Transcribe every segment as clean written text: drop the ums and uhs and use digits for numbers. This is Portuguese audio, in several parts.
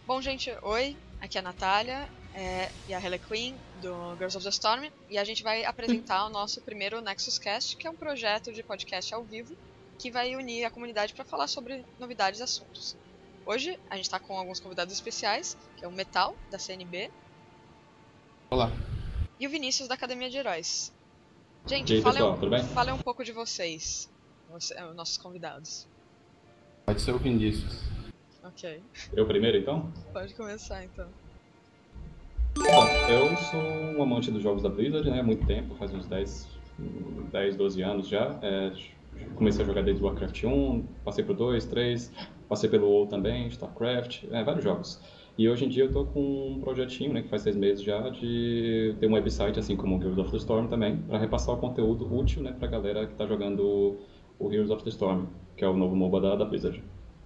Bom, gente, oi, aqui é a Natália e a Harley Quinn do Girls of the Storm, e a gente vai apresentar o nosso primeiro Nexus Cast, que é um projeto de podcast ao vivo que vai unir a comunidade para falar sobre novidades e assuntos. Hoje a gente está com alguns convidados especiais, que é o Metal, da CNB. Olá. E o Vinícius, da Academia de Heróis. Gente, E aí, pessoal, tudo bem? falem um pouco de vocês, nossos convidados. Pode ser o Vinícius. Ok, Eu primeiro, então? pode começar então. Bom, eu sou um amante dos jogos da Blizzard, né? Há muito tempo, faz uns 10, 12 anos já. Comecei a jogar desde o Warcraft 1, passei pro 2, 3, passei pelo WoW também, StarCraft, vários jogos. E hoje em dia eu tô com um projetinho, né, que faz 6 meses já, de ter um website, assim como o Heroes of the Storm também, para repassar o conteúdo útil, né, pra galera que tá jogando o Heroes of the Storm, que é o novo MOBA da Blizzard.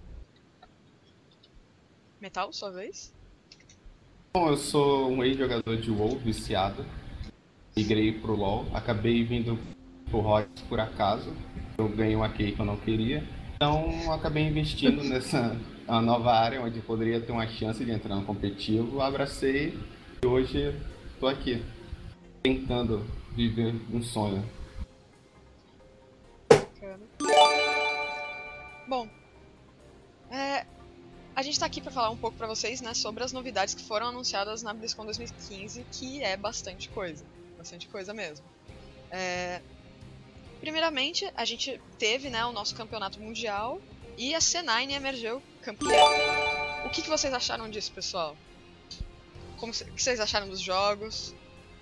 Metal, sua vez? Bom, eu sou um ex-jogador de WoW viciado, migrei pro LoL, acabei vindo pro Rocket por acaso, eu ganhei uma key que eu não queria, então acabei investindo nessa nova área onde eu poderia ter uma chance de entrar no competitivo, abracei e hoje estou aqui, tentando viver um sonho. Bacana. Bom, a gente tá aqui para falar um pouco para vocês, né, sobre as novidades que foram anunciadas na BlizzCon 2015, que é bastante coisa mesmo. Primeiramente, a gente teve, né, o nosso campeonato mundial e a C9 emergeu campeã. O que vocês acharam disso, pessoal? O que vocês acharam dos jogos?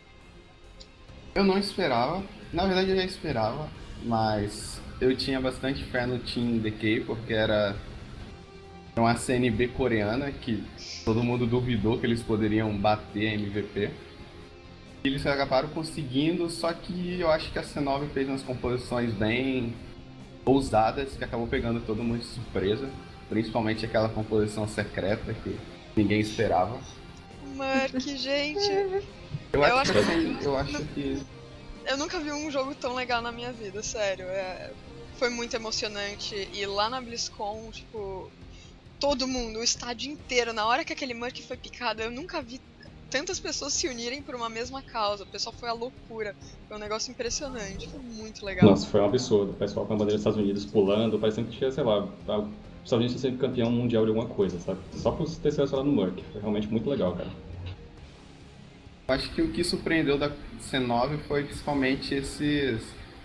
Eu não esperava, na verdade eu já esperava, mas eu tinha bastante fé no Team DK porque era uma CNB coreana que todo mundo duvidou que eles poderiam bater a MVP. E eles acabaram conseguindo, só que eu acho que a C9 fez umas composições bem ousadas que acabou pegando todo mundo de surpresa, principalmente aquela composição secreta que ninguém esperava. Mark, gente! Eu acho que Eu nunca vi um jogo tão legal na minha vida, sério. Foi muito emocionante. E lá na BlizzCon, tipo, todo mundo, o estádio inteiro, na hora que aquele Murk foi picado, eu nunca vi tantas pessoas se unirem por uma mesma causa. O pessoal foi à loucura. Foi um negócio impressionante. Foi muito legal. Nossa, foi um absurdo. O pessoal com a bandeira dos Estados Unidos pulando, parecendo que tinha, sei lá, os Estados Unidos tinha sido campeão mundial de alguma coisa, sabe? Só por ter selecionado no Merc. Foi realmente muito legal, cara. acho que o que surpreendeu da C9 foi principalmente esses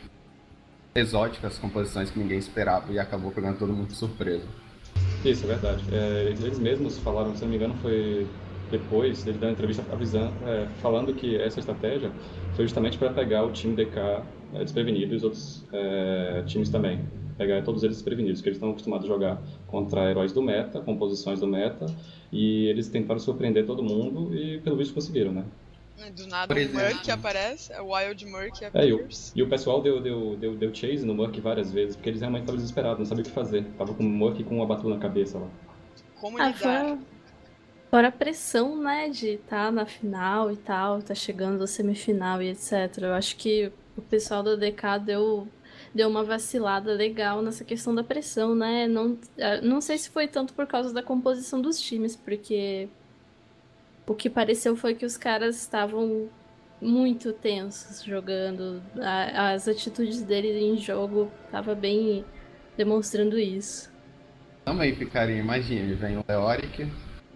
exóticas composições que ninguém esperava e acabou pegando todo mundo de surpresa. Isso, é verdade. Eles mesmos falaram, se não me engano, foi depois, eles deram uma entrevista avisando, falando que essa estratégia foi justamente para pegar o time DK desprevenido e os outros times também. Pegar todos eles desprevenidos, porque eles estão acostumados a jogar contra heróis do meta, composições do meta, e eles tentaram surpreender todo mundo e pelo visto conseguiram, né? Do nada o Murk aparece, o Wild Murk appears. E o pessoal deu chase no Murk várias vezes, porque eles realmente estavam desesperados, não sabiam o que fazer. Tava com o Murk com uma batu na cabeça lá. Como lidar? Fora a pressão, né, de estar na final e tal, tá chegando a semifinal e etc. Eu acho que o pessoal da DK deu uma vacilada legal nessa questão da pressão, né? Não sei se foi tanto por causa da composição dos times, porque o que pareceu foi que os caras estavam muito tensos jogando. As atitudes deles em jogo tava bem demonstrando isso. Também ficaria, imagina, vem o Leoric,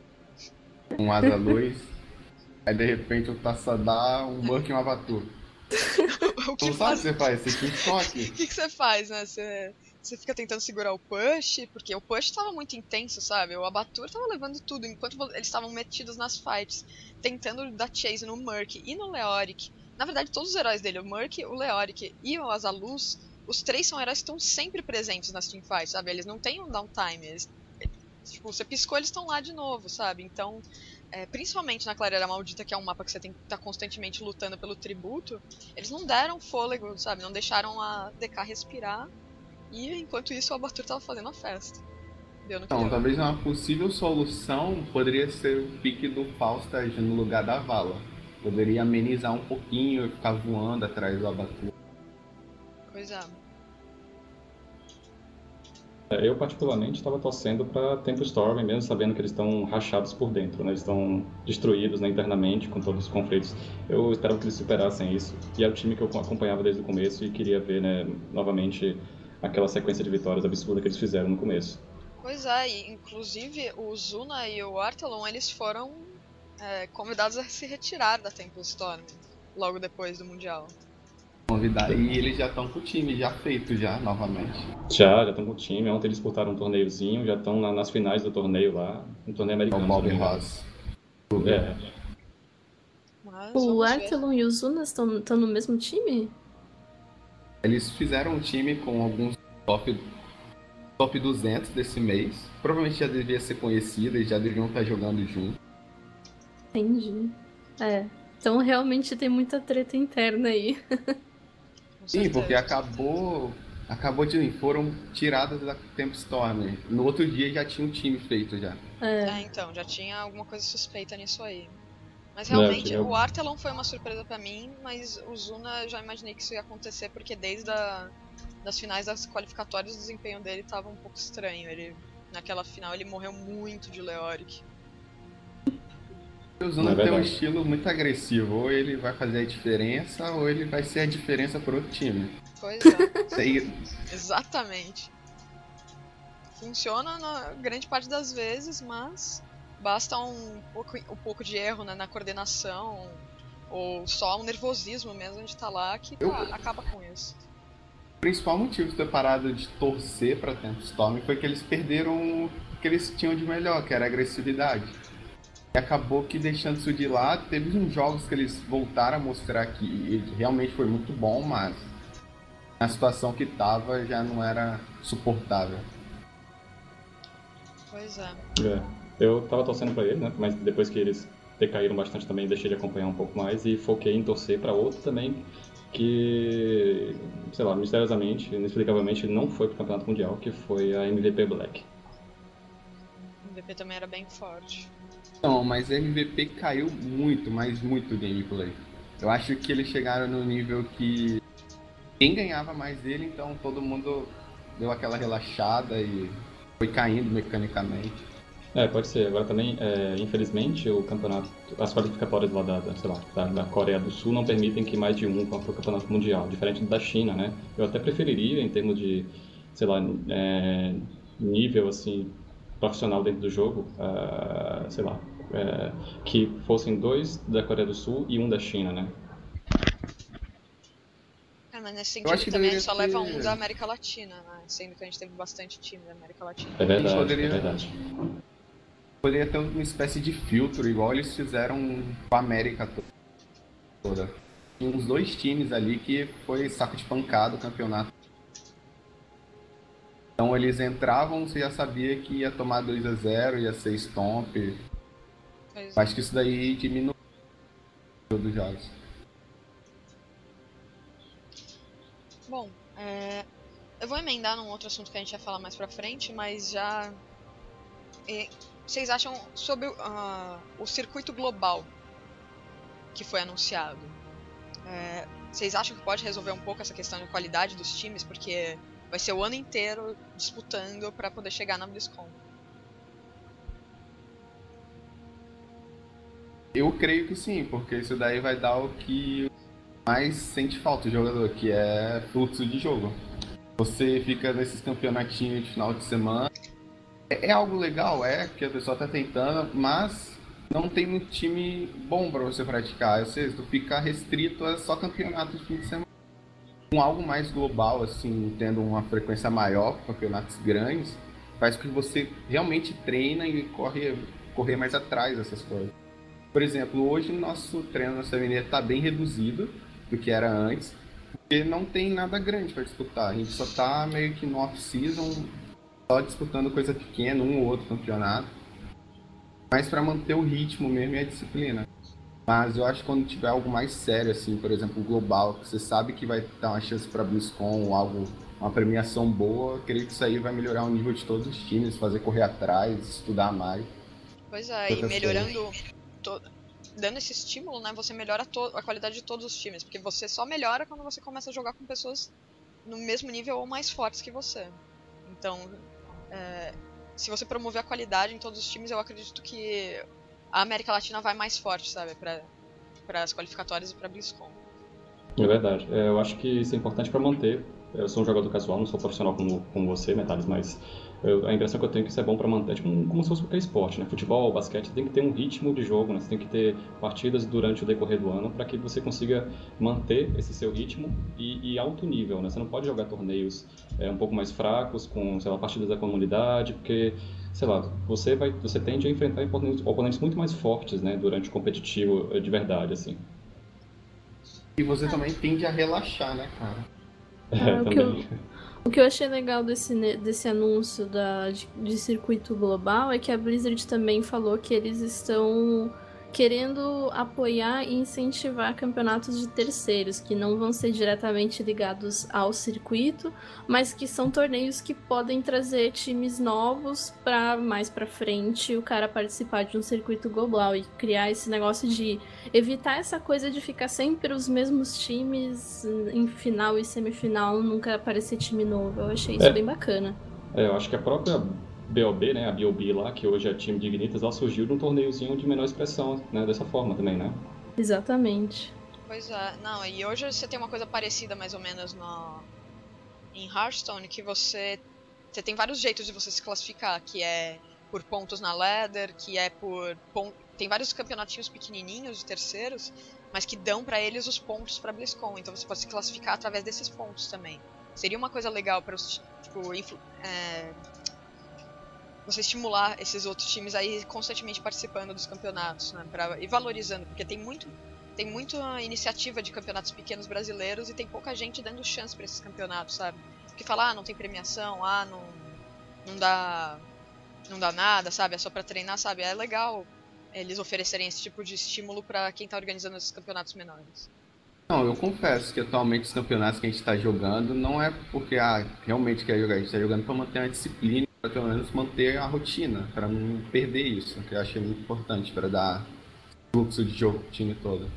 um Asa-Luz, aí de repente o Tassadar, um Murk e uma Batu. O que Não sabe o que você faz, você fica em choque. O que você faz, né? Você fica tentando segurar o push, porque o push tava muito intenso, sabe? O Abatur tava levando tudo, enquanto eles estavam metidos nas fights, tentando dar chase no Murk e no Leoric. Na verdade, todos os heróis dele, o Murk, o Leoric e o Azaluz, os três são heróis que estão sempre presentes nas teamfights, sabe? Eles não têm um downtime, tipo, você piscou, eles estão lá de novo, sabe? Então, principalmente na Clareira Maldita, que é um mapa que você tem que estar constantemente lutando pelo tributo, eles não deram fôlego, sabe? Não deixaram a DK respirar. E enquanto isso, o Abatur tava fazendo a festa. Deu no que Então, deu. talvez uma possível solução poderia ser o pique do Faustas no lugar da Vala. Poderia amenizar um pouquinho e ficar voando atrás do Abatur. Pois é. Eu, particularmente, estava torcendo para Tempo Storm, mesmo sabendo que eles estão rachados por dentro, né? Eles estão destruídos, né, internamente, com todos os conflitos. Eu esperava que eles superassem isso. E era o time que eu acompanhava desde o começo e queria ver, né, novamente aquela sequência de vitórias absurda que eles fizeram no começo. Pois é, e inclusive o Zuna e o Artelon, eles foram convidados a se retirar da Temple Storm logo depois do Mundial. Convidar. E eles já estão com o time já feito, já, novamente. Já estão com o time. Ontem eles disputaram um torneiozinho, já estão nas finais do torneio lá, um torneio É americano. o Bob Ross. É. Mas O vamos ver. Artelon e o Zunas estão no mesmo time? Eles fizeram um time com alguns top 200 desse mês. Provavelmente já devia ser conhecido, eles já deviam estar jogando junto. Entendi. Então realmente tem muita treta interna aí. Com Sim, certeza. porque acabou de foram tiradas da Temp Storm. No outro dia já tinha um time feito já. Então, já tinha alguma coisa suspeita nisso aí. Mas realmente, o Artelon foi uma surpresa pra mim, mas o Zuna eu já imaginei que isso ia acontecer, porque desde das finais das qualificatórias o desempenho dele tava um pouco estranho. Naquela final ele morreu muito de Leoric. O Zuna tem um estilo muito agressivo, ou ele vai fazer a diferença, ou ele vai ser a diferença para outro time. Pois é. Aí, Exatamente. Funciona na grande parte das vezes, mas basta um pouco de erro, né, na coordenação, ou só um nervosismo mesmo de estar lá que acaba com isso. o principal motivo de ter parado de torcer para Temp Storm foi que eles perderam o que eles tinham de melhor, que era a agressividade. E acabou que deixando isso de lado, teve uns jogos que eles voltaram a mostrar que realmente foi muito bom, mas na situação que tava já não era suportável. Pois é. Eu tava torcendo pra ele, né? Mas depois que eles decaíram bastante também, deixei de acompanhar um pouco mais e foquei em torcer pra outro também que, sei lá, misteriosamente, inexplicavelmente, não foi pro Campeonato Mundial, que foi a MVP Black. O MVP também era bem forte. Não, mas a MVP caiu muito, mas muito o gameplay. Eu acho que eles chegaram no nível que quem ganhava mais dele, então todo mundo deu aquela relaxada e foi caindo mecanicamente. Pode ser. Agora também, infelizmente, o campeonato, as qualificatórias lá da Coreia do Sul não permitem que mais de um vá para o campeonato mundial, diferente da China, né? Eu até preferiria, em termos de, sei lá, nível, assim, profissional dentro do jogo, sei lá, que fossem 2 da Coreia do Sul e 1 da China, né? Mas nesse sentido também só leva um da América Latina, né? Sendo que a gente teve bastante time da América Latina. É verdade, é verdade. Poderia ter uma espécie de filtro, igual eles fizeram com a América toda. Tinha uns 2 times ali que foi saco de pancada o campeonato. Então eles entravam, você já sabia que ia tomar 2-0, ia ser stomp. Acho que isso daí diminui dos jogos. Bom, eu vou emendar num outro assunto que a gente vai falar mais pra frente, mas já... vocês acham sobre o circuito global que foi anunciado? Vocês acham que pode resolver um pouco essa questão de qualidade dos times? Porque vai ser o ano inteiro disputando pra poder chegar na BlizzCon. Eu creio que sim, porque isso daí vai dar o que mais sente falta o jogador, que é fluxo de jogo. Você fica nesses campeonatinhos de final de semana, é algo legal, que a pessoa tá tentando, mas não tem um time bom para você praticar, ou seja, tu fica restrito a só campeonato de fim de semana. Com algo mais global, assim, tendo uma frequência maior, campeonatos grandes, faz com que você realmente treina e correr mais atrás dessas coisas. Por exemplo, hoje o nosso treino na CMN está bem reduzido do que era antes, porque não tem nada grande para disputar. A gente só está meio que no off-season, só disputando coisa pequena, um ou outro campeonato. Mas para manter o ritmo mesmo e a disciplina. Mas eu acho que quando tiver algo mais sério, assim, por exemplo, global, que você sabe que vai dar uma chance para BlizzCon ou algo, uma premiação boa, eu creio que isso aí vai melhorar o nível de todos os times, fazer correr atrás, estudar mais. Pois é, e melhorando, dando esse estímulo, né, você melhora a qualidade de todos os times, porque você só melhora quando você começa a jogar com pessoas no mesmo nível ou mais fortes que você. Então, se você promover a qualidade em todos os times, eu acredito que a América Latina vai mais forte, sabe? Para as qualificatórias e para a BlizzCon. É verdade. Eu acho que isso é importante para manter. Eu sou um jogador casual, não sou profissional como você, Metales, mas a impressão que eu tenho é que isso é bom para manter, tipo, como se fosse qualquer esporte, né? Futebol, basquete, tem que ter um ritmo de jogo, né? Você tem que ter partidas durante o decorrer do ano para que você consiga manter esse seu ritmo e alto nível, né? Você não pode jogar torneios um pouco mais fracos, com, sei lá, partidas da comunidade, porque, sei lá, você tende a enfrentar oponentes muito mais fortes, né? Durante o competitivo de verdade, assim. E você também tende a relaxar, né, cara? Também. O que eu achei legal desse anúncio de circuito global é que a Blizzard também falou que eles estão querendo apoiar e incentivar campeonatos de terceiros, que não vão ser diretamente ligados ao circuito, mas que são torneios que podem trazer times novos para mais para frente o cara participar de um circuito global e criar esse negócio de evitar essa coisa de ficar sempre os mesmos times em final e semifinal, nunca aparecer time novo. Eu achei isso bem bacana. Eu acho que a própria BOB, né, a BOB lá, que hoje é time de Ignitas, ela surgiu de um torneiozinho de menor expressão, né, dessa forma também, né? Exatamente. Pois é, não, e hoje você tem uma coisa parecida mais ou menos em Hearthstone, que você tem vários jeitos de você se classificar, que é por pontos na ladder, que é tem vários campeonatinhos pequenininhos de terceiros, mas que dão pra eles os pontos pra BlizzCon, então você pode se classificar através desses pontos também. Seria uma coisa legal para os, tipo, você estimular esses outros times a ir constantemente participando dos campeonatos, né, e valorizando, porque tem muita iniciativa de campeonatos pequenos brasileiros e tem pouca gente dando chance pra esses campeonatos, sabe? Porque fala, não tem premiação, não dá nada, sabe? É só pra treinar, sabe? É legal eles oferecerem esse tipo de estímulo pra quem tá organizando esses campeonatos menores. Não, eu confesso que atualmente os campeonatos que a gente está jogando não é porque realmente quer jogar, a gente está jogando para manter a disciplina, para pelo menos manter a rotina, para não perder isso, que eu achei muito importante para dar fluxo de jogo pro time todo.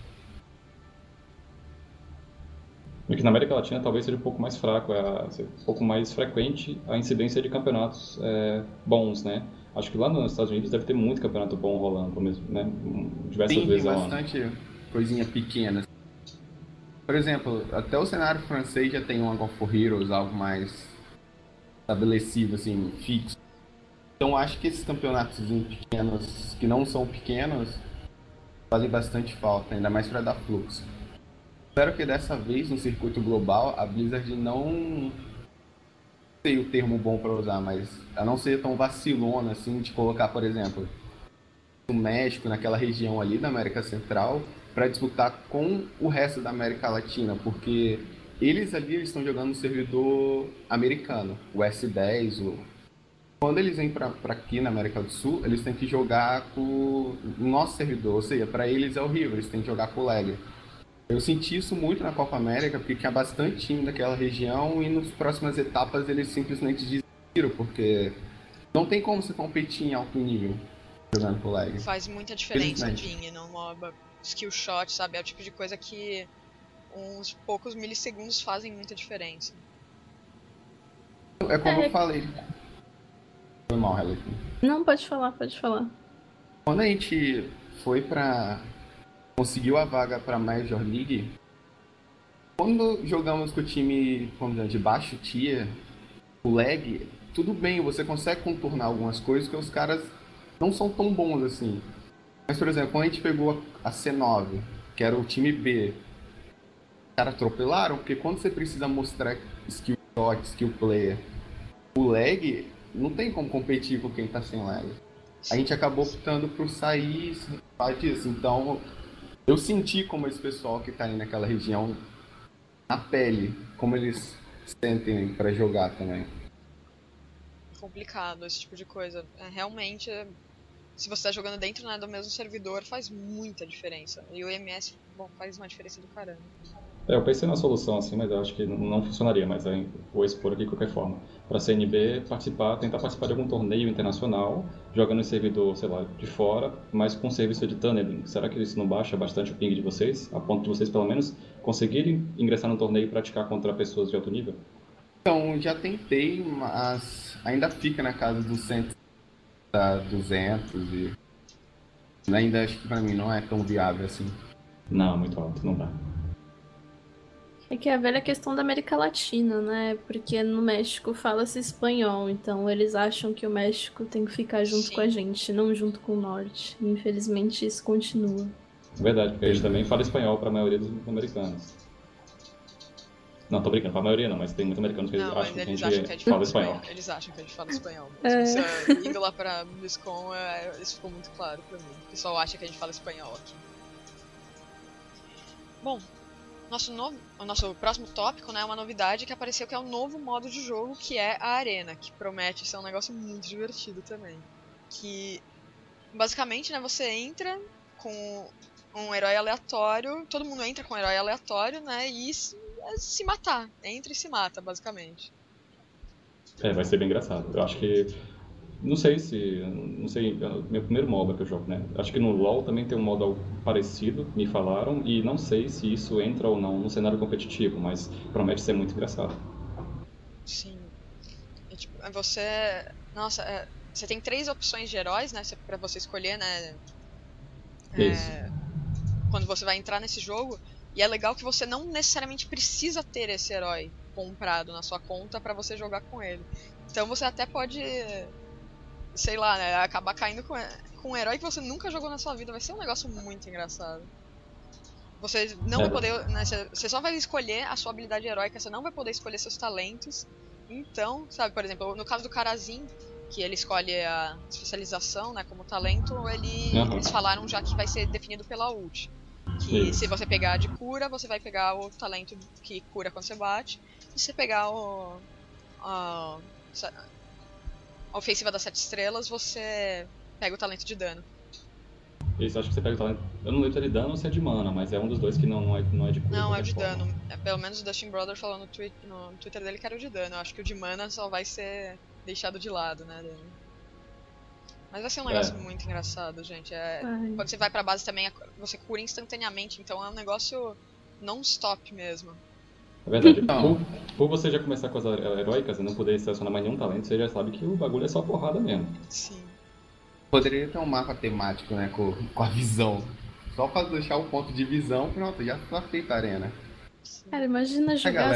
Porque na América Latina talvez seja um pouco mais fraco, um pouco mais frequente a incidência de campeonatos bons, né? Acho que lá nos Estados Unidos deve ter muito campeonato bom rolando, né? Diversas vezes ao ano. Tem bastante coisinha pequena. Por exemplo, até o cenário francês já tem um God of War Heroes, algo mais estabelecido, assim, fixo. Então acho que esses campeonatos pequenos, que não são pequenos, fazem bastante falta, ainda mais para dar fluxo. Espero que dessa vez, no circuito global, a Blizzard não sei o termo bom para usar, mas a não ser tão vacilona, assim, de colocar, por exemplo, o México naquela região ali da América Central para disputar com o resto da América Latina, porque eles estão jogando no servidor americano, o S10. Quando eles vêm para aqui na América do Sul, eles têm que jogar com o nosso servidor, ou seja, para eles é horrível, eles têm que jogar com o lag. Eu senti isso muito na Copa América, porque tinha bastante time daquela região e nas próximas etapas eles simplesmente desistiram, porque não tem como você competir em alto nível jogando com lag. Faz muita diferença o ping no MOBA. Skill shot, sabe? É o tipo de coisa que uns poucos milissegundos fazem muita diferença. É como eu falei. Foi mal, Helen. Não, pode falar. Quando a gente conseguiu a vaga pra Major League, quando jogamos com o time, vamos dizer, de baixo tier, o lag, tudo bem, você consegue contornar algumas coisas que os caras não são tão bons assim. Mas, por exemplo, quando a gente pegou a C9, que era o time B, os caras atropelaram, porque quando você precisa mostrar skill shot, skill player, o lag, não tem como competir com quem tá sem lag. A gente acabou optando por sair disso. Então, eu senti como esse pessoal que tá aí naquela região, na pele, como eles sentem pra jogar também. Complicado esse tipo de coisa. Realmente, se você tá jogando dentro, né, do mesmo servidor, faz muita diferença. E o MS, faz uma diferença do caramba. Eu pensei na solução assim, mas eu acho que não funcionaria, mas vou expor aqui de qualquer forma. Para a CNB tentar participar de algum torneio internacional, jogando em servidor, sei lá, de fora, mas com serviço de tunneling. Será que isso não baixa bastante o ping de vocês? A ponto de vocês, pelo menos, conseguirem ingressar no torneio e praticar contra pessoas de alto nível? Então, já tentei, mas ainda fica na casa dos 100, 200 e ainda acho que pra mim não é tão viável assim. Não, muito alto, não dá. É que é a velha questão da América Latina, né? Porque no México fala-se espanhol, então eles acham que o México tem que ficar junto com a Sim. gente, não junto com o Norte. Infelizmente isso continua. Verdade, porque a gente também fala espanhol para a maioria dos americanos. Não, tô brincando, pra maioria não, mas tem muitos americanos que Não, mas acham que a eles gente acham que a gente fala espanhol. Eles acham que a gente fala espanhol mesmo. Indo lá pra BlizzCon, isso ficou muito claro pra mim. O pessoal acha que a gente fala espanhol aqui. Bom, o nosso próximo tópico, né, é uma novidade que apareceu, que é um novo modo de jogo, que é a Arena, que promete ser um negócio muito divertido também. Que, basicamente, né, você entra com um herói aleatório, todo mundo entra com um herói aleatório, né, e se matar. Entra e se mata, basicamente. Vai ser bem engraçado. Eu acho que. Não sei, meu primeiro MOBA que eu jogo, né? Acho que no LoL também tem um modo parecido, me falaram, e não sei se isso entra ou não no cenário competitivo, mas promete ser muito engraçado. Sim. E, tipo, Nossa, você tem 3 opções de heróis, né? Pra você escolher, né? Isso. Quando você vai entrar nesse jogo. E é legal que você não necessariamente precisa ter esse herói comprado na sua conta pra você jogar com ele. Então você até pode, sei lá, né? Acabar caindo com um herói que você nunca jogou na sua vida. Vai ser um negócio muito engraçado. Você não vai poder, né, você só vai escolher a sua habilidade heróica, você não vai poder escolher seus talentos. Então, sabe, por exemplo, no caso do Karazin, que ele escolhe a especialização, né, como talento, eles falaram já que vai ser definido pela ult. Que se você pegar de cura, você vai pegar o talento que cura quando você bate. E se você pegar a ofensiva das 7 estrelas, você pega o talento de dano. Isso, acho que você pega o talento. Eu não lembro se é de dano ou se é de mana, mas é um dos dois que não é de cura. Não, é de dano. Pelo menos o Dustin Brother falou no Twitter dele que era o de dano. Eu acho que o de mana só vai ser deixado de lado, né? Mas vai ser um negócio muito engraçado, gente. Quando você vai pra base também, você cura instantaneamente, então é um negócio non-stop mesmo. É verdade. Por você já começar com as heróicas e não poder selecionar mais nenhum talento, você já sabe que o bagulho é só porrada mesmo. Sim. Poderia ter um mapa temático, né, com a visão. Só pra deixar o ponto de visão, pronto, já tá feita a arena. Cara, imagina jogar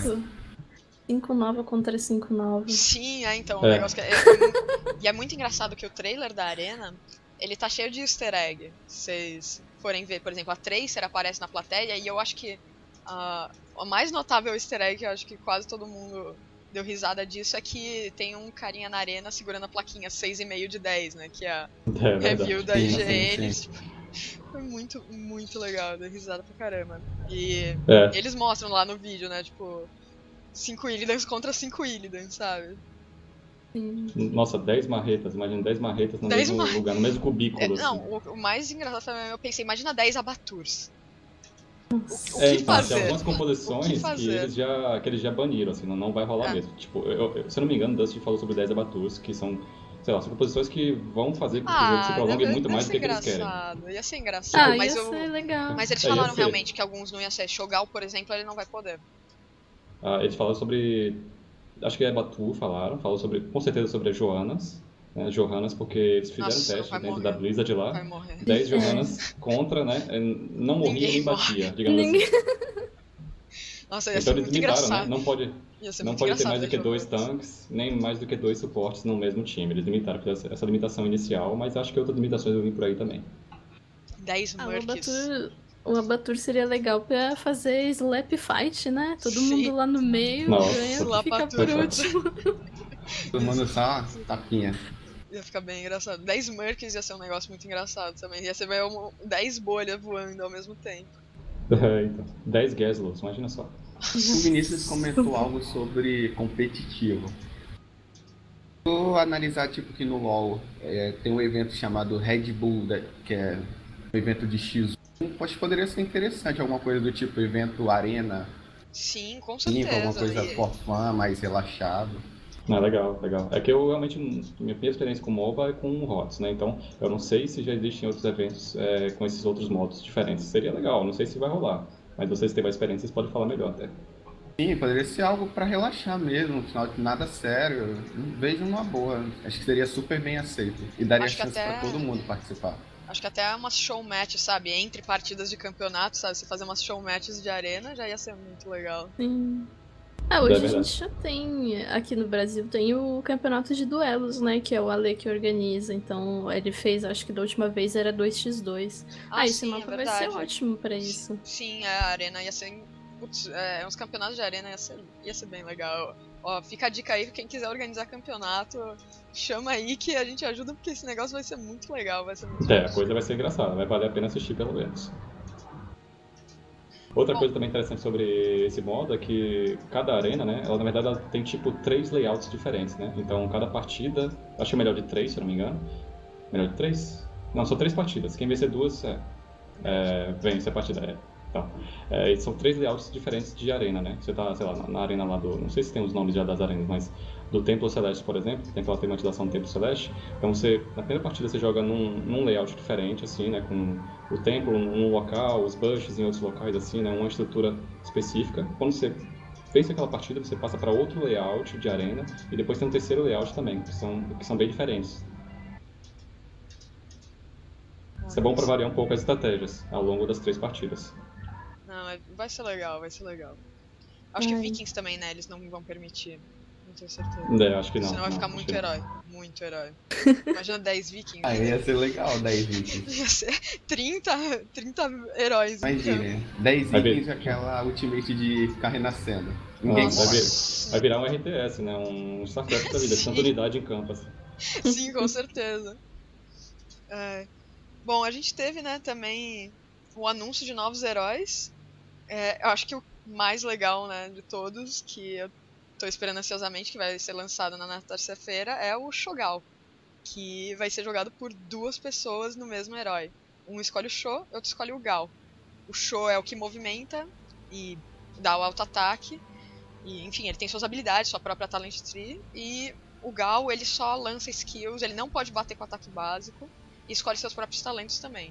5 nova contra 5 nova. Sim, então, um negócio que e é muito engraçado que o trailer da arena, ele tá cheio de easter egg. Se vocês forem ver, por exemplo, a Tracer aparece na plateia, e eu acho que o mais notável easter egg, que eu acho que quase todo mundo deu risada disso, é que tem um carinha na arena segurando a plaquinha 6,5 de 10, né? Que é a review da IGN. Foi muito, muito legal, deu risada pra caramba. E eles mostram lá no vídeo, né? Tipo, 5 Illidans contra 5 Illidans, sabe? Nossa, 10 marretas, imagina 10 marretas no mesmo lugar, no mesmo cubículo. Não, o mais engraçado também, eu pensei, imagina 10 Abaturs. O que então, fazer? Tem algumas composições que eles já baniram, assim, não vai rolar mesmo. Tipo, se eu não me engano, Dusty falou sobre 10 Abaturs, que são, sei lá, são composições que vão fazer com que o jogo se prolongue muito mais do que eles querem. Ia ser engraçado, mas ia ser legal. Mas eles falaram realmente que alguns não ia ser. Shogal, por exemplo, ele não vai poder. Eles falaram sobre, acho que é Batu, falou sobre, com certeza sobre as Johannas. Johannas, porque eles fizeram teste dentro da Blizzard lá. 10 Johannas contra, né? Não morria nem batia, digamos assim. Nossa, ia então ser eles muito limitaram, engraçado. né? Não pode ter mais do que 2 tanques, nem mais do que 2 suportes no mesmo time. Eles limitaram essa limitação inicial, mas acho que outras limitações vão vir por aí também. 10 Mercs. O Abatur seria legal pra fazer slap fight, né? Todo mundo lá no meio, ganha, fica por último. Todo mundo só tapinha. Ia ficar bem engraçado. 10 Mercs ia ser um negócio muito engraçado também. Ia ser 10 bolhas voando ao mesmo tempo. Então, 10 Gaslows, imagina só. O Vinícius comentou algo sobre competitivo. Se eu analisar, tipo, que no LoL tem um evento chamado Red Bull, que é um evento de X1, acho que poderia ser interessante, alguma coisa do tipo evento arena. Sim, com certeza. Alguma coisa for fun, mais relaxado. Legal. É que eu realmente, minha experiência com MOBA é com o HOTS, né? Então, eu não sei se já existem outros eventos com esses outros modos diferentes. Seria legal, não sei se vai rolar. Mas vocês têm mais experiência, vocês podem falar melhor até. Sim, poderia ser algo pra relaxar mesmo, afinal de nada sério. Vejo uma boa. Acho que seria super bem aceito. E daria Acho que chance pra até. todo mundo participar. Acho que até umas show match, sabe? Entre partidas de campeonato, sabe? Você fazer umas show matches de arena já ia ser muito legal. Sim. É Hoje a verdade. gente já tem, aqui no Brasil, tem o campeonato de duelos, né? Que é o Ale que organiza. Então ele fez, acho que da última vez era 2x2. Esse Sim, é mapa vai ser verdade. ótimo pra isso. Sim, a arena ia ser. Putz, uns campeonatos de arena ia ser bem legal. Ó, fica a dica aí, quem quiser organizar campeonato, chama aí que a gente ajuda, porque esse negócio vai ser muito legal, vai ser muito A difícil. coisa vai ser engraçada, vai valer a pena assistir pelo menos. Outra Bom. coisa também interessante sobre esse modo é que cada arena, né, ela na verdade ela tem tipo 3 layouts diferentes, né? Então cada partida, acho que é melhor de 3, se eu não me engano. Melhor de 3? Não, são 3 partidas. Quem vencer 2 vence a partida. Então, e são 3 layouts diferentes de arena, né? Você tá, sei lá, na arena lá do... Não sei se tem os nomes já das arenas, mas do Templo Celeste, por exemplo, que tem aquela tematização do Templo Celeste. Então na primeira partida você joga num layout diferente, assim, né? Com o templo num local, os bushes em outros locais, assim, né? Uma estrutura específica. Quando você vence aquela partida, você passa para outro layout de arena e depois tem um terceiro layout também, que são bem diferentes. Isso é bom para variar um pouco as estratégias ao longo das 3 partidas. Não, vai ser legal, vai ser legal. Acho que Vikings também, né? Eles não vão permitir. Não tenho certeza. Acho que não. Senão vai ficar acho muito que não. herói. Muito herói. Imagina 10 Vikings. Aí ia ser legal, 10 Vikings. Ia ser 30 heróis. Imagina, 10 Vai ver. Vikings e aquela ultimate de ficar renascendo. Ninguém Nossa, morre. vai virar um RTS, né? Um StarCraft da vida, Sim. tanta unidade em campo, assim. Sim, com certeza. Bom, a gente teve, né, também o anúncio de novos heróis. Eu acho que o mais legal, né, de todos, que eu tô esperando ansiosamente, que vai ser lançado na terça-feira, é o Shogal, que vai ser jogado por 2 pessoas no mesmo herói. Um escolhe o Sho, outro escolhe o Gal. O Sho é o que movimenta e dá o auto-ataque. E, enfim, ele tem suas habilidades, sua própria talent tree. E o Gal, ele só lança skills, ele não pode bater com ataque básico. E escolhe seus próprios talentos também.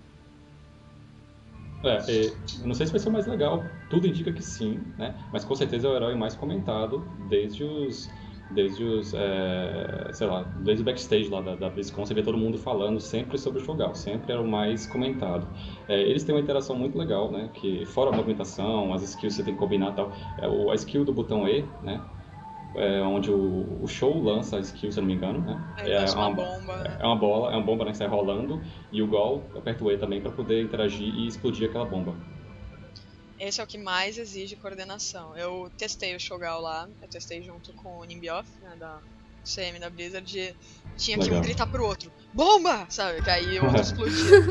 Eu não sei se vai ser o mais legal, tudo indica que sim, né? Mas com certeza é o herói mais comentado desde o backstage lá da BlizzCon, você vê todo mundo falando sempre sobre o Shogal, sempre era o mais comentado. Eles têm uma interação muito legal, né? Que fora a movimentação, as skills você tem que combinar e tal. A skill do botão E, né? Onde o Show lança a skill, se eu não me engano, né? Uma bomba, né? É uma bomba, né, que sai rolando, e o Gol aperta o E também para poder interagir e explodir aquela bomba. Esse é o que mais exige coordenação. Eu testei o Shogal lá, eu testei junto com o Nimbioff, né, da CM da Blizzard, tinha que Legal. um gritar pro outro, bomba! Sabe, que aí o outro explodia.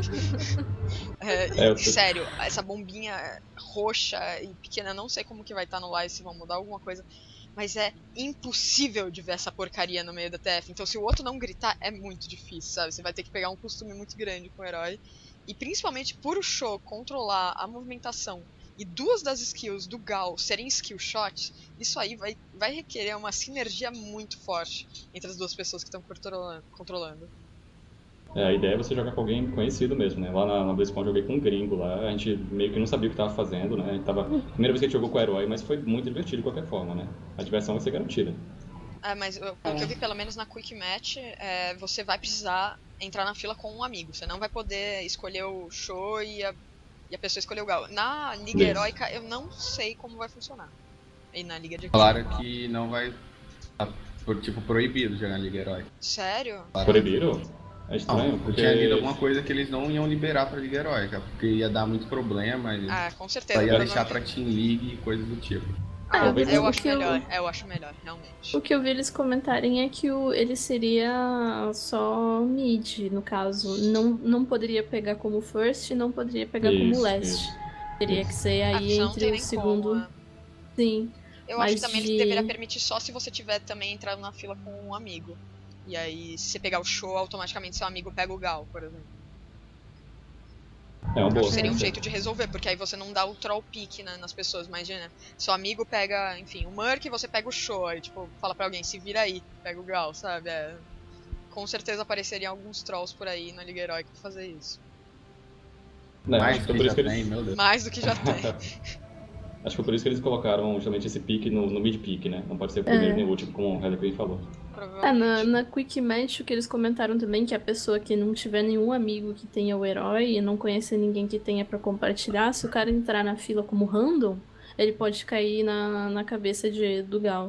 Sério, essa bombinha roxa e pequena, não sei como que vai estar no live, se vão mudar alguma coisa, mas é impossível de ver essa porcaria no meio da TF. Então se o outro não gritar, é muito difícil, sabe? Você vai ter que pegar um costume muito grande com o herói. E principalmente por o Show controlar a movimentação e 2 das skills do Gal serem skill shots, isso aí vai requerer uma sinergia muito forte entre as 2 pessoas que estão controlando. A ideia é você jogar com alguém conhecido mesmo, né? Lá na BlizzCon eu joguei com um gringo lá, a gente meio que não sabia o que tava fazendo, né? Primeira vez que a gente jogou com o herói, mas foi muito divertido de qualquer forma, né? A diversão vai ser garantida. Mas pelo que eu vi, pelo menos na Quick Match, você vai precisar entrar na fila com um amigo. Você não vai poder escolher o Show e a pessoa escolher o Gal. Na Liga Heróica, eu não sei como vai funcionar. E na Liga de Claro que não vai estar, proibido jogar na Liga Heróica. Sério? Proibiram? É estranho, Não, porque... eu tinha lido alguma coisa que eles não iam liberar pra Liga Heróica, porque ia dar muito problema. Com certeza. Só ia deixar pra Team League e coisas do tipo. Eu acho melhor, realmente. O que eu vi eles comentarem é que ele seria só mid, no caso. Não poderia pegar como first e não poderia pegar como last. Teria que ser aí entre o segundo... Como, Sim. Eu acho que também eles deveriam permitir só se você tiver também entrado na fila com um amigo. E aí, se você pegar o Show, automaticamente seu amigo pega o Gal, por exemplo. Seria um jeito de resolver, porque aí você não dá o troll pick, né, nas pessoas, mas seu amigo pega, enfim, o Merc e você pega o Show, aí tipo, fala pra alguém, se vira aí, pega o Gal, sabe? Com certeza apareceriam alguns trolls por aí na Liga Heroica pra fazer isso. Mais do que já tem, meu Deus. Mais do que já tem. Acho que foi por isso que eles colocaram justamente esse pick no mid-pick, né? Não pode ser o primeiro nem o último, como o Harley Quinn falou. Na Quick Match, o que eles comentaram também, que a pessoa que não tiver nenhum amigo que tenha o herói e não conhecer ninguém que tenha pra compartilhar, se o cara entrar na fila como random, ele pode cair na cabeça do Gal.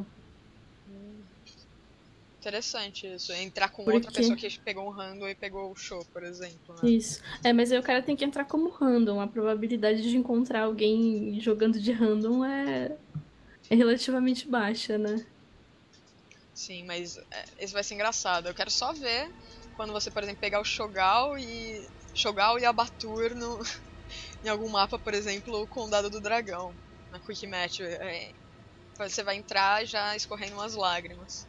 Interessante isso. Entrar com outra pessoa que pegou um random e pegou o show, por exemplo, né? Isso. Mas aí o cara tem que entrar como random. A probabilidade de encontrar alguém jogando de random é relativamente baixa, né? Sim, mas isso vai ser engraçado. Eu quero só ver quando você, por exemplo, pegar o Shogal e Abatur em algum mapa, por exemplo, o Condado do Dragão, na Quick Match. Você vai entrar já escorrendo umas lágrimas.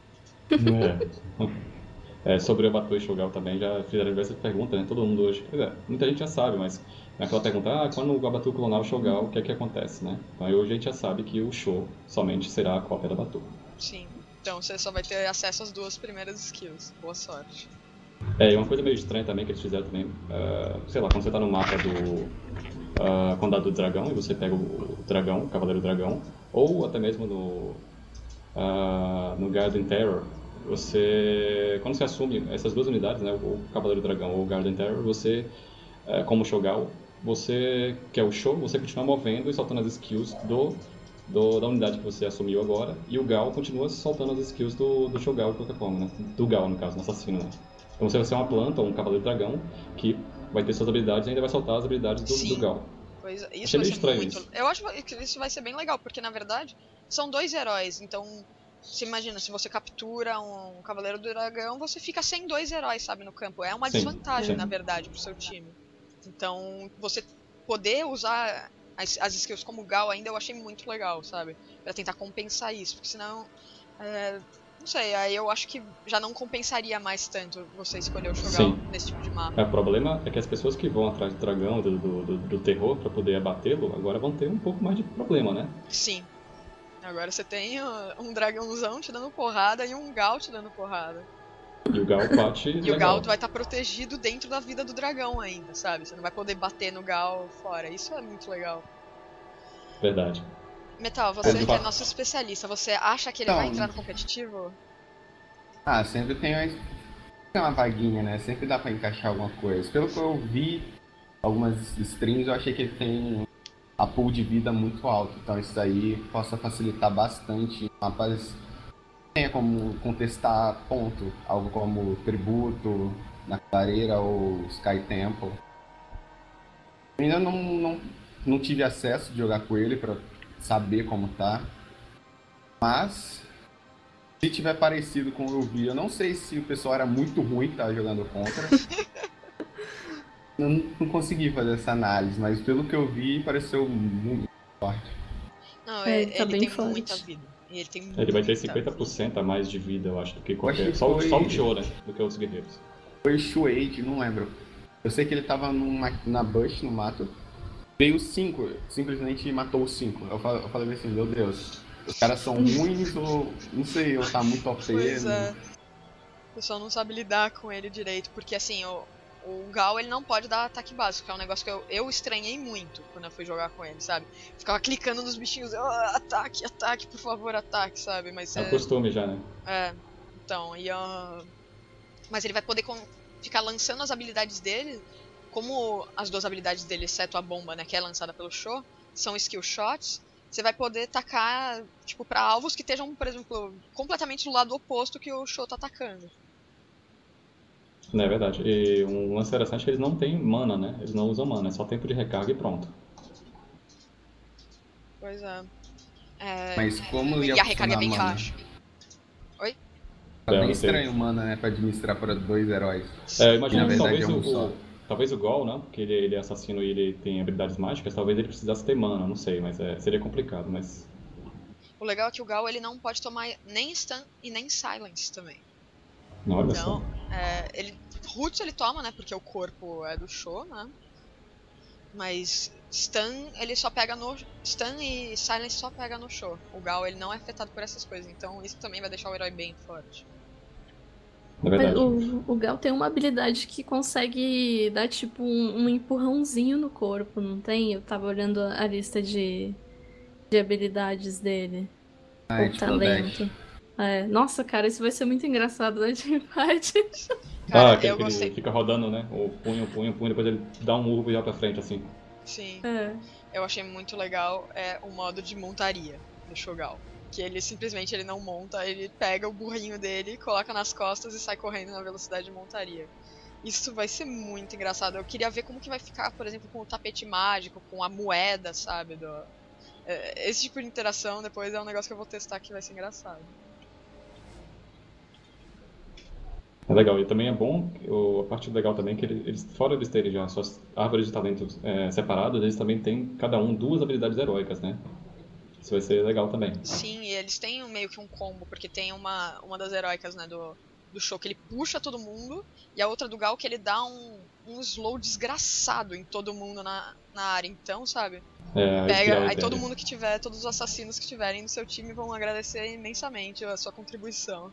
Sobre o Abatur e Shogal também já fizeram diversas perguntas, né? Todo mundo hoje. Muita gente já sabe, mas naquela pergunta, quando o Abatur clonar o Shogal, o que é que acontece, né? Então hoje a gente já sabe que o show somente será a cópia do Abatur. Sim. Então você só vai ter acesso às 2 primeiras skills. Boa sorte. E uma coisa meio estranha também que eles fizeram também, sei lá, quando você tá no mapa do Condado do Dragão e você pega o dragão, o Cavaleiro Dragão, ou até mesmo no Garden Terror, quando você assume essas 2 unidades, né, o Cavaleiro Dragão ou o Garden Terror, você, como Shogal, você, que é o show, você continua movendo e soltando as skills da unidade que você assumiu agora, e o Gal continua soltando as skills do Shogal de qualquer forma, né? Do Gal, no caso, no assassino, né? Então você vai ser uma planta ou um Cavaleiro Dragão que vai ter suas habilidades e ainda vai soltar as habilidades do Gal. Pois, isso vai ser muito... Isso. Eu acho que isso vai ser bem legal, porque na verdade são 2 heróis, então você imagina, se você captura um Cavaleiro do Dragão, você fica sem 2 heróis, sabe, no campo. É uma desvantagem, na verdade, pro seu time. Então, você poder usar as skills como Gal ainda eu achei muito legal, sabe? Pra tentar compensar isso, porque senão... não sei, aí eu acho que já não compensaria mais tanto você escolher o Shogal nesse tipo de mapa. O problema é que as pessoas que vão atrás do dragão, do terror, pra poder abatê-lo, agora vão ter um pouco mais de problema, né? Sim. Agora você tem um dragãozão te dando porrada e um Gal te dando porrada. E o Gal bate E o Gal vai estar protegido dentro da vida do dragão ainda, sabe? Você não vai poder bater no Gal fora. Isso é muito legal. Verdade. Metal, você que é nosso especialista, você acha que ele vai entrar no competitivo? Sempre tem uma vaguinha, né? Sempre dá pra encaixar alguma coisa. Pelo que eu vi, algumas streams, eu achei que ele tem a pool de vida muito alto. Então isso aí possa facilitar bastante mapas. Tenha como contestar ponto, algo como Tributo, na Clareira ou Sky Temple. Eu ainda não tive acesso de jogar com ele pra saber como tá, mas se tiver parecido com o que eu vi, eu não sei se o pessoal era muito ruim que tava jogando contra. não consegui fazer essa análise, mas pelo que eu vi, pareceu muito forte. Não, ele tem forte. muita vida. Ele vai ter 50% a mais de vida, eu acho, do que qualquer... Só o Show, né? Do que outros guerreiros. Foi Shuade, não lembro. Eu sei que ele tava na bush, no mato. Veio 5, simplesmente matou os 5. Eu falei assim, meu Deus, os caras são ruins ou, não sei, ou tá muito OP. Pois é. O pessoal não sabe lidar com ele direito, porque assim, o Gal ele não pode dar ataque básico, que é um negócio que eu estranhei muito quando eu fui jogar com ele, sabe? Ficava clicando nos bichinhos, ataque, por favor, ataque, sabe? Mas é costume já, né? Então, mas ele vai poder ficar lançando as habilidades dele. Como as 2 habilidades dele, exceto a bomba, né, que é lançada pelo Show, são skill shots, você vai poder tacar, tipo, pra alvos que estejam, por exemplo, completamente do lado oposto que o Show tá atacando. Não é verdade. E um lance interessante é que eles não têm mana, né? Eles não usam mana, é só tempo de recarga e pronto. Pois é. Mas como e a recarga é bem baixa. Oi? Tá bem estranho o mana, né, pra administrar para 2 heróis. Imagina que talvez o Gol, né? Porque ele é assassino e ele tem habilidades mágicas, talvez ele precisasse ter mana, não sei, mas seria complicado, mas... O legal é que o Gal ele não pode tomar nem stun e nem silence também. Olha então, só. Roots ele toma, né? Porque o corpo é do Show, né? Mas stun ele só pega no... Stun e silence só pega no Show. O Gal ele não é afetado por essas coisas, então isso também vai deixar o herói bem forte. O Gal tem uma habilidade que consegue dar tipo um empurrãozinho no corpo, não tem? Eu tava olhando a lista de de habilidades dele. Ah, é Ou tipo um talento. Nossa, cara, isso vai ser muito engraçado na Teamfight. Cara, Aquele eu que ele gostei. fica rodando, né? O punho, depois ele dá um urro e já pra frente, assim. Sim. É. Eu achei muito legal o modo de montaria do Shogal. Que ele simplesmente ele não monta, ele pega o burrinho dele, coloca nas costas e sai correndo na velocidade de montaria. Isso vai ser muito engraçado. Eu queria ver como que vai ficar, por exemplo, com o tapete mágico, com a moeda, sabe? Esse tipo de interação depois é um negócio que eu vou testar que vai ser engraçado. É legal, e também é bom, a parte legal também é que eles, fora eles terem já suas árvores de talentos separadas, eles também têm, cada um, 2 habilidades heróicas, né? Isso vai ser legal também. Sim, e eles têm meio que um combo, porque tem uma das heróicas, né, do show que ele puxa todo mundo, e a outra do Gal que ele dá um slow desgraçado em todo mundo na área. Então, sabe? A espiral Aí todo etérea. mundo que tiver, todos os assassinos que tiverem no seu time vão agradecer imensamente a sua contribuição.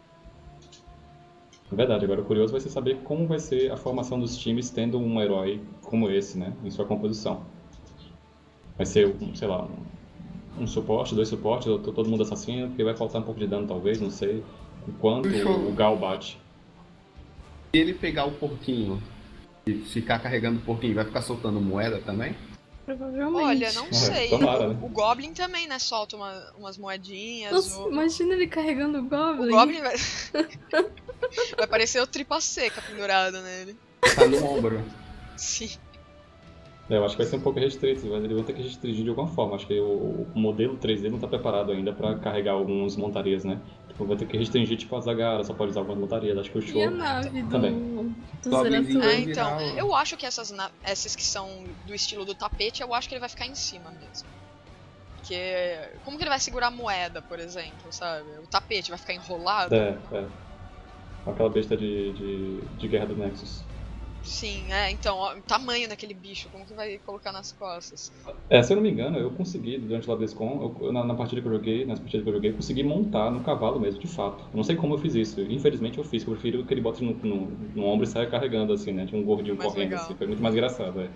É verdade, agora o curioso vai ser saber como vai ser a formação dos times tendo um herói como esse, né, em sua composição. Vai ser, sei lá, um suporte, 2 suportes, ou todo mundo assassino, porque vai faltar um pouco de dano talvez, não sei. Enquanto o Gal bate. Se ele pegar o porquinho e ficar carregando o porquinho, vai ficar soltando moeda também? Provavelmente. Olha, não sei. Tomara, né? O Goblin também, né, solta umas moedinhas. Nossa, imagina ele carregando o Goblin. O Goblin vai parecer o tripa seca pendurado nele. Tá no ombro. Sim. Eu acho que vai ser um pouco restrito, mas eles vão ter que restringir de alguma forma. Acho que o modelo 3D não está preparado ainda para carregar algumas montarias, né? Tipo, vai ter que restringir tipo a Zagara, só pode usar algumas montarias. Acho que o show E a nave também. do Goblinzinho. Zeratul. Então, eu acho que essas que são do estilo do tapete, eu acho que ele vai ficar em cima mesmo. Porque como que ele vai segurar a moeda, por exemplo, sabe? O tapete vai ficar enrolado? Aquela besta de Guerra do Nexus. Sim, então, ó, o tamanho daquele bicho, como que vai colocar nas costas? Se eu não me engano, eu consegui, durante o LabDescon, nas partidas que eu joguei, eu consegui montar no cavalo mesmo, de fato. Eu não sei como eu fiz isso, infelizmente eu fiz, eu prefiro que ele bote no ombro e saia carregando, assim, né? Tinha um gordinho Mais correndo, legal. assim, foi muito mais engraçado,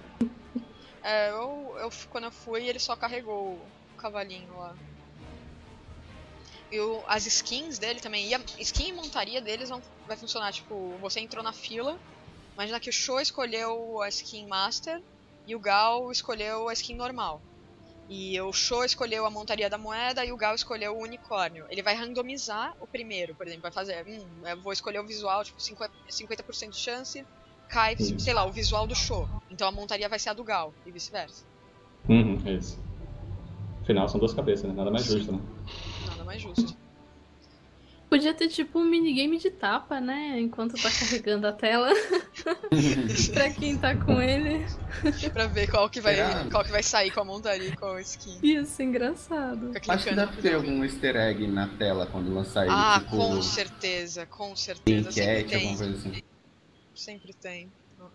Quando eu fui, ele só carregou o cavalinho lá. E as skins dele também, e a skin e montaria deles vai funcionar, tipo, você entrou na fila, imagina que o Sho escolheu a skin Master e o Gal escolheu a skin normal. E o Sho escolheu a montaria da moeda e o Gal escolheu o unicórnio. Ele vai randomizar o primeiro, por exemplo, vai fazer, eu vou escolher o visual, tipo, 50% de chance, cai, sei lá, o visual do Sho. Então a montaria vai ser a do Gal, e vice-versa. É isso. Afinal, são 2 cabeças, né? Nada mais justo, né? Nada mais justo. Podia ter tipo um minigame de tapa, né? Enquanto tá carregando a tela. Pra quem tá com ele. Pra ver qual que vai sair com a montaria e com a skin. Ia ser engraçado. Acho que deve ter algum easter egg na tela quando lançar ele. Ah, tipo, com certeza. enquete, alguma coisa assim. Sempre tem.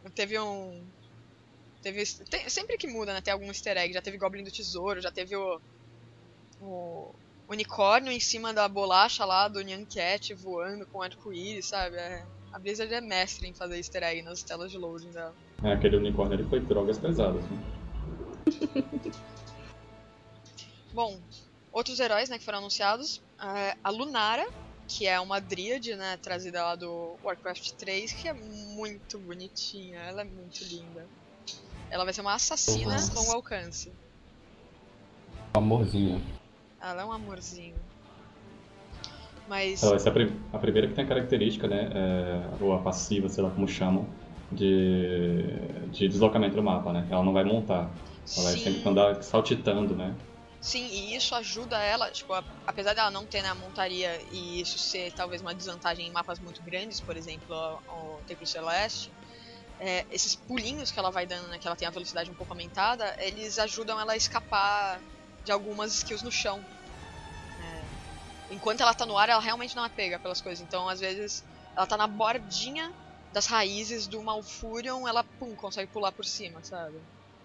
Sempre que muda, né? Tem algum easter egg. Já teve Goblin do Tesouro, já teve o unicórnio em cima da bolacha lá do Nyan Cat voando com arco-íris, sabe? A Blizzard é mestre em fazer easter egg nas telas de loading dela. Aquele unicórnio ali foi drogas pesadas, né? Bom, outros heróis, né, que foram anunciados. A Lunara, que é uma dríade, né, trazida lá do Warcraft 3, que é muito bonitinha, ela é muito linda. Ela vai ser uma assassina longo alcance. Amorzinho. Ela é um amorzinho. Mas... Ela vai ser a primeira que tem a característica, né? Ou a passiva, sei lá como chamam, de deslocamento do mapa, né? Ela não vai montar. Ela vai sempre andar saltitando, né? Sim, e isso ajuda ela, tipo, apesar dela não ter, né, a montaria e isso ser talvez uma desvantagem em mapas muito grandes, por exemplo, o Templo Celeste, esses pulinhos que ela vai dando, né, que ela tem a velocidade um pouco aumentada, eles ajudam ela a escapar de algumas skills no chão. Enquanto ela tá no ar, ela realmente não é pega pelas coisas, então às vezes ela tá na bordinha das raízes do Malfurion, ela, consegue pular por cima, sabe?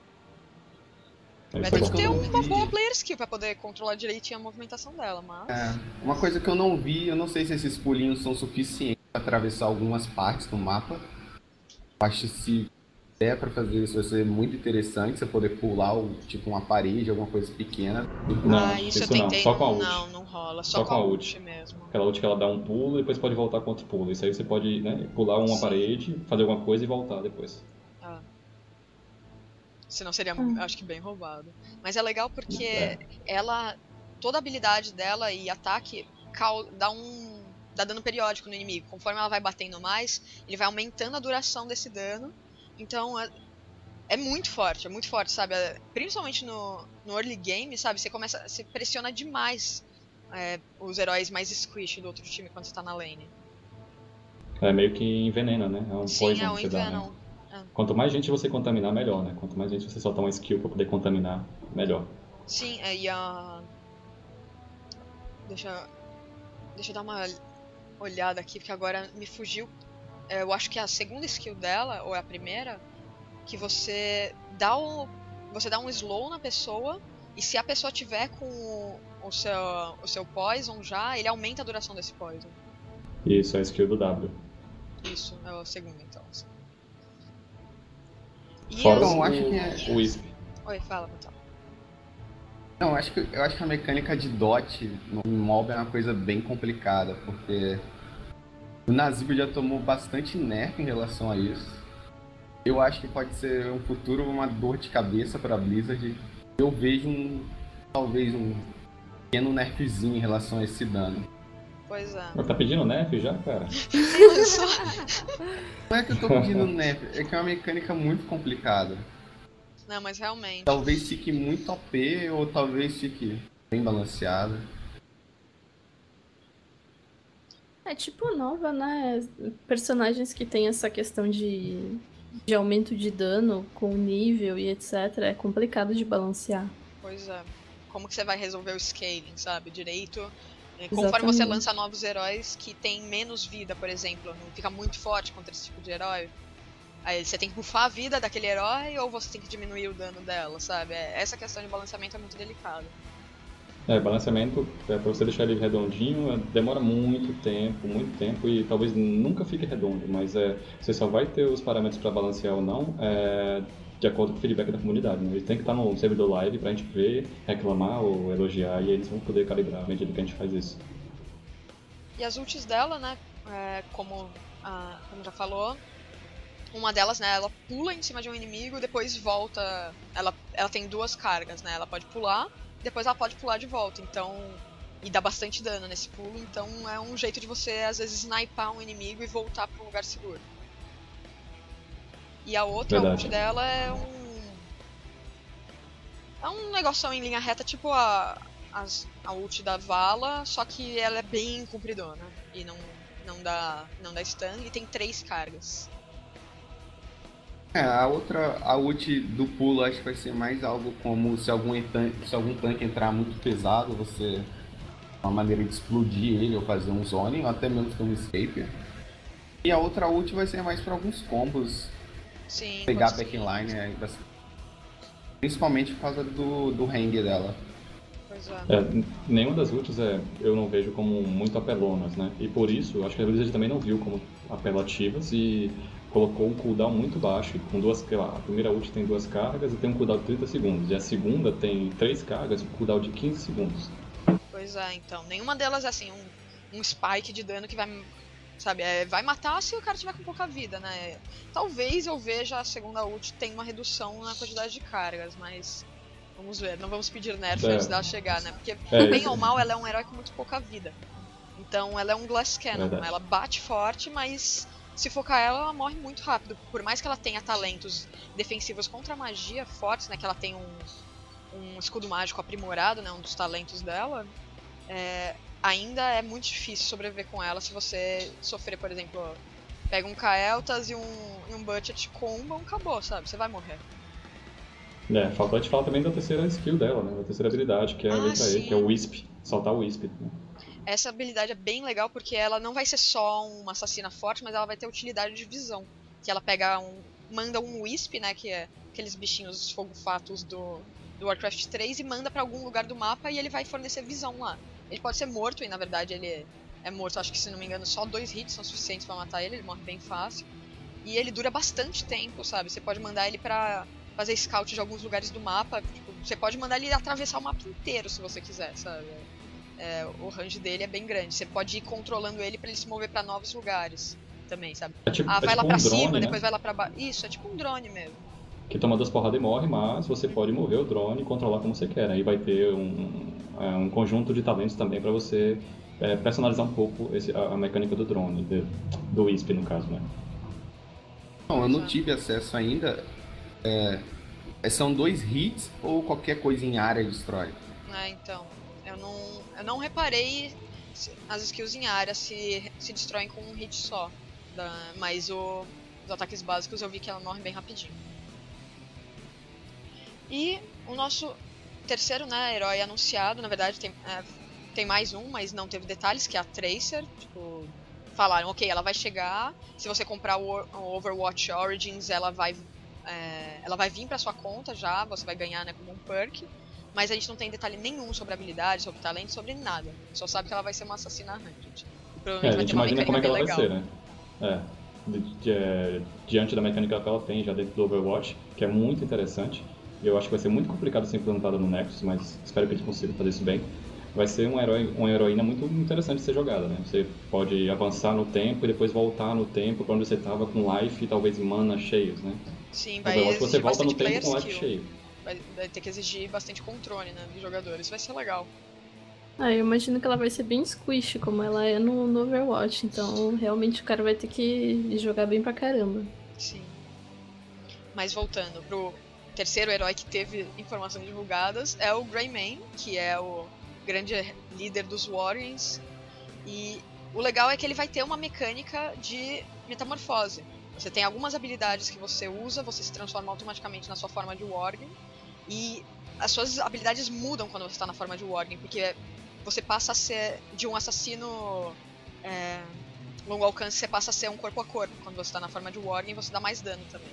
Vai ter que ter uma boa player skill pra poder controlar direitinho a movimentação dela, mas... Uma coisa que eu não vi, eu não sei se esses pulinhos são suficientes pra atravessar algumas partes do mapa. Eu acho que se der pra fazer isso, vai ser muito interessante, você poder pular, tipo, uma parede, alguma coisa pequena. Não, isso eu isso não. tentei, Só com a ult. não rola, Só só com com a a ult ult. mesmo. Aquela ult que ela dá um pulo e depois pode voltar com outro pulo. Isso aí você pode, né, pular uma Sim. parede, fazer alguma coisa e voltar depois. Senão seria, acho que, bem roubado. Mas é legal porque É. ela, toda a habilidade dela e ataque dá dano periódico no inimigo. Conforme ela vai batendo mais, ele vai aumentando a duração desse dano. Então é muito forte, sabe? Principalmente no early game, sabe? Você pressiona demais os heróis mais squish do outro time quando você tá na lane. É meio que envenena, né? É um Sim, poison é um que você dá, né? envenenam. Quanto mais gente você contaminar, melhor, né? Quanto mais gente você soltar uma skill pra poder contaminar, melhor. Sim, e a... Deixa eu dar uma olhada aqui, porque agora me fugiu. Eu acho que é a segunda skill dela, ou é a primeira, que você dá um slow na pessoa, e se a pessoa tiver com o seu poison já, ele aumenta a duração desse poison. Isso, é a skill do W. Isso, é a segunda, então. Fora eu acho que o Wisp. Oi, fala, Matheus. Não, eu acho que a mecânica de dot no mob é uma coisa bem complicada, porque o Nazgûl já tomou bastante nerf em relação a isso. Eu acho que pode ser um futuro uma dor de cabeça para Blizzard. Eu vejo talvez um pequeno nerfzinho em relação a esse dano. Pois é. Tá pedindo nerf já, cara? Não é que eu tô pedindo nerf, é que é uma mecânica muito complicada. Não, mas realmente. Talvez fique muito OP ou talvez fique bem balanceado. É tipo nova, né? Personagens que tem essa questão de aumento de dano com nível e etc. É complicado de balancear. Pois é. Como que você vai resolver o scaling, sabe? Direito. Exatamente. Conforme você lança novos heróis que tem menos vida, por exemplo, não fica muito forte contra esse tipo de herói. Aí você tem que buffar a vida daquele herói ou você tem que diminuir o dano dela, sabe? Essa questão de balanceamento é muito delicada. Balanceamento, pra você deixar ele redondinho, demora muito tempo e talvez nunca fique redondo, mas você só vai ter os parâmetros para balancear ou não de acordo com o feedback da comunidade, né? Ele tem que estar no servidor live pra gente ver, reclamar ou elogiar, e eles vão poder calibrar à medida que a gente faz isso. E as ultis dela, né, como já falou, uma delas, né, ela pula em cima de um inimigo, depois volta, ela tem duas cargas, né, ela pode pular, depois ela pode pular de volta, então, e dá bastante dano nesse pulo, então é um jeito de você, às vezes, sniper um inimigo e voltar para um lugar seguro. E a outra ult dela é um negocinho em linha reta, tipo a ult da Vala, só que ela é bem compridona e não dá stun e tem 3 cargas. A ult do pulo acho que vai ser mais algo como se algum tanque entrar muito pesado, você uma maneira de explodir ele ou fazer um zoning, ou até mesmo ter um escape. E a outra ult vai ser mais para alguns combos. Sim, pegar a backline, principalmente por causa do hang dela. Pois é. Nenhuma das ults eu não vejo como muito apelonas, né? E por isso, acho que a Blizzard também não viu como apelativas e colocou um cooldown muito baixo, com a primeira ult tem 2 cargas e tem um cooldown de 30 segundos, e a segunda tem 3 cargas e um cooldown de 15 segundos. Pois é, então, nenhuma delas é assim, um spike de dano que vai, sabe, vai matar se o cara tiver com pouca vida, né? Talvez eu veja a segunda ult tem uma redução na quantidade de cargas, mas vamos ver, não vamos pedir nerf antes dela chegar, né? Porque, bem ou mal, ela é um herói com muito pouca vida. Então ela é um Glass Cannon, ela bate forte, mas se focar ela morre muito rápido. Por mais que ela tenha talentos defensivos contra a magia fortes, né? Que ela tem um escudo mágico aprimorado, né? Um dos talentos dela. Ainda é muito difícil sobreviver com ela se você sofrer, por exemplo, pega um Kael'thas e um Budget combam, acabou, sabe? Você vai morrer. Faltou a gente falar também da terceira skill dela, né? Da terceira habilidade, que é a letra E, que é o Wisp, soltar o Wisp. Né? Essa habilidade é bem legal porque ela não vai ser só uma assassina forte, mas ela vai ter utilidade de visão. Que ela manda um Wisp, né? Que é aqueles bichinhos fogo-fatos do Warcraft 3 e manda pra algum lugar do mapa e ele vai fornecer visão lá. Ele pode ser morto e na verdade ele é morto, acho que se não me engano só 2 hits são suficientes pra matar ele morre bem fácil. E ele dura bastante tempo, sabe? Você pode mandar ele pra fazer scout de alguns lugares do mapa. Tipo, você pode mandar ele atravessar o mapa inteiro se você quiser, sabe? O range dele é bem grande. Você pode ir controlando ele pra ele se mover pra novos lugares também, sabe? Vai lá pra cima, depois vai lá pra baixo. Isso, é tipo um drone mesmo. Que toma 2 porradas e morre, mas você pode mover o drone e controlar como você quer. Aí vai ter um conjunto de talentos também pra você personalizar um pouco a mecânica do drone, do Wisp no caso, né? Não, eu não tive acesso ainda. São 2 hits ou qualquer coisa em área destrói? Então, eu não reparei as skills em área se destroem com um hit só. Mas os ataques básicos eu vi que ela morre bem rapidinho. E o nosso terceiro, né, herói anunciado, na verdade tem mais um, mas não teve detalhes, que é a Tracer. Tipo, falaram, ok, ela vai chegar, se você comprar o Overwatch Origins, ela vai vir pra sua conta já, você vai ganhar, né, como um perk. Mas a gente não tem detalhe nenhum sobre habilidade, sobre talento, sobre nada. Só sabe que ela vai ser uma assassina ranked. A gente imagina como é que ela vai ser, né? Diante da mecânica que ela tem já dentro do Overwatch, que é muito interessante. Eu acho que vai ser muito complicado ser implementada no Nexus, mas espero que eles consigam fazer isso bem. Vai ser uma heroína muito interessante de ser jogada, né? Você pode avançar no tempo e depois voltar no tempo pra onde você estava com life e talvez mana cheios, né? Sim, vai exigir você volta no bastante tempo com life skill. cheio. Vai ter que exigir bastante controle, né, dos jogadores. Vai ser legal. Eu imagino que ela vai ser bem squish, como ela é no Overwatch. Então, realmente, o cara vai ter que jogar bem pra caramba. Sim. Mas voltando pro terceiro herói que teve informações divulgadas, é o Greymane, que é o grande líder dos Warriors. E o legal é que ele vai ter uma mecânica de metamorfose. Você tem algumas habilidades que você usa, você se transforma automaticamente na sua forma de Worgen. E as suas habilidades mudam quando você está na forma de Worgen, porque você passa a ser de um assassino longo alcance, você passa a ser um corpo a corpo. Quando você está na forma de Worgen, você dá mais dano também.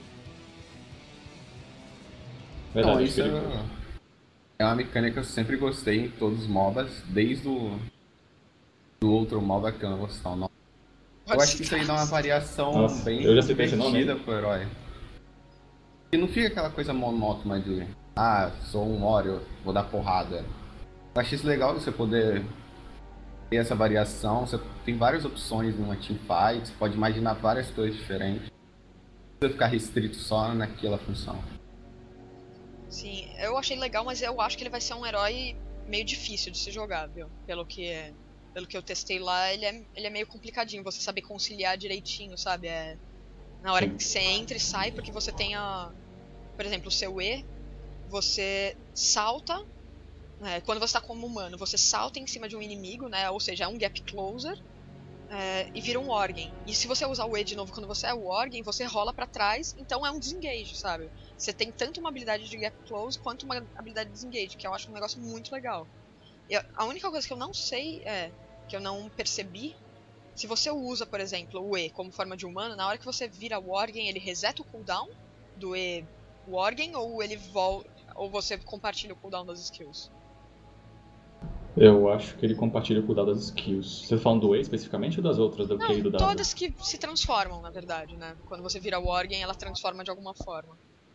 Verdade, Não, isso é uma mecânica que eu sempre gostei em todos os MOBAs, desde do outro MOBA que eu não vou citar o nome. Eu acho que isso aí dá uma variação bem divertida pro herói. E não fica aquela coisa monótona de sou um Warrior, vou dar porrada. Eu acho isso legal você poder ter essa variação. Você tem várias opções numa teamfight, você pode imaginar várias coisas diferentes. Não precisa ficar restrito só naquela função. Sim, eu achei legal, mas eu acho que ele vai ser um herói meio difícil de se jogar, viu? Pelo que eu testei lá, ele é meio complicadinho, você saber conciliar direitinho, sabe? Na hora que você entra e sai, porque você tem por exemplo, o seu E, você salta, quando você tá como humano, você salta em cima de um inimigo, né? Ou seja, é um gap closer, e vira um Worgen. E se você usar o E de novo quando você é o Worgen, você rola pra trás, então é um disengage, sabe? Você tem tanto uma habilidade de gap close quanto uma habilidade de disengage, que eu acho um negócio muito legal. A única coisa que eu não sei que eu não percebi, se você usa, por exemplo, o E como forma de humano, na hora que você vira Worgen, ele reseta o cooldown do E Worgen ou você compartilha o cooldown das skills? Eu acho que ele compartilha o cooldown das skills. Você tá falando do E especificamente ou das outras, do Q e do W? Todas que se transformam, na verdade, né? Quando você vira Worgen, ela transforma de alguma forma.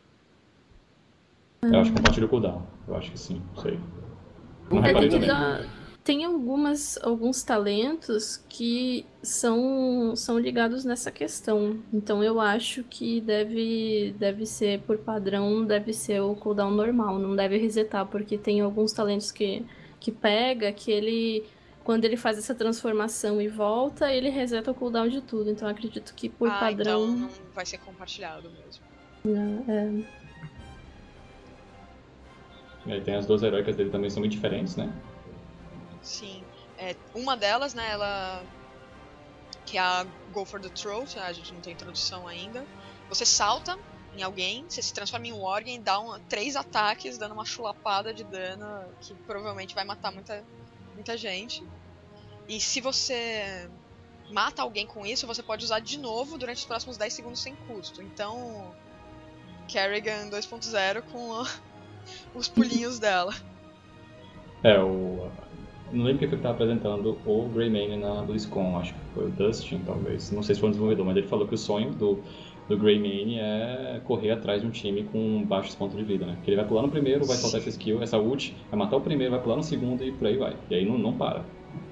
Eu acho que compartilha o cooldown. Eu acho que sim, sei. Não reparei também. Tem alguns talentos que são ligados nessa questão. Então eu acho que deve ser, por padrão, deve ser o cooldown normal. Não deve resetar, porque tem alguns talentos que pega, que ele, quando ele faz essa transformação e volta, ele reseta o cooldown de tudo. Então eu acredito que por padrão... então não vai ser compartilhado mesmo. E tem as 2 heróicas dele também, são muito diferentes, né? Sim. Uma delas, né, que é a Go for the Throat, a gente não tem tradução ainda. Você salta em alguém, você se transforma em um Worgen e dá 3 ataques, dando uma chulapada de dano, que provavelmente vai matar muita gente. E se você mata alguém com isso, você pode usar de novo durante os próximos 10 segundos sem custo. Então, Kerrigan 2.0 com os pulinhos dela. Não lembro quem foi que estava apresentando o Greymane na BlizzCon, acho que foi o Dustin, talvez. Não sei se foi um desenvolvedor, mas ele falou que o sonho do Greymane é correr atrás de um time com baixos pontos de vida, né? Porque ele vai pular no primeiro, vai soltar essa skill, essa ult, vai matar o primeiro, vai pular no segundo e por aí vai. E aí não para.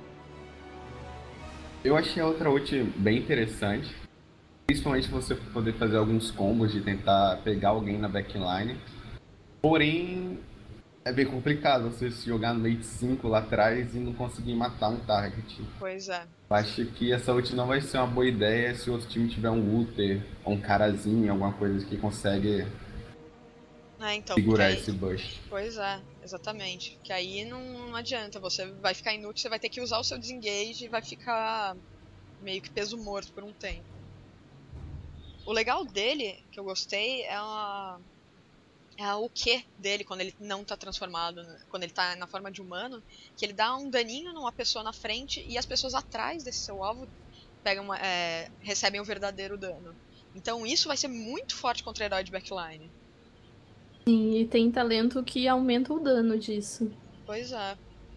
Eu achei a outra ult bem interessante. Principalmente você poder fazer alguns combos de tentar pegar alguém na backline. Porém, é bem complicado você se jogar no meio de 5 lá atrás e não conseguir matar um target. Pois é. Eu acho que essa ult não vai ser uma boa ideia se o outro time tiver um Uther ou um carazinho, alguma coisa que consegue Então, segurar aí... esse bush. Pois é, exatamente. Que aí não adianta, você vai ficar inútil, você vai ter que usar o seu disengage e vai ficar meio que peso morto por um tempo. O legal dele, que eu gostei, é o Q dele quando ele não tá transformado, quando ele tá na forma de humano, que ele dá um daninho numa pessoa na frente e as pessoas atrás desse seu alvo recebem o verdadeiro dano. Então isso vai ser muito forte contra herói de backline. Sim, e tem talento que aumenta o dano disso. Pois é.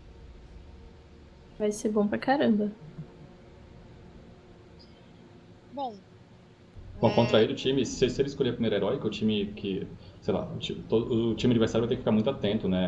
Vai ser bom pra caramba. Bom, contra ele, o time, se ele escolher o primeiro herói, que é o time que, sei lá, o time adversário vai ter que ficar muito atento, né,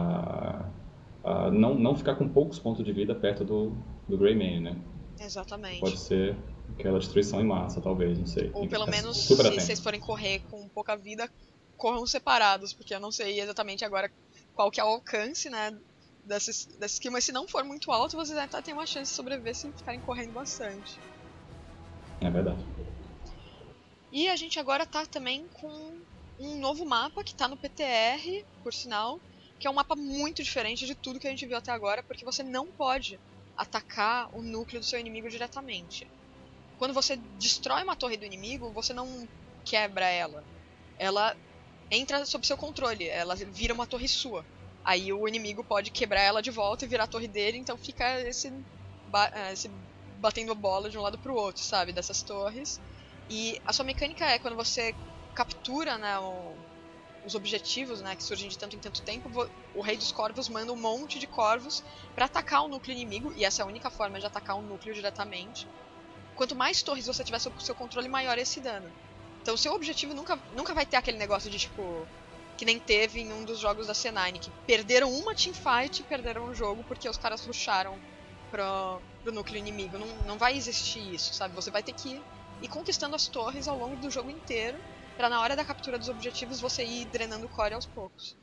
a não ficar com poucos pontos de vida perto do Greymane, né? Exatamente. Pode ser aquela destruição em massa, talvez, não sei. Ou pelo menos, se vocês forem correr com pouca vida, corram separados, porque eu não sei exatamente agora qual que é o alcance, né, dessa skill, mas se não for muito alto, vocês até têm uma chance de sobreviver se ficarem correndo bastante. É verdade. E a gente agora tá também com um novo mapa que tá no PTR, por sinal, que é um mapa muito diferente de tudo que a gente viu até agora, porque você não pode atacar o núcleo do seu inimigo diretamente. Quando você destrói uma torre do inimigo, você não quebra ela. Ela entra sob seu controle, ela vira uma torre sua. Aí o inimigo pode quebrar ela de volta e virar a torre dele, então fica esse batendo a bola de um lado pro outro, sabe, dessas torres. E a sua mecânica é quando você captura, né, os objetivos, né, que surgem de tanto em tanto tempo, o Rei dos Corvos manda um monte de corvos para atacar o núcleo inimigo, e essa é a única forma de atacar um núcleo diretamente. Quanto mais torres você tiver sob seu controle, maior é esse dano. Então o seu objetivo nunca vai ter aquele negócio de tipo, que nem teve em um dos jogos da C9, que perderam uma teamfight e perderam o jogo porque os caras rusharam pro núcleo inimigo. Não vai existir isso, sabe? Você vai ter que ir conquistando as torres ao longo do jogo inteiro, pra na hora da captura dos objetivos você ir drenando o core aos poucos.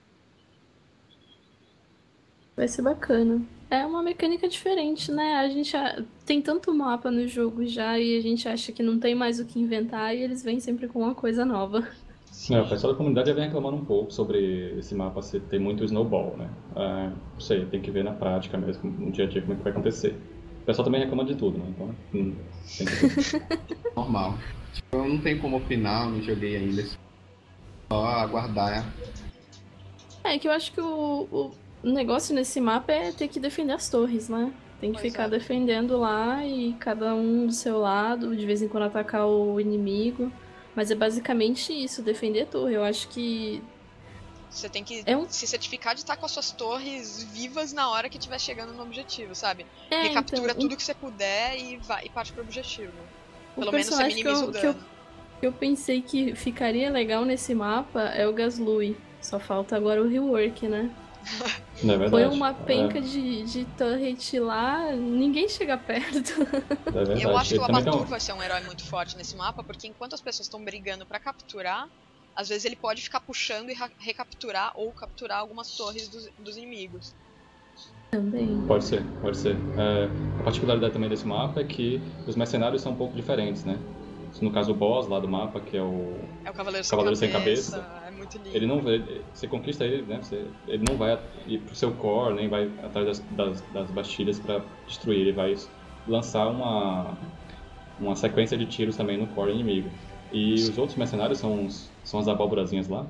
Vai ser bacana. É uma mecânica diferente, né? A gente tem tanto mapa no jogo já e a gente acha que não tem mais o que inventar e eles vêm sempre com uma coisa nova. O pessoal da comunidade já vem reclamando um pouco sobre esse mapa ter muito snowball, né? Não sei, tem que ver na prática mesmo, no dia a dia, como é que vai acontecer. O pessoal também reclama de tudo, né? Então, tem que ver. Normal. Tipo, eu não tenho como opinar, não joguei ainda. Só aguardar. É que eu acho que o negócio nesse mapa é ter que defender as torres, né? Tem que ficar defendendo lá e cada um do seu lado, de vez em quando atacar o inimigo. Mas é basicamente isso, defender a torre. Eu acho que você tem que se certificar de estar com as suas torres vivas na hora que estiver chegando no objetivo, sabe? Recaptura tudo que você puder e parte pro objetivo. Pelo menos você minimiza o dano. Que eu pensei que ficaria legal nesse mapa é o Gazlui. Só falta agora o rework, né? Não é verdade. Põe uma penca de turret lá, ninguém chega perto. É verdade. Eu acho que o Abatur vai ser um herói muito forte nesse mapa, porque enquanto as pessoas estão brigando pra capturar, às vezes ele pode ficar puxando e recapturar ou capturar algumas torres dos inimigos. Também. Pode ser. A particularidade também desse mapa é que os mercenários são um pouco diferentes, né? No caso o boss lá do mapa, que é o Cavaleiro Sem Cabeça. É muito lindo. Você conquista ele, né? Ele não vai ir pro seu core, nem vai atrás das bastilhas pra destruir. Ele vai lançar uma sequência de tiros também no core inimigo. E os outros mercenários são as abóborazinhas lá.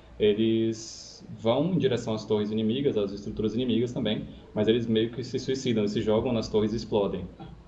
Eles vão em direção às torres inimigas, às estruturas inimigas também, mas eles meio que se suicidam, eles se jogam nas torres e explodem.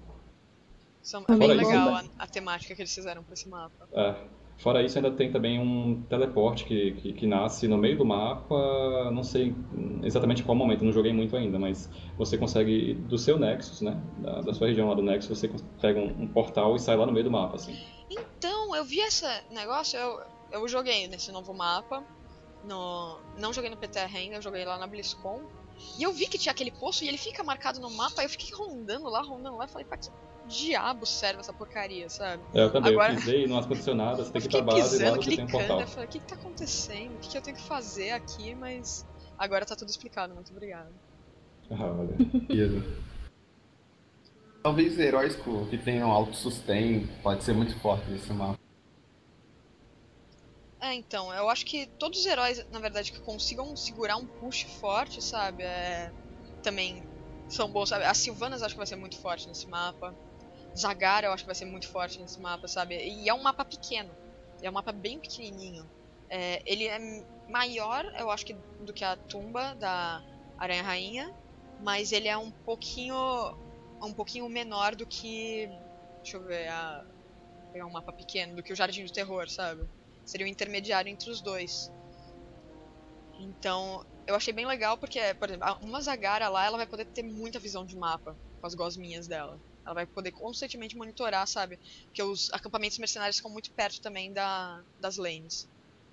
É bem legal a temática que eles fizeram pra esse mapa. Fora isso, ainda tem também um teleporte que nasce no meio do mapa, não sei exatamente qual momento, não joguei muito ainda, mas você consegue, do seu Nexus, né, da sua região lá do Nexus, você pega um portal e sai lá no meio do mapa, assim. Então, Não, eu vi esse negócio, eu joguei nesse novo mapa. Não joguei no PTR ainda, eu joguei lá na BlizzCon. E eu vi que tinha aquele poço e ele fica marcado no mapa, aí eu fiquei rondando lá, e falei, pra que diabo serve essa porcaria, sabe? Eu também, Agora, eu pisei numas condicionadas, tem que ir pra eu base e pisando, logo que tem um portal. eu falei, o que tá acontecendo? O que eu tenho que fazer aqui? Mas agora tá tudo explicado, muito obrigada. Valeu. Talvez heróis que tenham alto sustain pode ser muito forte nesse mapa. Então, eu acho que todos os heróis, na verdade, que consigam segurar um push forte, sabe, também são bons, sabe? As Sylvanas eu acho que vai ser muito forte nesse mapa. Zagara eu acho que vai ser muito forte nesse mapa, sabe? E é um mapa pequeno, é um mapa bem pequenininho. Ele é maior, eu acho que, do que a tumba da Aranha Rainha, mas ele é um pouquinho menor do que, deixa eu ver, pegar um mapa pequeno, do que o Jardim do Terror, sabe? Seria o intermediário entre os dois. Então, eu achei bem legal porque, por exemplo, uma Zagara lá, ela vai poder ter muita visão de mapa com as gosminhas dela. Ela vai poder constantemente monitorar, sabe? Porque os acampamentos mercenários ficam muito perto também das lanes.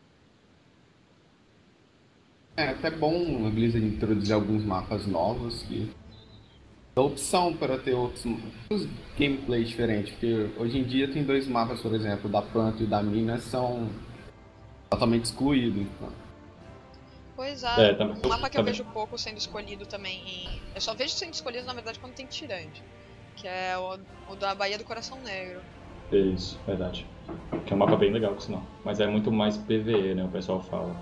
É até bom a Blizzard introduzir alguns mapas novos que dá opção para ter outros gameplays diferentes, porque hoje em dia tem 2 mapas, por exemplo, da planta e da mina são totalmente excluídos. Então. Pois é, também, um mapa que eu também. vejo pouco sendo escolhido também eu só vejo sendo escolhido, na verdade, quando tem tirante, que é o da Baía do Coração Negro. Isso, verdade. Que é um mapa bem legal, por sinal. Mas é muito mais PvE, né, o pessoal fala.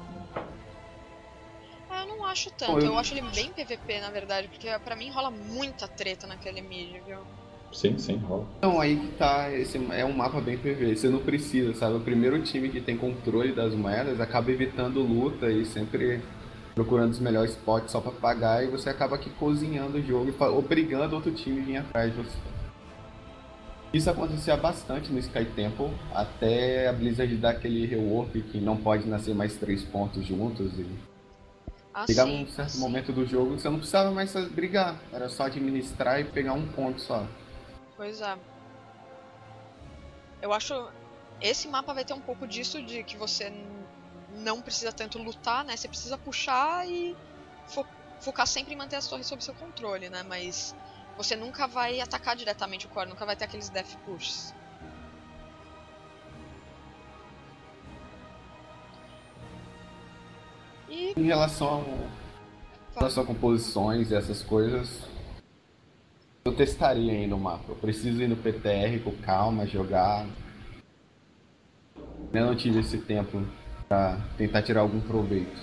Eu não acho tanto, eu acho ele bem PVP, na verdade, porque pra mim rola muita treta naquele mid, viu? Sim, rola. Então aí que tá, esse é um mapa bem PvE, você não precisa, sabe? O primeiro time que tem controle das moedas acaba evitando luta e sempre procurando os melhores spots só pra pagar, e você acaba aqui cozinhando o jogo e obrigando outro time a vir atrás de você. Isso acontecia bastante no Sky Temple, até a Blizzard dar aquele rework que não pode nascer mais 3 pontos juntos e chegar num certo momento do jogo, você não precisava mais brigar, era só administrar e pegar um ponto só. Pois é. Eu acho esse mapa vai ter um pouco disso, de que você não precisa tanto lutar, né? Você precisa puxar e focar sempre em manter as torres sob seu controle, né? Mas você nunca vai atacar diretamente o core, nunca vai ter aqueles death pushes. E em relação a composições e essas coisas, eu testaria ainda o mapa. Eu preciso ir no PTR com calma, jogar. Eu não tive esse tempo pra tentar tirar algum proveito.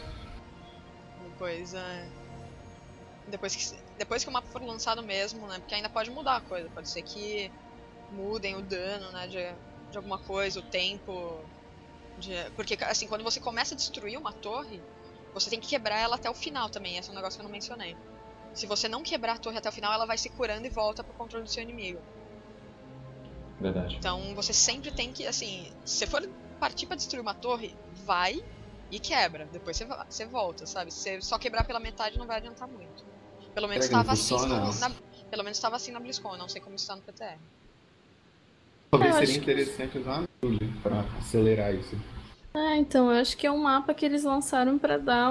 Depois que o mapa for lançado mesmo, né? Porque ainda pode mudar a coisa. Pode ser que mudem o dano, né? De alguma coisa, o tempo. Porque, assim, quando você começa a destruir uma torre, você tem que quebrar ela até o final também. Esse é um negócio que eu não mencionei. Se você não quebrar a torre até o final, ela vai se curando e volta pro controle do seu inimigo. Verdade. Então você sempre tem que, assim, se você for partir pra destruir uma torre, vai e quebra. Depois você volta, sabe? Se você só quebrar pela metade não vai adiantar muito. Pelo menos estava assim na BlizzCon, eu não sei como está no PTR. Talvez seria interessante usar uma Mule pra acelerar isso. Então, eu acho que é um mapa que eles lançaram pra dar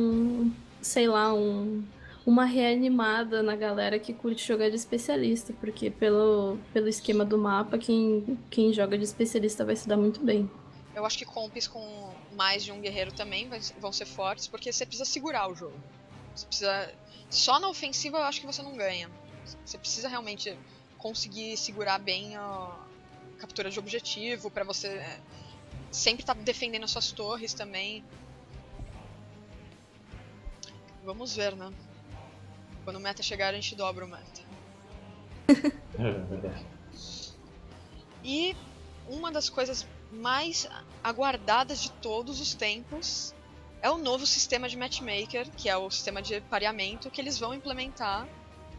uma reanimada na galera que curte jogar de especialista, porque pelo esquema do mapa, quem joga de especialista vai se dar muito bem. Eu acho que comps com mais de um guerreiro também vão ser fortes, porque você precisa segurar o jogo. Você precisa... Só na ofensiva eu acho que você não ganha. Você precisa realmente conseguir segurar bem a captura de objetivo, pra você sempre estar defendendo as suas torres também. Vamos ver, né? Quando o meta chegar, a gente dobra o meta. É verdade. E uma das coisas mais aguardadas de todos os tempos é o novo sistema de matchmaker, que é o sistema de pareamento que eles vão implementar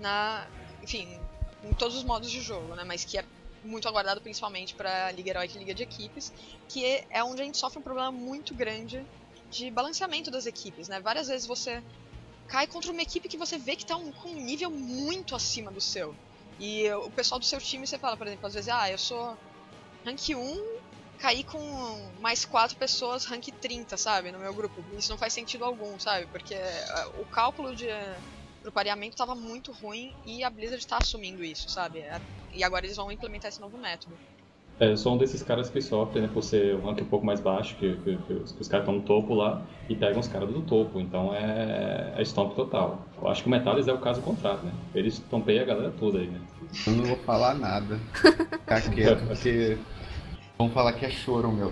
em todos os modos de jogo, né? Mas que é muito aguardado principalmente para Liga Heroica e Liga de Equipes, que é onde a gente sofre um problema muito grande de balanceamento das equipes, né? Várias vezes você cai contra uma equipe que você vê que tá com um nível muito acima do seu. E o pessoal do seu time, você fala, por exemplo, às vezes, eu sou rank 1 cair com mais 4 pessoas rank 30, sabe, no meu grupo. Isso não faz sentido algum, sabe, porque o cálculo pro pareamento tava muito ruim e a Blizzard tá assumindo isso, sabe, e agora eles vão implementar esse novo método. Eu sou um desses caras que sofrem, né, por ser um rank um pouco mais baixo, que os caras estão no topo lá e pegam os caras do topo, então é stomp total. Eu acho que o Metalis é o caso contrário, né? Eles stompeiam a galera toda aí, né? Eu não vou falar nada. Ficar quieto, porque vão falar que é choro, meu.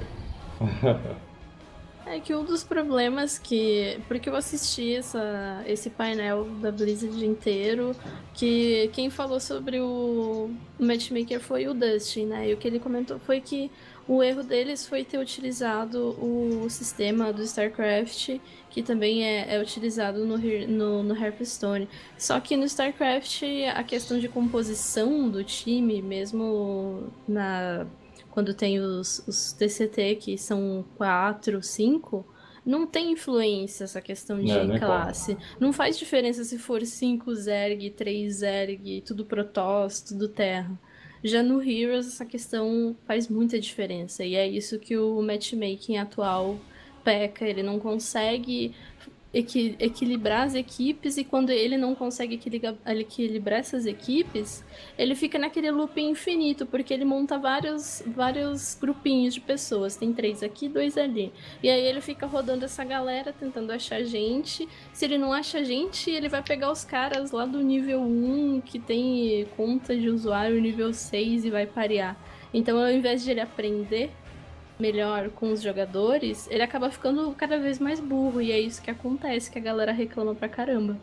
É que um dos problemas que... Porque eu assisti esse painel da Blizzard inteiro, que quem falou sobre o matchmaker foi o Dustin, né? E o que ele comentou foi que o erro deles foi ter utilizado o sistema do StarCraft, que também é utilizado no Hearthstone. Só que no StarCraft, a questão de composição do time, mesmo quando tem os TCT, que são 4, 5, não tem influência essa questão de classe. Não faz diferença se for 5 Zerg, 3 Zerg, tudo Protoss, tudo Terra. Já no Heroes, essa questão faz muita diferença. E é isso que o matchmaking atual peca. Ele não consegue equilibrar as equipes, e quando ele não consegue equilibrar essas equipes, ele fica naquele loop infinito, porque ele monta vários grupinhos de pessoas, tem 3 aqui, 2 ali, e aí ele fica rodando essa galera, tentando achar gente. Se ele não acha gente, ele vai pegar os caras lá do nível 1, que tem conta de usuário nível 6, e vai parear. Então, ao invés de ele aprender melhor com os jogadores, ele acaba ficando cada vez mais burro, e é isso que acontece, que a galera reclama pra caramba.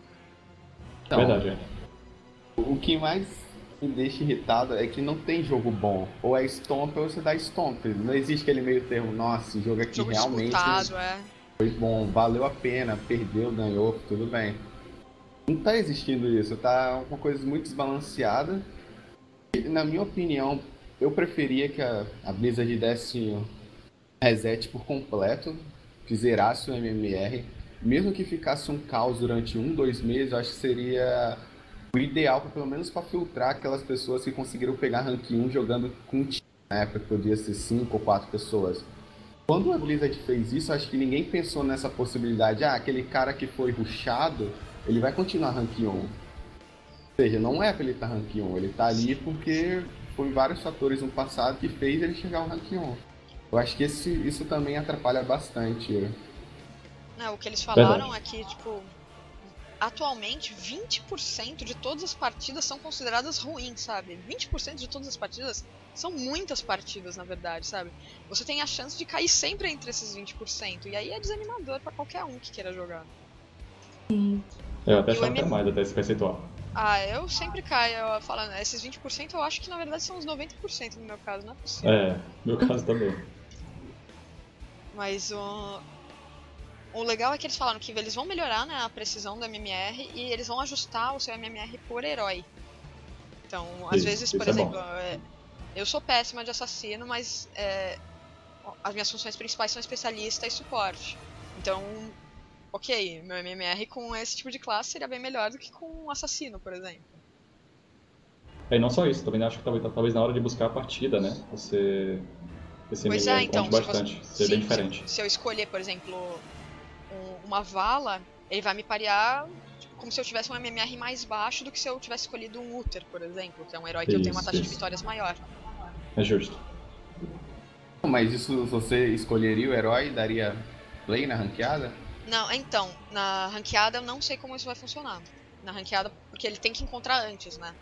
Então, verdade. O que mais me deixa irritado é que não tem jogo bom. Ou é Stomp ou você dá Stomp. Não existe aquele meio termo, nossa, esse jogo aqui realmente foi bom, valeu a pena, perdeu, ganhou, tudo bem. Não tá existindo isso, tá uma coisa muito desbalanceada. E, na minha opinião, eu preferia que a Blizzard desse um reset por completo, que zerasse o MMR, mesmo que ficasse um caos durante 2 meses. Eu acho que seria o ideal, pelo menos para filtrar aquelas pessoas que conseguiram pegar rank 1 jogando com um time, na época que podia ser 5 ou 4 pessoas. Quando a Blizzard fez isso, acho que ninguém pensou nessa possibilidade. Aquele cara que foi rushado, ele vai continuar rank 1. Ou seja, não é para ele estar rank 1, ele tá ali porque foi vários fatores no passado que fez ele chegar ao rank 1. Eu acho que isso também atrapalha bastante. Não, o que eles falaram é que, tipo, atualmente 20% de todas as partidas são consideradas ruins, sabe? 20% de todas as partidas são muitas partidas, na verdade, sabe? Você tem a chance de cair sempre entre esses 20%, e aí é desanimador pra qualquer um que queira jogar. Eu até achava até mais, até esse percentual. Eu sempre caio falando, esses 20% eu acho que na verdade são uns 90% no meu caso, não é possível. No meu caso também. Mas o legal é que eles falaram que eles vão melhorar, né, a precisão do MMR, e eles vão ajustar o seu MMR por herói. Então, às vezes, por exemplo, eu sou péssima de assassino, mas as minhas funções principais são especialista e suporte. Então, ok, meu MMR com esse tipo de classe seria bem melhor do que com um assassino, por exemplo. E não só isso, também acho que talvez na hora de buscar a partida, né? Esse MMR então, bastante, ser bem diferente. Se eu escolher, por exemplo, uma vala, ele vai me parear como se eu tivesse um MMR mais baixo do que se eu tivesse escolhido um Uther, por exemplo, que é um herói que eu tenho uma taxa de vitórias maior. É justo. Mas isso, você escolheria o herói e daria play na ranqueada? Não, então, na ranqueada eu não sei como isso vai funcionar. Na ranqueada, porque ele tem que encontrar antes, né?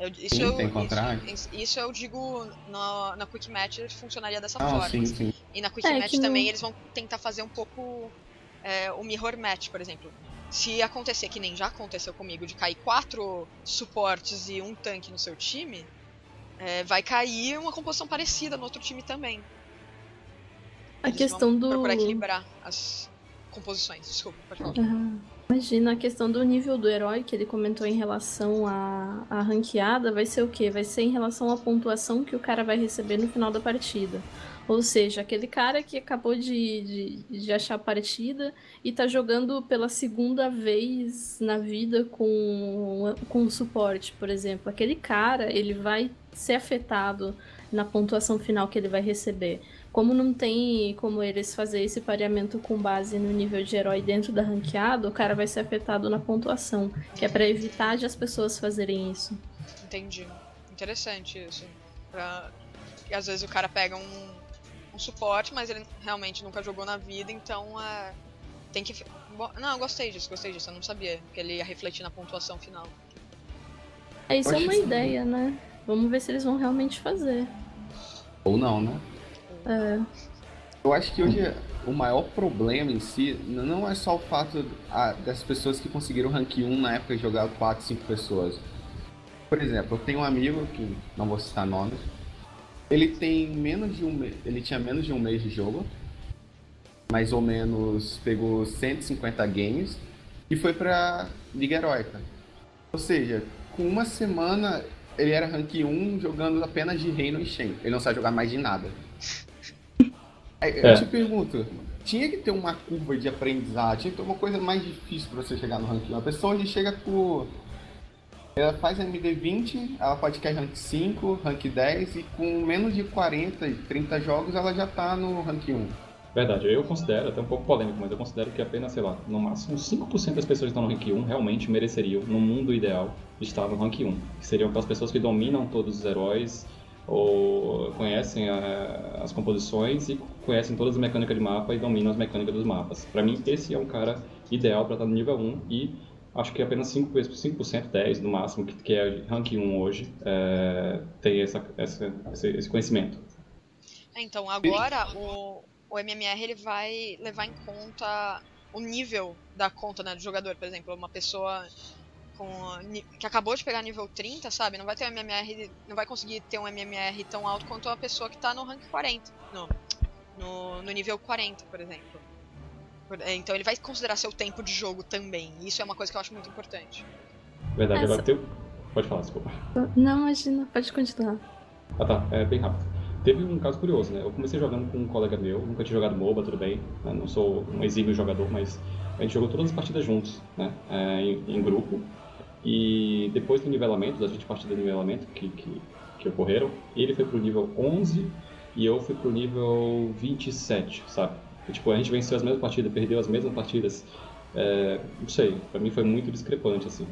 Isso eu digo na Quick Match funcionaria dessa forma. Sim. E na Quick Match também eles vão tentar fazer um pouco o Mirror Match, por exemplo. Se acontecer, que nem já aconteceu comigo, de cair 4 suportes e um tanque no seu time, vai cair uma composição parecida no outro time também. A questão do... procurar equilibrar as composições. Desculpa, pode falar. Imagina, a questão do nível do herói que ele comentou em relação à ranqueada vai ser o quê? Vai ser em relação à pontuação que o cara vai receber no final da partida. Ou seja, aquele cara que acabou de achar a partida e tá jogando pela segunda vez na vida com o suporte, por exemplo. Aquele cara, ele vai ser afetado na pontuação final que ele vai receber. Como não tem como eles fazer esse pareamento com base no nível de herói dentro da ranqueada, o cara vai ser afetado na pontuação, que é pra evitar de as pessoas fazerem isso. Entendi. Interessante isso. E às vezes o cara pega um suporte, mas ele realmente nunca jogou na vida, então tem que... Não, eu gostei disso, eu não sabia que ele ia refletir na pontuação final. Isso é uma ideia, né? Vamos ver se eles vão realmente fazer. Ou não, né? É. Eu acho que hoje o maior problema em si não é só o fato das pessoas que conseguiram rank 1 na época de jogar 4, 5 pessoas. Por exemplo, eu tenho um amigo, que não vou citar nomes, ele tinha menos de um mês de jogo, mais ou menos pegou 150 games e foi pra Liga Heróica. Ou seja, com uma semana ele era rank 1 jogando apenas de Reino e Shen. Ele não sabe jogar mais de nada. Eu te pergunto, tinha que ter uma curva de aprendizado, tinha que ter uma coisa mais difícil pra você chegar no rank 1. A pessoa hoje chega com... Ela faz MD20, ela pode cair rank 5, rank 10 e com menos de 40, 30 jogos ela já tá no rank 1. Verdade, eu considero, até um pouco polêmico, mas eu considero que apenas, sei lá, no máximo 5% das pessoas que estão no rank 1 realmente mereceriam, no mundo ideal, estar no rank 1. Que seriam aquelas pessoas que dominam todos os heróis, ou conhecem as composições e conhecem todas as mecânicas de mapa e dominam as mecânicas dos mapas. Pra mim, esse é um cara ideal pra estar no nível 1 e acho que apenas 5%, 10% no máximo, que é rank 1 hoje, tem esse conhecimento. Então, agora o MMR ele vai levar em conta o nível da conta, né, do jogador. Por exemplo, uma pessoa que acabou de pegar nível 30, sabe? Não vai ter um MMR, não vai conseguir ter um MMR tão alto quanto a pessoa que tá no rank 40, no nível 40, por exemplo. Então ele vai considerar seu tempo de jogo também. Isso é uma coisa que eu acho muito importante. Verdade, agora pode falar, desculpa. Não, imagina, pode continuar. Ah tá, é bem rápido. Teve um caso curioso, né? Eu comecei jogando com um colega meu, nunca tinha jogado MOBA, tudo bem. Eu não sou um exímio jogador, mas a gente jogou todas as partidas juntos, né? Em grupo. E depois do nivelamento, das 20 partidas de nivelamento que ocorreram, ele foi pro nível 11 e eu fui pro nível 27, sabe? E, tipo, a gente venceu as mesmas partidas, perdeu as mesmas partidas. Não sei, pra mim foi muito discrepante, assim.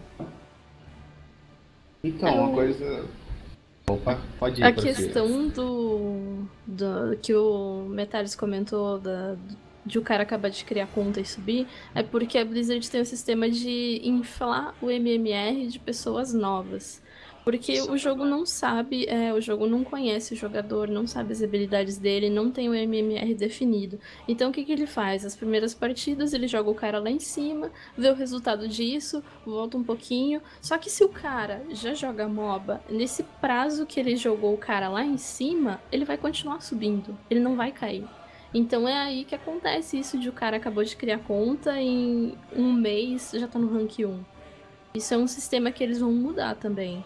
Então, uma coisa... Opa, pode ir. A questão que o Metalis comentou de o cara acabar de criar conta e subir, é porque a Blizzard tem o sistema de inflar o MMR de pessoas novas. Porque o jogo não sabe, o jogo não conhece o jogador, não sabe as habilidades dele, não tem o MMR definido. Então o que ele faz? As primeiras partidas ele joga o cara lá em cima, vê o resultado disso, volta um pouquinho. Só que se o cara já joga MOBA, nesse prazo que ele jogou o cara lá em cima, ele vai continuar subindo, ele não vai cair. Então é aí que acontece isso de o cara acabou de criar conta e em um mês já tá no rank 1. Isso é um sistema que eles vão mudar também.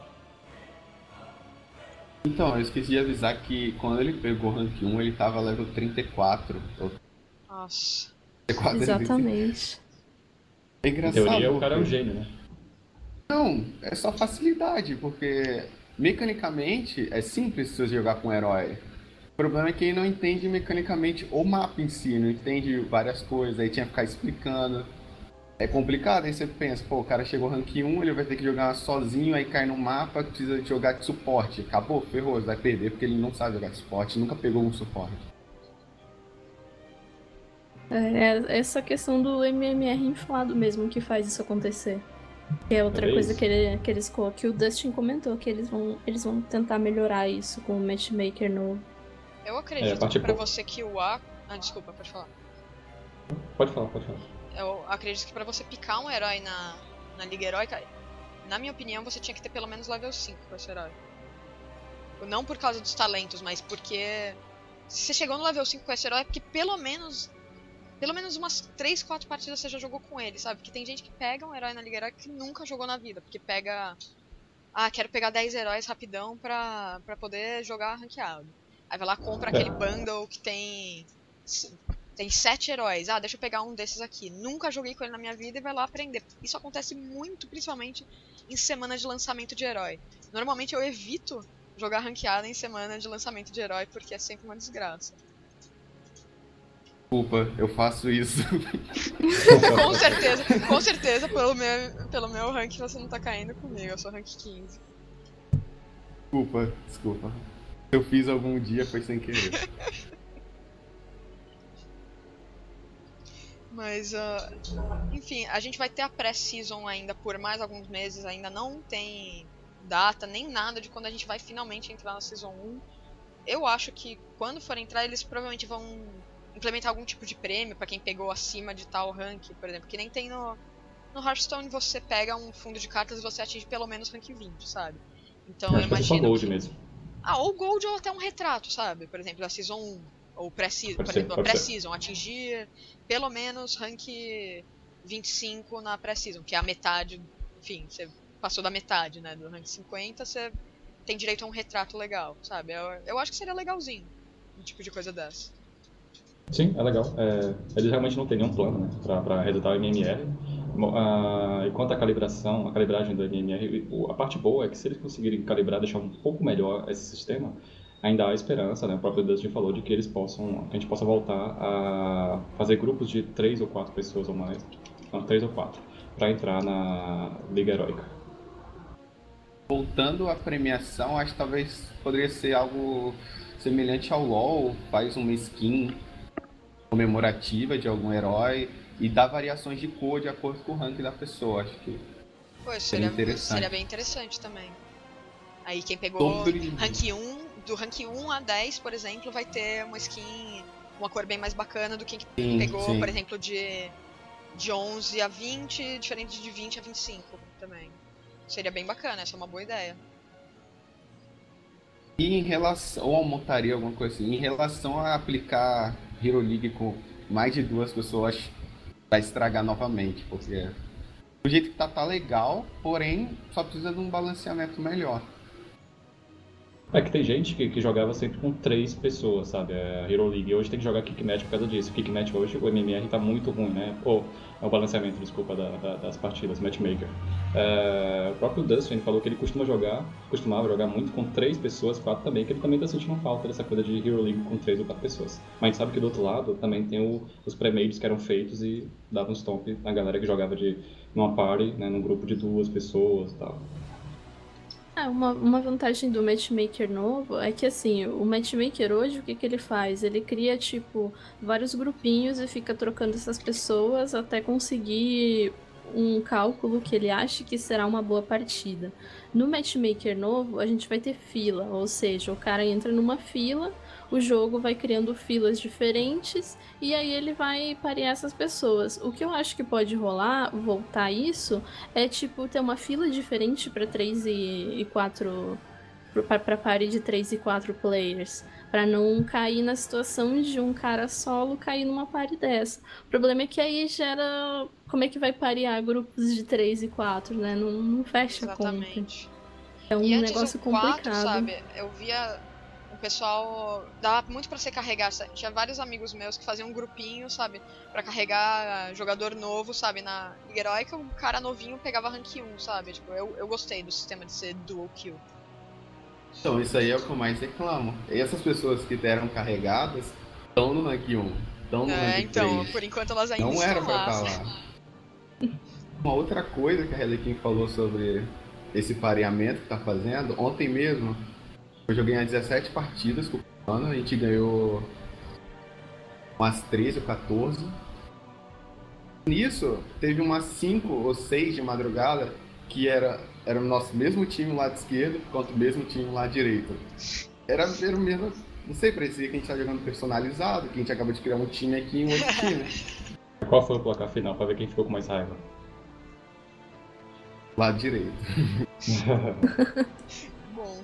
Então, eu esqueci de avisar que quando ele pegou o rank 1, ele tava level 34. Nossa. 34 Exatamente. É engraçado. Em teoria, o cara é um gênio, né? Não, é só facilidade, porque mecanicamente é simples você jogar com um herói. O problema é que ele não entende mecanicamente o mapa em si, não entende várias coisas, aí tinha que ficar explicando. É complicado, aí você pensa, pô, o cara chegou rank 1, ele vai ter que jogar sozinho, aí cai no mapa, precisa jogar de suporte. Acabou, ferrou, vai perder, porque ele não sabe jogar de suporte, nunca pegou um suporte. Essa questão do MMR inflado mesmo que faz isso acontecer. Que é outra coisa que o Dustin comentou, que eles vão tentar melhorar isso com o matchmaker novo. Eu acredito que pra você que o desculpa, pode falar. Pode falar. Eu acredito que pra você picar um herói na Liga Heróica, na minha opinião, você tinha que ter pelo menos level 5 com esse herói. Não por causa dos talentos, mas porque se você chegou no level 5 com esse herói, é porque pelo menos umas 3, 4 partidas você já jogou com ele, sabe? Porque tem gente que pega um herói na Liga Heróica que nunca jogou na vida, porque pega... quero pegar 10 heróis rapidão pra poder jogar ranqueado. Aí vai lá, compra aquele bundle que tem 7 heróis. Deixa eu pegar um desses aqui. Nunca joguei com ele na minha vida e vai lá aprender. Isso acontece muito, principalmente em semana de lançamento de herói. Normalmente eu evito jogar ranqueada em semana de lançamento de herói, porque é sempre uma desgraça. Desculpa, eu faço isso. Com certeza, pelo meu rank você não tá caindo comigo, eu sou rank 15. Desculpa. Se eu fiz algum dia foi sem querer. Mas, enfim, a gente vai ter a pré-season ainda por mais alguns meses, ainda não tem data, nem nada de quando a gente vai finalmente entrar na Season 1. Eu acho que quando for entrar, eles provavelmente vão implementar algum tipo de prêmio pra quem pegou acima de tal rank, por exemplo, que nem tem no Hearthstone, você pega um fundo de cartas e você atinge pelo menos rank 20, sabe? Então eu imagino só Gold mesmo. ou Gold ou até um retrato, sabe? Por exemplo, a Season 1, ou pré-season, atingir pelo menos rank 25 na pré-season, que é a metade, enfim, você passou da metade, né, do rank 50, você tem direito a um retrato legal, sabe? Eu acho que seria legalzinho, um tipo de coisa dessa. Sim, é legal. Eles realmente não têm nenhum plano, né, para resetar o MMR. E quanto à calibração, a calibragem do MMR, a parte boa é que se eles conseguirem calibrar, deixar um pouco melhor esse sistema, ainda há esperança, né? O próprio Dustin falou de que a gente possa voltar a fazer grupos de 3 ou 4 pessoas ou mais, não, 3 ou 4, para entrar na Liga Heróica. Voltando à premiação, acho que talvez poderia ser algo semelhante ao LoL, faz uma skin comemorativa de algum herói e dá variações de cor de acordo com o rank da pessoa, acho que seria bem interessante também. Aí quem pegou rank 1, do rank 1 a 10, por exemplo, vai ter uma skin, uma cor bem mais bacana do que quem pegou, por exemplo, de 11 a 20, diferente de 20 a 25 também. Seria bem bacana, essa é uma boa ideia. E em relação, ou montaria alguma coisa assim, em relação a aplicar Hero League com mais de 2 pessoas, vai estragar novamente, porque do jeito que tá legal, porém só precisa de um balanceamento melhor. É que tem gente que jogava sempre com 3 pessoas, sabe? A Hero League hoje tem que jogar Kickmatch por causa disso. Kickmatch hoje, o MMR tá muito ruim, né? É o balanceamento, desculpa, das partidas, matchmaker. O próprio Dustin falou que ele costumava jogar muito com 3 pessoas, 4 também, que ele também tá sentindo falta dessa coisa de Hero League com 3 ou 4 pessoas. Mas a gente sabe que do outro lado também tem os pré-mades que eram feitos e davam um stomp na galera que jogava numa party, né, num grupo de 2 pessoas e tal. Uma vantagem do matchmaker novo é que, assim, o matchmaker hoje, o que ele faz? Ele cria, tipo, vários grupinhos e fica trocando essas pessoas até conseguir um cálculo que ele acha que será uma boa partida. No matchmaker novo, a gente vai ter fila, ou seja, o cara entra numa fila, o jogo vai criando filas diferentes e aí ele vai parear essas pessoas. O que eu acho que pode voltar isso, é tipo ter uma fila diferente para 3 e 4, para party de 3 e 4 players, para não cair na situação de um cara solo cair numa party dessa. O problema é que aí gera, como é que vai parear grupos de 3 e 4, né? Não fecha a conta. É um negócio complicado. 4, sabe? Eu via o pessoal, dava muito pra você carregar, sabe? Tinha vários amigos meus que faziam um grupinho, sabe, pra carregar jogador novo, sabe, na Liga Heroica, o cara novinho pegava rank 1, sabe? Tipo, eu gostei do sistema de ser dual kill. Então, isso aí é o que eu mais reclamo. E essas pessoas que deram carregadas estão no rank 1, estão no rank 3. Então, por enquanto elas ainda não era estão pra estar lá. Uma outra coisa que a Heliquin falou sobre esse pareamento que tá fazendo, ontem mesmo, eu joguei umas 17 partidas com o plano, a gente ganhou umas 13 ou 14. Nisso, teve umas 5 ou 6 de madrugada que era o nosso mesmo time lado esquerdo contra o mesmo time lado direito. Era o mesmo, não sei, parecia que a gente tá jogando personalizado, que a gente acabou de criar um time aqui e um outro time. Qual foi o placar final, pra ver quem ficou com mais raiva? Lado direito. Bom.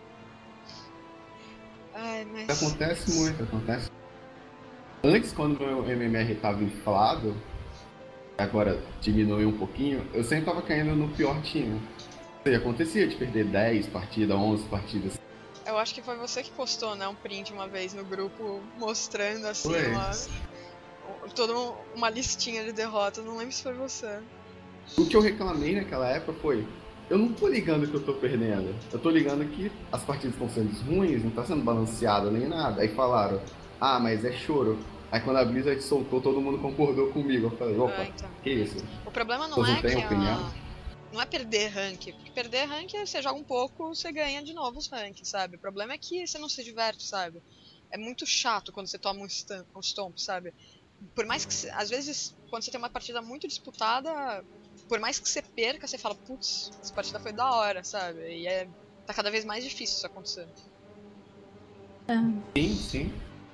Ai, mas... Acontece muito. Antes, quando o meu MMR estava inflado, agora diminuiu um pouquinho, eu sempre tava caindo no pior time. E acontecia de perder 10 partidas, 11 partidas. Eu acho que foi você que postou, né, um print uma vez no grupo mostrando assim toda uma listinha de derrotas, não lembro se foi você. O que eu reclamei naquela época foi, eu não tô ligando que eu tô perdendo. Eu tô ligando que as partidas estão sendo ruins, não tá sendo balanceada nem nada. Aí falaram, mas é choro. Aí quando a Blizzard soltou, todo mundo concordou comigo. Eu falei, opa, então. que isso? O problema não Vocês é não têm que opinião? não é perder rank. Porque perder rank, você joga um pouco, você ganha de novo os ranks, sabe? O problema é que você não se diverte, sabe? É muito chato quando você toma um stomp, sabe? Por mais que, às vezes, quando você tem uma partida muito disputada, por mais que você perca, você fala, putz, essa partida foi da hora, sabe? E tá cada vez mais difícil isso acontecer. Sim, sim.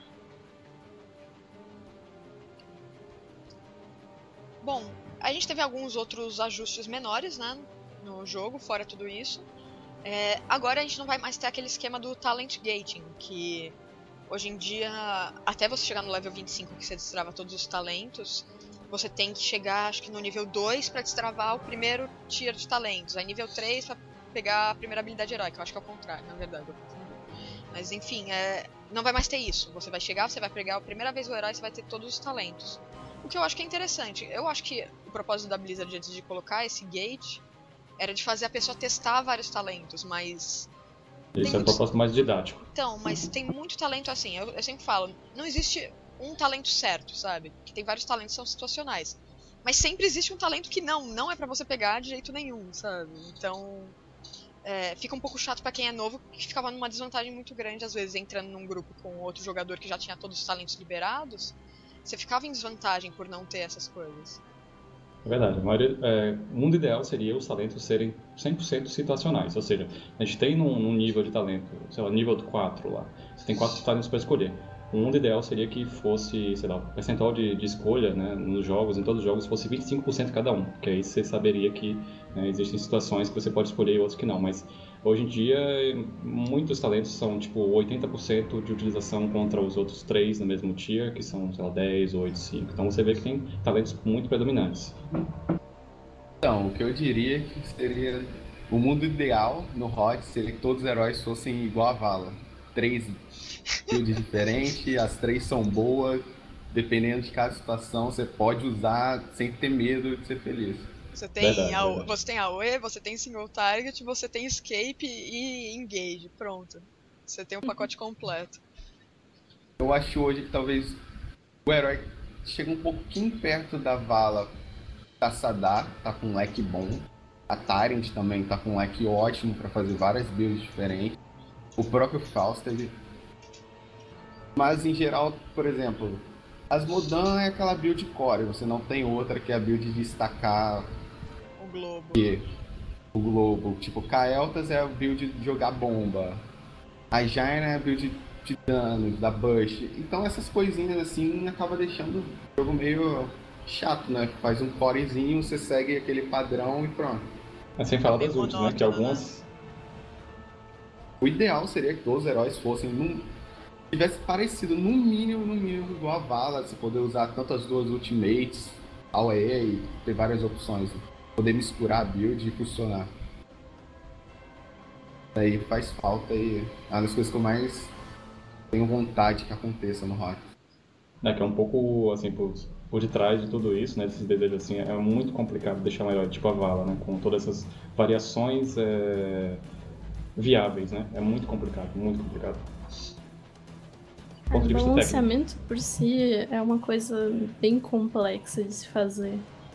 Bom, a gente teve alguns outros ajustes menores, né, no jogo, fora tudo isso. Agora a gente não vai mais ter aquele esquema do talent gating, que hoje em dia, até você chegar no level 25, que você destrava todos os talentos, você tem que chegar, acho que no nível 2 pra destravar o primeiro tier de talentos, aí nível 3 pra pegar a primeira habilidade heróica, eu acho que é o contrário, na verdade, eu confundi. Mas enfim, não vai mais ter isso, você vai chegar, você vai pegar a primeira vez o herói, você vai ter todos os talentos. O que eu acho que é interessante, eu acho que o propósito da Blizzard antes de colocar esse gate era de fazer a pessoa testar vários talentos, mas... Esse é o propósito mais didático. Então, mas tem muito talento assim, eu sempre falo, não existe um talento certo, sabe? Que tem vários talentos que são situacionais. Mas sempre existe um talento que não é pra você pegar de jeito nenhum, sabe? Então, fica um pouco chato pra quem é novo, que ficava numa desvantagem muito grande, às vezes, entrando num grupo com outro jogador que já tinha todos os talentos liberados, você ficava em desvantagem por não ter essas coisas. É verdade. O mundo ideal seria os talentos serem 100% situacionais. Ou seja, a gente tem num nível de talento, sei lá, nível 4 lá. Você tem 4 talentos para escolher. O mundo ideal seria que fosse, sei lá, o percentual de escolha, né, nos jogos, em todos os jogos, fosse 25% cada um. Porque aí você saberia que existem situações que você pode escolher e outras que não. Mas hoje em dia, muitos talentos são tipo 80% de utilização contra os outros 3 no mesmo tier, que são, sei lá, 10, 8, 5. Então você vê que tem talentos muito predominantes. Então, o que eu diria que seria o mundo ideal no HOT seria que todos os heróis fossem igual a Vala. 3 builds diferentes, as 3 são boas, dependendo de cada situação, você pode usar sem ter medo de ser feliz. Você tem você tem AoE, você tem single target, você tem escape e engage, pronto. Você tem um pacote completo. Eu acho hoje que talvez o herói chega um pouquinho perto da Vala. Tassadar tá com um leque bom. A Tyrant também tá com um leque ótimo para fazer várias builds diferentes. O próprio Fausted. Mas em geral, por exemplo, Asmodan é aquela build core. Você não tem outra que é a build de destacar o globo. Tipo, Kael'thas é a build de jogar bomba. A Jaina é a build de danos, da Bush. Então essas coisinhas assim acaba deixando o jogo meio chato, né? Faz um corezinho, você segue aquele padrão e pronto. Mas sem falar das ultis, né? Que algumas... O ideal seria que todos os heróis fossem tivesse parecido no mínimo igual a Vala, você poder usar tanto as duas ultimates, AoE e ter várias opções. Poder misturar a build e funcionar. Aí faz falta e é uma das coisas que eu mais tenho vontade que aconteça no HOT. Que é um pouco, assim, por detrás de tudo isso, né, desses desejos, assim, é muito complicado deixar um herói tipo a Vala, né, com todas essas variações viáveis, né, é muito complicado, muito complicado. O balanceamento por si é uma coisa bem complexa de se fazer.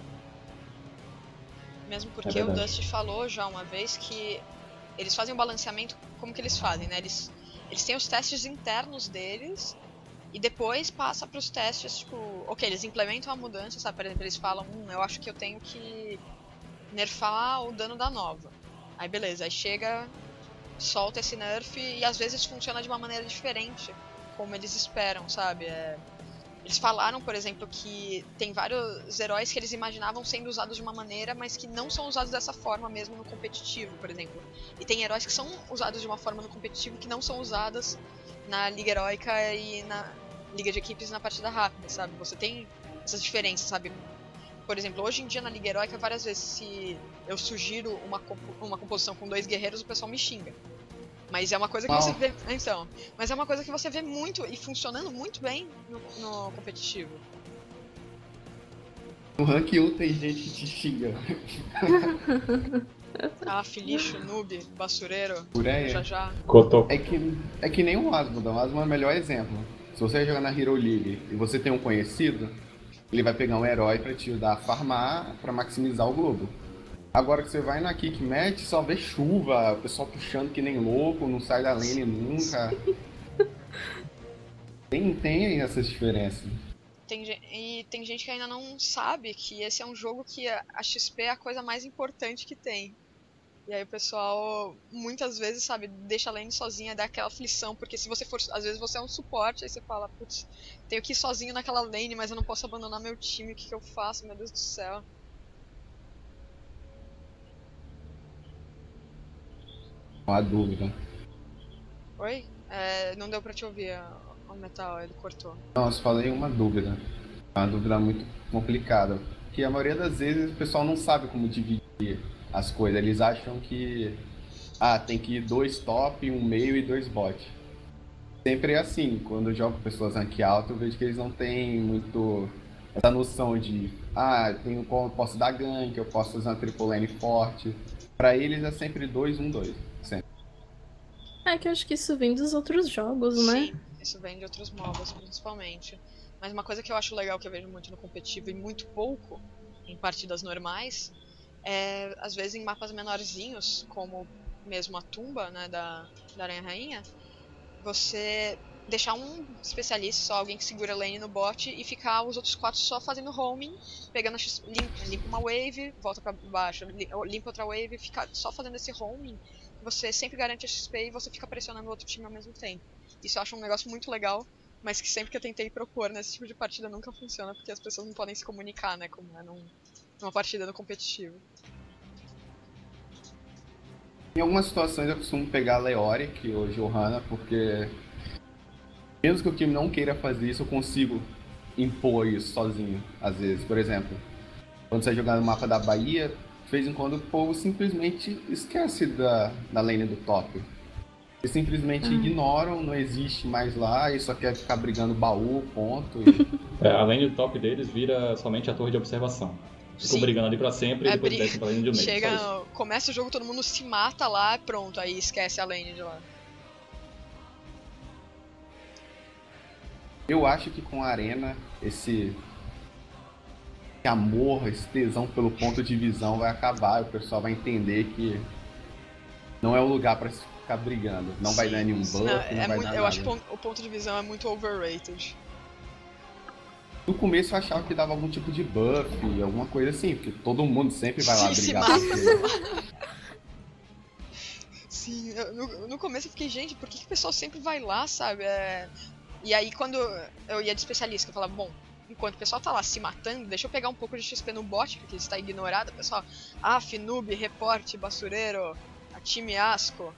Mesmo porque o Dust falou já uma vez que eles fazem o balanceamento como que eles fazem, né, eles têm os testes internos deles. E depois passa para os testes, tipo, ok, eles implementam a mudança, sabe? Por exemplo, eles falam, eu acho que eu tenho que nerfar o dano da nova. Aí beleza, aí chega, solta esse nerf e às vezes funciona de uma maneira diferente, como eles esperam, sabe? Eles falaram, por exemplo, que tem vários heróis que eles imaginavam sendo usados de uma maneira, mas que não são usados dessa forma mesmo no competitivo, por exemplo. E tem heróis que são usados de uma forma no competitivo que não são usadas na Liga Heróica e na Liga de Equipes na partida rápida, sabe? Você tem essas diferenças, sabe? Por exemplo, hoje em dia na Liga Heróica, várias vezes, se eu sugiro uma composição com 2 guerreiros, o pessoal me xinga. Mas é uma coisa que você vê... Então, mas é uma coisa que você vê muito e funcionando muito bem no competitivo. No rank 1 tem gente que te xinga. Lixo, noob, basureiro, Ureia. já. Cotou. É que nem o Asmodee. O Asmodee é o melhor exemplo. Se você jogar na Hero League e você tem um conhecido, ele vai pegar um herói pra te ajudar a farmar pra maximizar o globo. Agora que você vai na Kick Match, só vê chuva, o pessoal puxando que nem louco, não sai da lane nunca. Tem essas diferenças. Tem gente que ainda não sabe que esse é um jogo que a XP é a coisa mais importante que tem. E aí o pessoal, muitas vezes, sabe, deixa a lane sozinha, dá aquela aflição, porque se você for, às vezes você é um suporte, aí você fala, putz, tenho que ir sozinho naquela lane, mas eu não posso abandonar meu time, o que eu faço, meu Deus do céu. Não há dúvida. Oi? Não deu pra te ouvir o Metal, ele cortou. Nossa, falei uma dúvida. É uma dúvida muito complicada. Que a maioria das vezes o pessoal não sabe como dividir as coisas. Eles acham que tem que ir 2 top, 1 meio e 2 bot. Sempre é assim. Quando eu jogo pessoas rank alto, eu vejo que eles não têm muito essa noção de eu posso dar gank, eu posso fazer uma triple lane forte. Pra eles é sempre 2, 1, 2. Sempre. É que eu acho que isso vem dos outros jogos, né? Sim, isso vem de outros MOBAs, principalmente. Mas uma coisa que eu acho legal, que eu vejo muito no competitivo e muito pouco em partidas normais, às vezes em mapas menorzinhos, como mesmo a tumba, né, da Aranha Rainha, você deixar um especialista, só alguém que segura a lane no bot, e ficar os outros 4 só fazendo roaming, pegando limpa uma wave, volta pra baixo, limpa outra wave, fica só fazendo esse roaming, você sempre garante a XP e você fica pressionando o outro time ao mesmo tempo. Isso eu acho um negócio muito legal, mas que sempre que eu tentei propor nesse tipo de partida nunca funciona, porque as pessoas não podem se comunicar, né, como é numa partida no competitivo. Em algumas situações eu costumo pegar a Leoric ou Johanna, porque mesmo que o time não queira fazer isso, eu consigo impor isso sozinho, às vezes. Por exemplo, quando você jogar no mapa da Bahia, de vez em quando o povo simplesmente esquece da lane do top. Eles simplesmente ignoram, não existe mais lá e só quer ficar brigando baú, ponto. A lane do top deles vira somente a torre de observação. Ficam brigando ali pra sempre e depois descem pra lane do meio. Começa o jogo, todo mundo se mata lá, pronto, aí esquece a lane de lá. Eu acho que com a Arena, esse amor, esse tesão pelo ponto de visão vai acabar. O pessoal vai entender que não é o lugar pra ficar brigando. Não vai dar nenhum buff, não vai dar nada. Eu acho que o ponto de visão é muito overrated. No começo eu achava que dava algum tipo de buff, alguma coisa assim, porque todo mundo sempre vai lá brigar. Sim, no começo eu fiquei, gente, por que o pessoal sempre vai lá, sabe? E aí quando eu ia de especialista, eu falava, bom, enquanto o pessoal tá lá se matando, deixa eu pegar um pouco de XP no bot, porque está ignorado, o pessoal, noob, reporte, basureiro, time asco.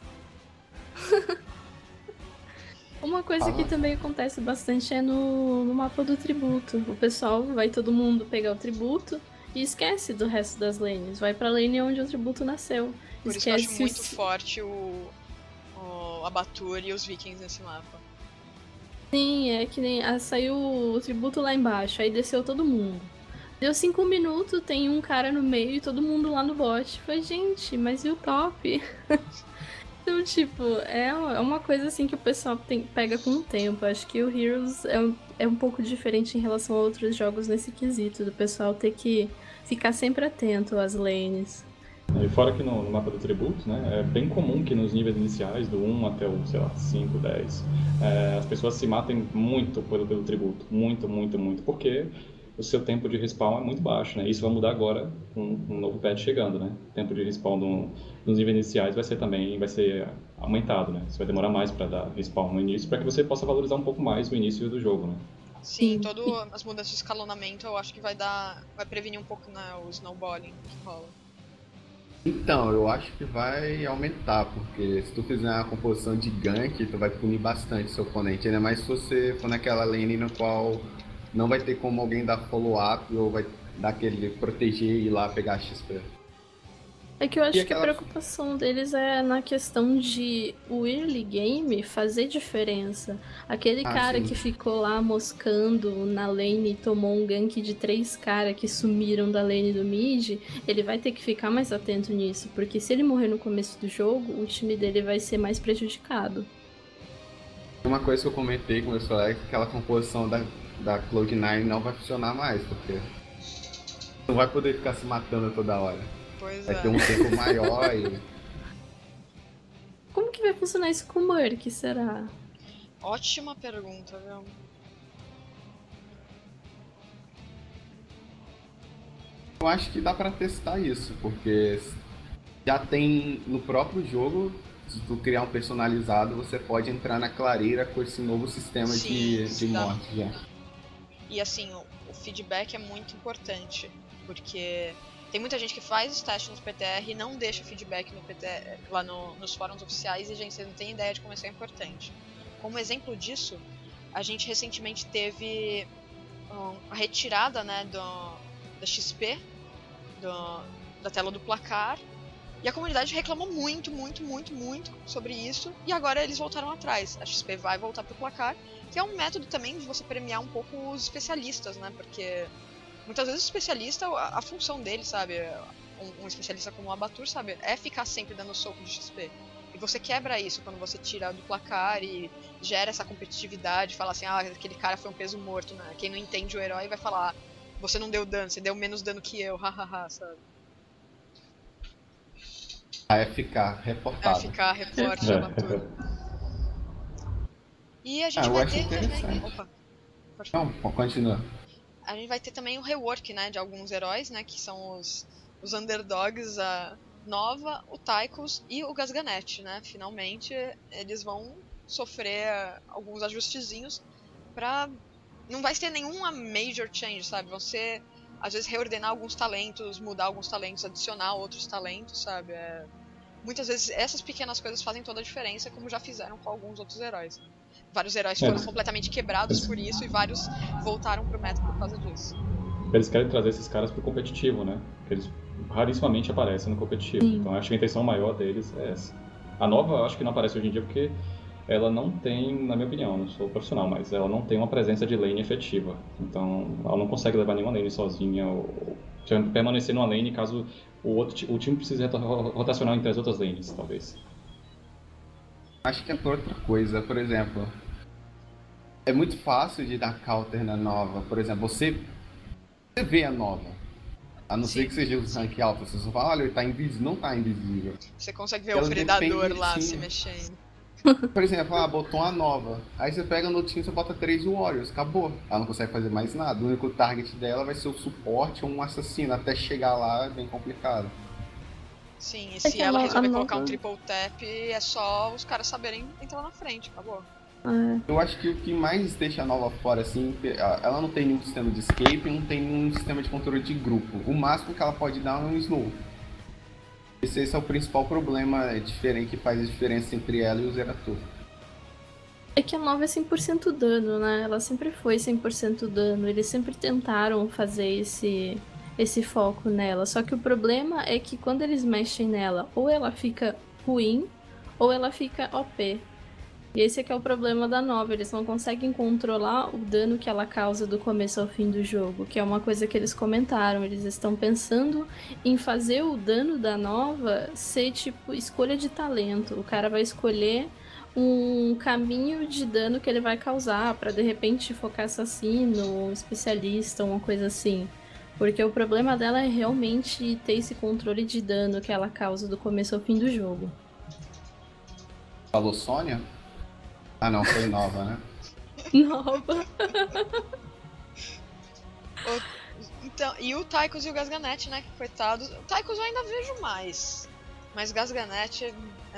Uma coisa que também acontece bastante é no mapa do tributo. O pessoal vai todo mundo pegar o tributo e esquece do resto das lanes. Vai pra lane onde o tributo nasceu. Por isso que eu acho muito forte o Abatur e os Vikings nesse mapa. Sim, é que nem saiu o tributo lá embaixo, aí desceu todo mundo. Deu 5 minutos, tem um cara no meio e todo mundo lá no bot. Falei, gente, mas e o top? Então, tipo, é uma coisa assim que o pessoal pega com o tempo. Acho que o Heroes é um pouco diferente em relação a outros jogos nesse quesito, do pessoal ter que ficar sempre atento às lanes. E fora que no mapa do tributo, né, é bem comum que nos níveis iniciais, do 1 até o, 5, 10, as pessoas se matem muito pelo tributo. Muito, muito, muito. Porque o seu tempo de respawn é muito baixo, né? Isso vai mudar agora com um novo patch chegando, né? O tempo de respawn nos níveis iniciais vai ser aumentado, né? Você vai demorar mais para dar respawn no início, para que você possa valorizar um pouco mais o início do jogo, né? Sim, todas as mudanças de escalonamento eu acho que vai prevenir um pouco, né, o snowballing que rola. Então, eu acho que vai aumentar, porque se tu fizer uma composição de gank, tu vai punir bastante seu oponente, ainda mais se você for naquela lane na qual não vai ter como alguém dar follow-up ou vai dar aquele proteger e ir lá pegar XP. É que eu acho E que a aquela- preocupação deles é na questão de o early game fazer diferença. Aquele cara sim. que ficou lá moscando na lane e tomou um gank de 3 caras que sumiram da lane do mid, ele vai ter que ficar mais atento nisso, porque se ele morrer no começo do jogo, o time dele vai ser mais prejudicado. Uma coisa que eu comentei com o meu colega é que aquela composição da Cloud9 não vai funcionar mais, porque não vai poder ficar se matando toda hora. Pois Vai é. ter um tempo maior e... Como que vai funcionar isso com o Merc, será? Ótima pergunta, viu? Eu acho que dá pra testar isso, porque já tem no próprio jogo, se tu criar um personalizado, você pode entrar na clareira com esse novo sistema Sim, de dá. morte já. E assim, o feedback é muito importante, porque tem muita gente que faz os testes nos PTR e não deixa feedback no PTR, lá nos fóruns oficiais, e gente, vocês não têm ideia de como isso é importante. Como exemplo disso, a gente recentemente teve a retirada, né, da XP, da tela do placar, e a comunidade reclamou muito sobre isso, e agora eles voltaram atrás. A XP vai voltar pro placar, que é um método também de você premiar um pouco os especialistas, né? Porque muitas vezes o especialista, a função dele, sabe? Um especialista como o Abatur, sabe? É ficar sempre dando soco de XP. E você quebra isso quando você tira do placar e gera essa competitividade, fala assim, aquele cara foi um peso morto, né? Quem não entende o herói vai falar, você não deu dano, você deu menos dano que eu, hahaha, sabe? Aí é ficar reportado. Ficar reporte Abatur. E a gente eu vai acho ter interessante. também... Opa, pode falar. Não, continua. A gente vai ter também o rework, né, de alguns heróis, né, que são os underdogs, a Nova, o Tychus e o Gasganet, né? Finalmente eles vão sofrer alguns ajustezinhos pra... Não vai ter nenhuma major change, sabe? Vão ser, às vezes, reordenar alguns talentos, mudar alguns talentos, adicionar outros talentos, sabe? Muitas vezes essas pequenas coisas fazem toda a diferença, como já fizeram com alguns outros heróis. Vários heróis foram completamente quebrados por isso e vários voltaram pro meta por causa disso. Eles querem trazer esses caras pro competitivo, né? Porque eles rarissimamente aparecem no competitivo. Sim. Então acho que a intenção maior deles é essa. A Nova eu acho que não aparece hoje em dia porque ela não tem, na minha opinião, não sou profissional, mas ela não tem uma presença de lane efetiva. Então ela não consegue levar nenhuma lane sozinha ou permanecer numa lane caso o time precise rotacionar entre as outras lanes, talvez. Acho que é por outra coisa, por exemplo, é muito fácil de dar counter na Nova. Por exemplo, você vê a Nova, a não ser que seja o rank alto, você só fala, olha, ele tá invisível, não tá invisível. Você consegue ver Ela o predador depende, lá sim. se mexendo. Por exemplo, botou uma Nova, aí você pega no time e você bota 3 Warriors, acabou. Ela não consegue fazer mais nada, o único target dela vai ser o suporte ou um assassino, até chegar lá é bem complicado. Sim, e É se que ela a resolver Nova- colocar um triple tap, é só os caras saberem entrar na frente, acabou. Eu acho que o que mais deixa a Nova fora, assim, ela não tem nenhum sistema de escape, não tem nenhum sistema de controle de grupo. O máximo que ela pode dar é um slow. Esse é o principal problema diferente que faz a diferença entre ela e o Zeratul. É que a Nova é 100% dano, né? Ela sempre foi 100% dano. Eles sempre tentaram fazer esse foco nela. Só que o problema é que quando eles mexem nela, ou ela fica ruim, ou ela fica OP. E esse é que é o problema da Nova. Eles não conseguem controlar o dano que ela causa do começo ao fim do jogo. Que é uma coisa que eles comentaram. Eles estão pensando em fazer o dano da Nova ser tipo escolha de talento. O cara vai escolher um caminho de dano que ele vai causar pra de repente focar assassino, ou especialista, uma coisa assim. Porque o problema dela é realmente ter esse controle de dano que ela causa do começo ao fim do jogo. Falou Sônia? Ah não, foi Nova, né? Nova. Então, e o Tychus e o Gasganet, né, que coitados. O Tychus eu ainda vejo mais, mas Gasganet...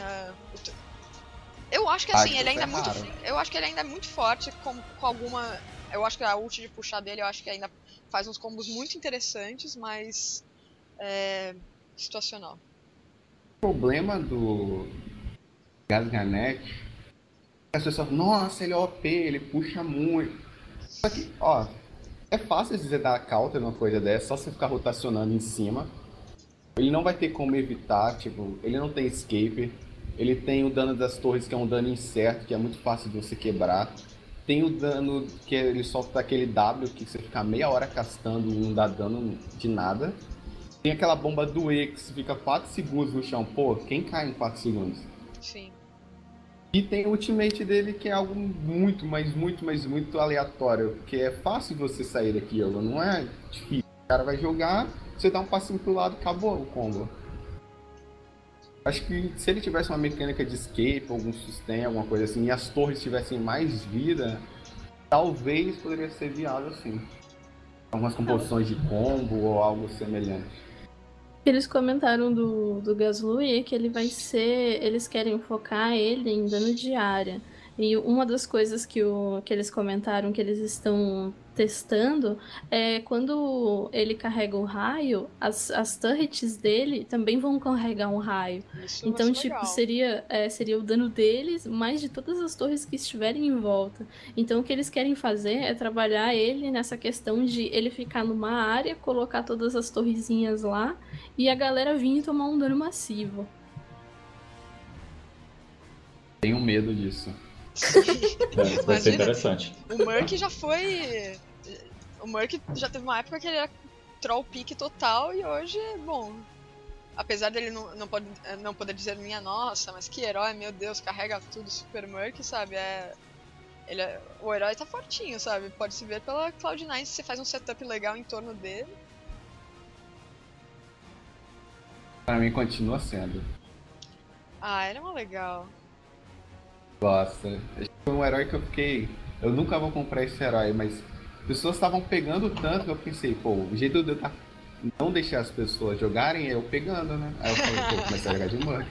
eu acho que assim, ele ainda é muito... Eu acho que ele ainda é muito forte com alguma... Eu acho que a ult de puxar dele, eu acho que ainda faz uns combos muito interessantes, mas... situacional. O problema do Gasganet é as pessoas falam, nossa, ele é OP, ele puxa muito. Só que, é fácil dizer dar counter numa coisa dessa, só você ficar rotacionando em cima. Ele não vai ter como evitar, tipo, ele não tem escape. Ele tem o dano das torres, que é um dano incerto, que é muito fácil de você quebrar. Tem o dano que ele solta aquele W, que você fica meia hora castando e não dá dano de nada. Tem aquela bomba do E, que você fica 4 segundos no chão. Pô, quem cai em 4 segundos? Sim. E tem o ultimate dele, que é algo muito, mas muito aleatório. Que é fácil você sair daquilo, não é difícil. O cara vai jogar, você dá um passinho pro lado, acabou o combo. Acho que se ele tivesse uma mecânica de escape, algum sustain, alguma coisa assim, e as torres tivessem mais vida, talvez poderia ser viável sim. Algumas composições de combo ou algo semelhante. Eles comentaram do Gasly que ele vai ser. Eles querem focar ele em dano de área. E uma das coisas que eles comentaram que eles estão testando é quando ele carrega o raio, as turrets dele também vão carregar um raio. Isso Então, vai ser tipo, legal. seria o dano deles, mais de todas as torres que estiverem em volta. Então, o que eles querem fazer é trabalhar ele nessa questão de ele ficar numa área, colocar todas as torrezinhas lá e a galera vir e tomar um dano massivo. Tenho medo disso. Vai ser interessante. O Merc já foi... O Merc já teve uma época que ele era troll pick total e hoje, bom... Apesar dele não poder dizer minha nossa, mas que herói, meu Deus, carrega tudo super Merc, sabe? O herói tá fortinho, sabe? Pode se ver pela Cloud9 se você faz um setup legal em torno dele. Pra mim continua sendo. Ah, ele é uma legal. Nossa, acho que foi um herói que eu fiquei... Eu nunca vou comprar esse herói, mas... Pessoas estavam pegando tanto que eu pensei, pô, o jeito de eu não deixar as pessoas jogarem é eu pegando, né? Aí eu falei, pô, comecei a jogar de Merc.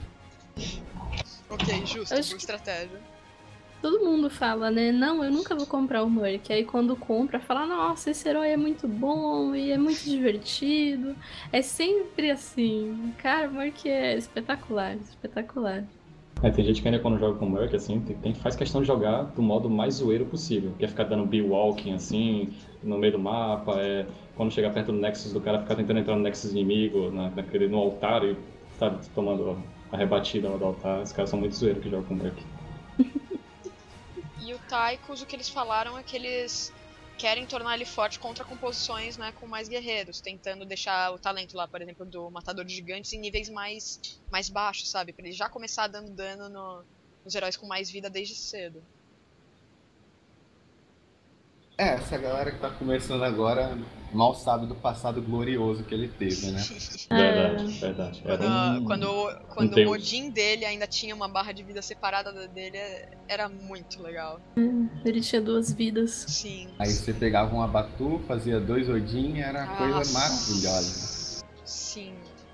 Ok, justo, boa estratégia. Todo mundo fala, né? Não, eu nunca vou comprar o Merc. Aí quando compra, fala, nossa, esse herói é muito bom e é muito divertido. É sempre assim. Cara, o Merc é espetacular, espetacular. Tem gente que ainda quando joga com Merc, assim, faz questão de jogar do modo mais zoeiro possível. Quer ficar dando B-Walking, assim, no meio do mapa, quando chegar perto do Nexus do cara, ficar tentando entrar no Nexus inimigo, no altar e tá tomando a rebatida lá do altar. Os caras são muito zoeiros que jogam com Merc. E o Tychus, o que eles falaram é que eles querem tornar ele forte contra composições, né, com mais guerreiros, tentando deixar o talento lá, por exemplo, do Matador de Gigantes em níveis mais baixos, sabe? Pra ele já começar dando dano nos heróis com mais vida desde cedo. Essa galera que tá começando agora mal sabe do passado glorioso que ele teve, né? Verdade. Quando o Modin dele ainda tinha uma barra de vida separada dele, era muito legal. Ele tinha 2 vidas. Sim. Aí você pegava um Abatu, fazia 2 Odin, era coisa maravilhosa. Sim.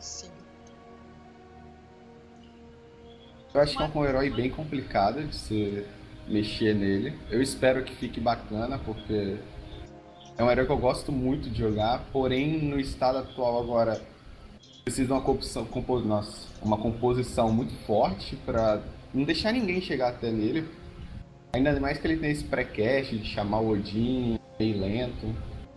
Eu acho que é um herói bem complicado de se mexer nele. Eu espero que fique bacana, porque é um herói que eu gosto muito de jogar, porém no estado atual agora precisa de uma composição muito forte pra não deixar ninguém chegar até nele. Ainda mais que ele tem esse pré-cast de chamar o Odin, meio lento.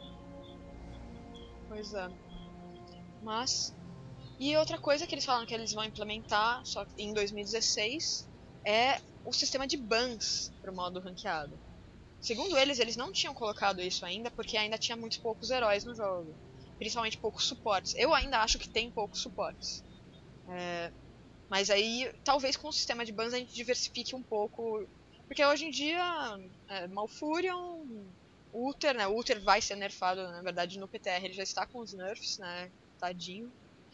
Pois é. Mas... E outra coisa que eles falam que eles vão implementar só em 2016 é o sistema de bans pro modo ranqueado. Segundo eles não tinham colocado isso ainda porque ainda tinha muito poucos heróis no jogo. Principalmente poucos suportes. Eu ainda acho que tem poucos suportes. Mas aí, talvez com o sistema de bans a gente diversifique um pouco. Porque hoje em dia, Malfurion, Uther, né? O Uther vai ser nerfado, na verdade, no PTR ele já está com os nerfs, né? Tadinho.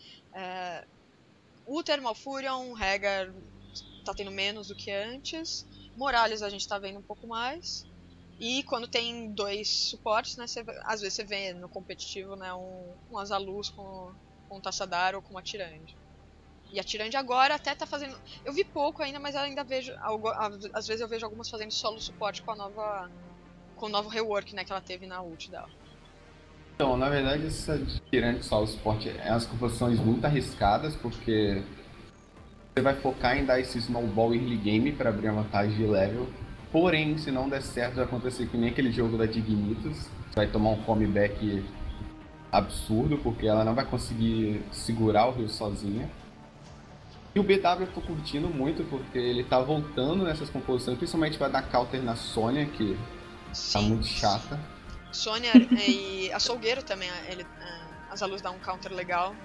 Uther, Malfurion, Rehgar tá tendo menos do que antes. Morales a gente tá vendo um pouco mais. E quando tem 2 suportes, né, às vezes você vê no competitivo, né, um Azaluz com um Tassadar ou com uma Tyrande. E a Tyrande agora até tá fazendo... Eu vi pouco ainda, mas eu ainda vejo... Às vezes eu vejo algumas fazendo solo suporte com o novo rework, né, que ela teve na ult dela. Então, na verdade, essa Tyrande solo suporte é umas composições muito arriscadas, porque você vai focar em dar esse snowball early game para abrir a vantagem de level. Porém, se não der certo, vai acontecer que nem aquele jogo da Dignitas. Você vai tomar um comeback absurdo, porque ela não vai conseguir segurar o Rio sozinha. E o BW eu tô curtindo muito, porque ele tá voltando nessas composições, principalmente vai dar counter na Sônia, que tá Sim. muito chata. Sônia e a Solgueiro também, as Alus dão um counter legal.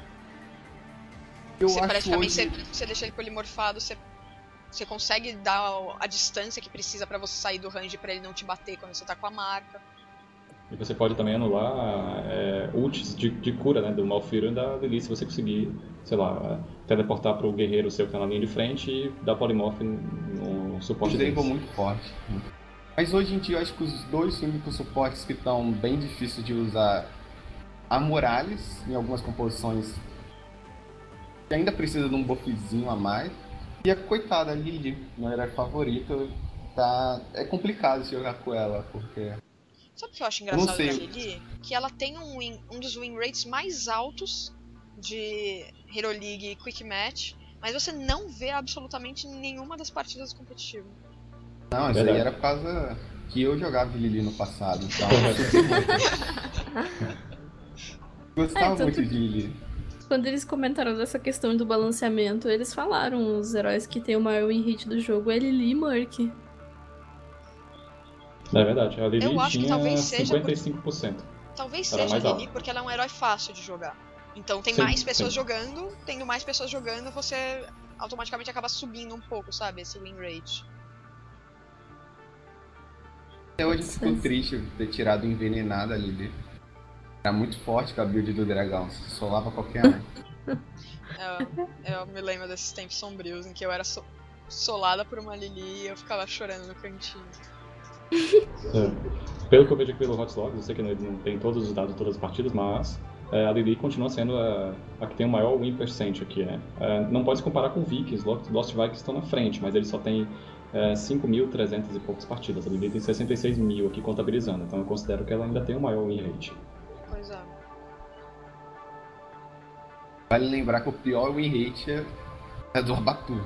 Eu Você acho praticamente, hoje... você deixa ele polimorfado, você consegue dar a distância que precisa pra você sair do range pra ele não te bater quando você tá com a marca. E você pode também anular ults de cura, né, do Malfurion e da Lili, se você conseguir, sei lá, teleportar pro guerreiro seu que tá na linha de frente e dar polymorph no suporte Os deles. Draven muito forte. Mas hoje em dia eu acho que os dois únicos suportes que estão bem difíceis de usar, a Morales, em algumas composições, que ainda precisa de um buffzinho a mais, e a coitada Lili, meu herói favorito, é complicado se jogar com ela, porque... Sabe o que eu acho Eu não engraçado da sei. Lili? Que ela tem um dos win rates mais altos de Hero League e Quick Match, mas você não vê absolutamente nenhuma das partidas competitivas. Não, isso Verdade. aí era por causa que eu jogava de Lili no passado, então... Gostava tanto muito de Lili. Quando eles comentaram dessa questão do balanceamento, eles falaram os heróis que tem o maior win rate do jogo é Lili e Murk. É verdade, a Lili Eu acho que tinha talvez seja 55%. Talvez Era seja a mais Lili alto. porque ela é um herói fácil de jogar. Então tem Sim, mais pessoas sim. jogando, tendo mais pessoas jogando, você automaticamente acaba subindo um pouco, sabe? Esse win rate. Até hoje eu fico triste de ter tirado o envenenado ali dele. Era muito forte com a build do dragão, solava qualquer um. Eu me lembro desses tempos sombrios em que eu era solada por uma Lili e eu ficava chorando no cantinho. Pelo que eu vejo aqui pelo Hotslogs, eu sei que não tem todos os dados de todas as partidas, mas a Lili continua sendo a que tem o maior win percent aqui, né? Não pode se comparar com Vikings, Lost Vikings estão na frente, mas eles só têm 5.300 e poucas partidas. A Lili tem 66 mil aqui contabilizando, então eu considero que ela ainda tem o maior win rate. Pois é. Vale lembrar que o pior win rate é do Abatur.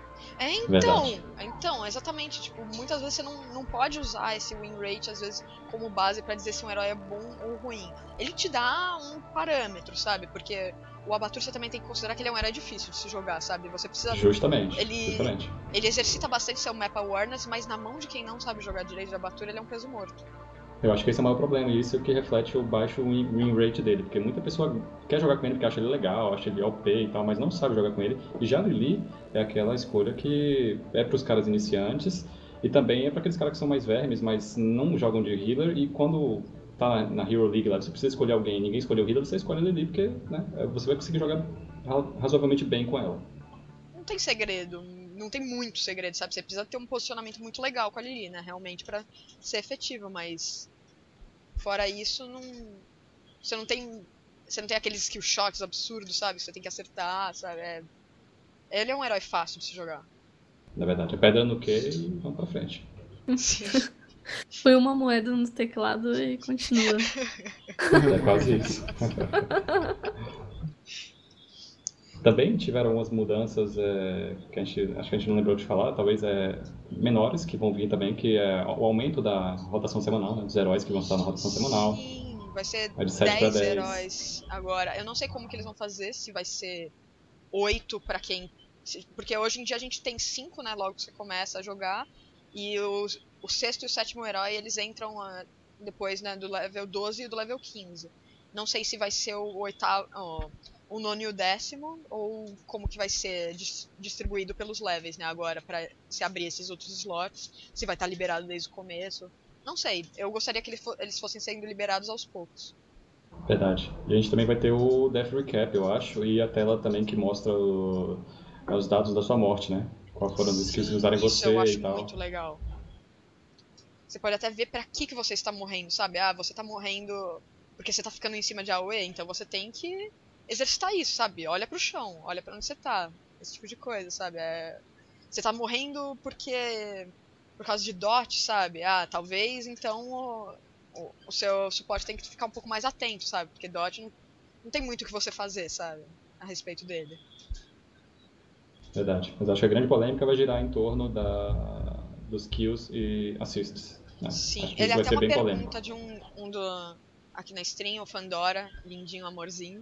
Então, exatamente, tipo, muitas vezes você não pode usar esse win rate, às vezes, como base pra dizer se um herói é bom ou ruim. Ele te dá um parâmetro, sabe? Porque o Abatur você também tem que considerar que ele é um herói difícil de se jogar, sabe? Você precisa... Justamente. Ele exercita bastante seu map awareness, mas na mão de quem não sabe jogar direito de Abatur, ele é um peso morto. Eu acho que esse é o maior problema, e isso é o que reflete o baixo win rate dele, porque muita pessoa quer jogar com ele porque acha ele legal, acha ele OP e tal, mas não sabe jogar com ele. E já a Lili é aquela escolha que é para os caras iniciantes e também é para aqueles caras que são mais vermes, mas não jogam de healer, e quando tá na Hero League lá, você precisa escolher alguém e ninguém escolheu o healer, você escolhe a Lili, porque né, você vai conseguir jogar razoavelmente bem com ela. Não tem segredo, não tem muito segredo, sabe? Você precisa ter um posicionamento muito legal com a Lili, né? Realmente pra ser efetivo, mas fora isso, você não tem aqueles skill shots absurdos, sabe? Você tem que acertar, sabe? Ele é um herói fácil de se jogar. Na verdade, é pedra no Q e vamos pra frente. Sim. Foi uma moeda no teclado e continua. É quase isso. Também tiveram umas mudanças que acho que a gente não lembrou de falar, talvez menores que vão vir também, que é o aumento da rotação semanal, né, dos heróis que vão estar na rotação semanal. Sim, vai ser de 7 pra 10 heróis agora. Eu não sei como que eles vão fazer, se vai ser 8 pra quem... Porque hoje em dia a gente tem 5, né, logo que você começa a jogar, e o 6º e o 7º herói, eles entram depois, né, do level 12 e do level 15. Não sei se vai ser o 8º... o 9º e o 10º, ou como que vai ser distribuído pelos levels, né, agora, pra se abrir esses outros slots, se vai estar liberado desde o começo. Não sei, eu gostaria que eles fossem sendo liberados aos poucos. Verdade. E a gente também vai ter o Death Recap, eu acho, e a tela também que mostra os dados da sua morte, né? Qual foram as skills que usaram em você eu acho e tal. muito legal. Você pode até ver pra que você está morrendo, sabe? Você tá morrendo porque você tá ficando em cima de AoE, então você tem que exercitar isso, sabe? Olha pro chão, olha pra onde você tá. Esse tipo de coisa, sabe? Você tá morrendo por causa de dot, sabe? Talvez então o seu suporte tem que ficar um pouco mais atento, sabe? Porque dot não tem muito o que você fazer, sabe? A respeito dele. Verdade. Mas acho que a grande polêmica vai girar em torno dos kills e assists. Né? Sim, acho que ele isso vai até ser uma bem pergunta polêmico. de aqui na stream, o Fandora, lindinho, amorzinho,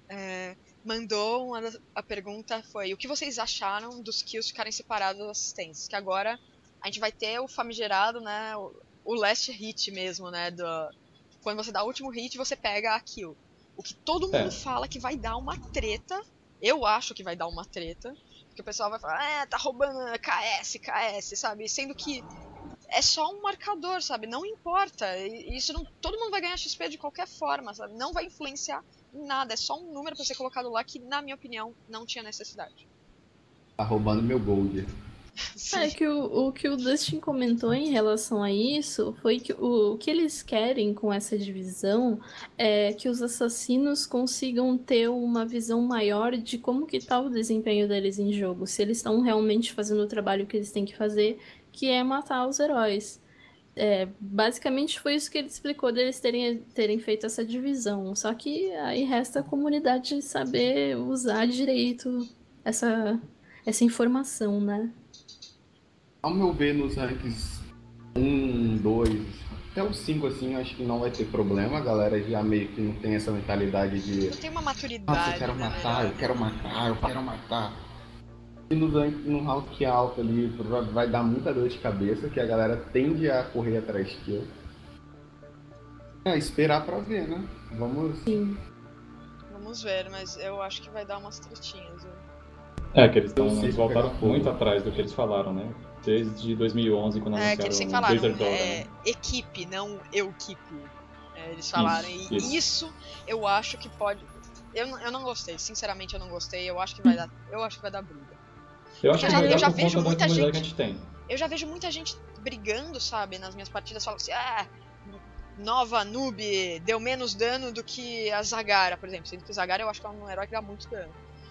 mandou a pergunta foi: o que vocês acharam dos kills ficarem separados das assistências? Que agora a gente vai ter o famigerado, né, o last hit mesmo, né, quando você dá o último hit, você pega a kill. O que todo mundo fala que vai dar uma treta, eu acho que vai dar uma treta, porque o pessoal vai falar, tá roubando KS, sabe? Sendo que é só um marcador, sabe? Não importa. Isso não, todo mundo vai ganhar XP de qualquer forma, sabe? Não vai influenciar em nada. É só um número pra ser colocado lá que, na minha opinião, não tinha necessidade. Tá roubando meu gold. É que o que o Dustin comentou em relação a isso foi que o que eles querem com essa divisão é que os assassinos consigam ter uma visão maior de como que tá o desempenho deles em jogo, se eles estão realmente fazendo o trabalho que eles têm que fazer, que é matar os heróis. Basicamente foi isso que ele explicou deles terem feito essa divisão. Só que aí resta a comunidade saber usar direito essa informação, né? Ao meu ver, nos ranks 1, 2, até os 5, assim, acho que não vai ter problema. A galera já meio que não tem essa mentalidade de... Não tem uma maturidade. Nossa, eu quero matar, eu quero matar, eu quero matar. E no rank alto ali vai dar muita dor de cabeça, que a galera tende a correr atrás disso. Esperar pra ver, né? Vamos... Sim. Vamos ver, mas eu acho que vai dar umas tretinhas, viu? Que eles voltaram muito atrás do que eles falaram, né? Desde 2011, quando anunciaram que eles sempre falaram, Blizzard Dora, né? equipe, não eu-keep. Eles falaram, isso eu acho que pode... Eu não gostei, sinceramente eu não gostei, eu acho que vai dar briga. Eu acho que vai dar já por vejo conta muita da comunidade gente, que a gente tem. eu já vejo muita gente brigando, sabe, nas minhas partidas, falando assim, nova noob deu menos dano do que a Zagara, por exemplo, sendo que a Zagara eu acho que é um herói que dá muito dano.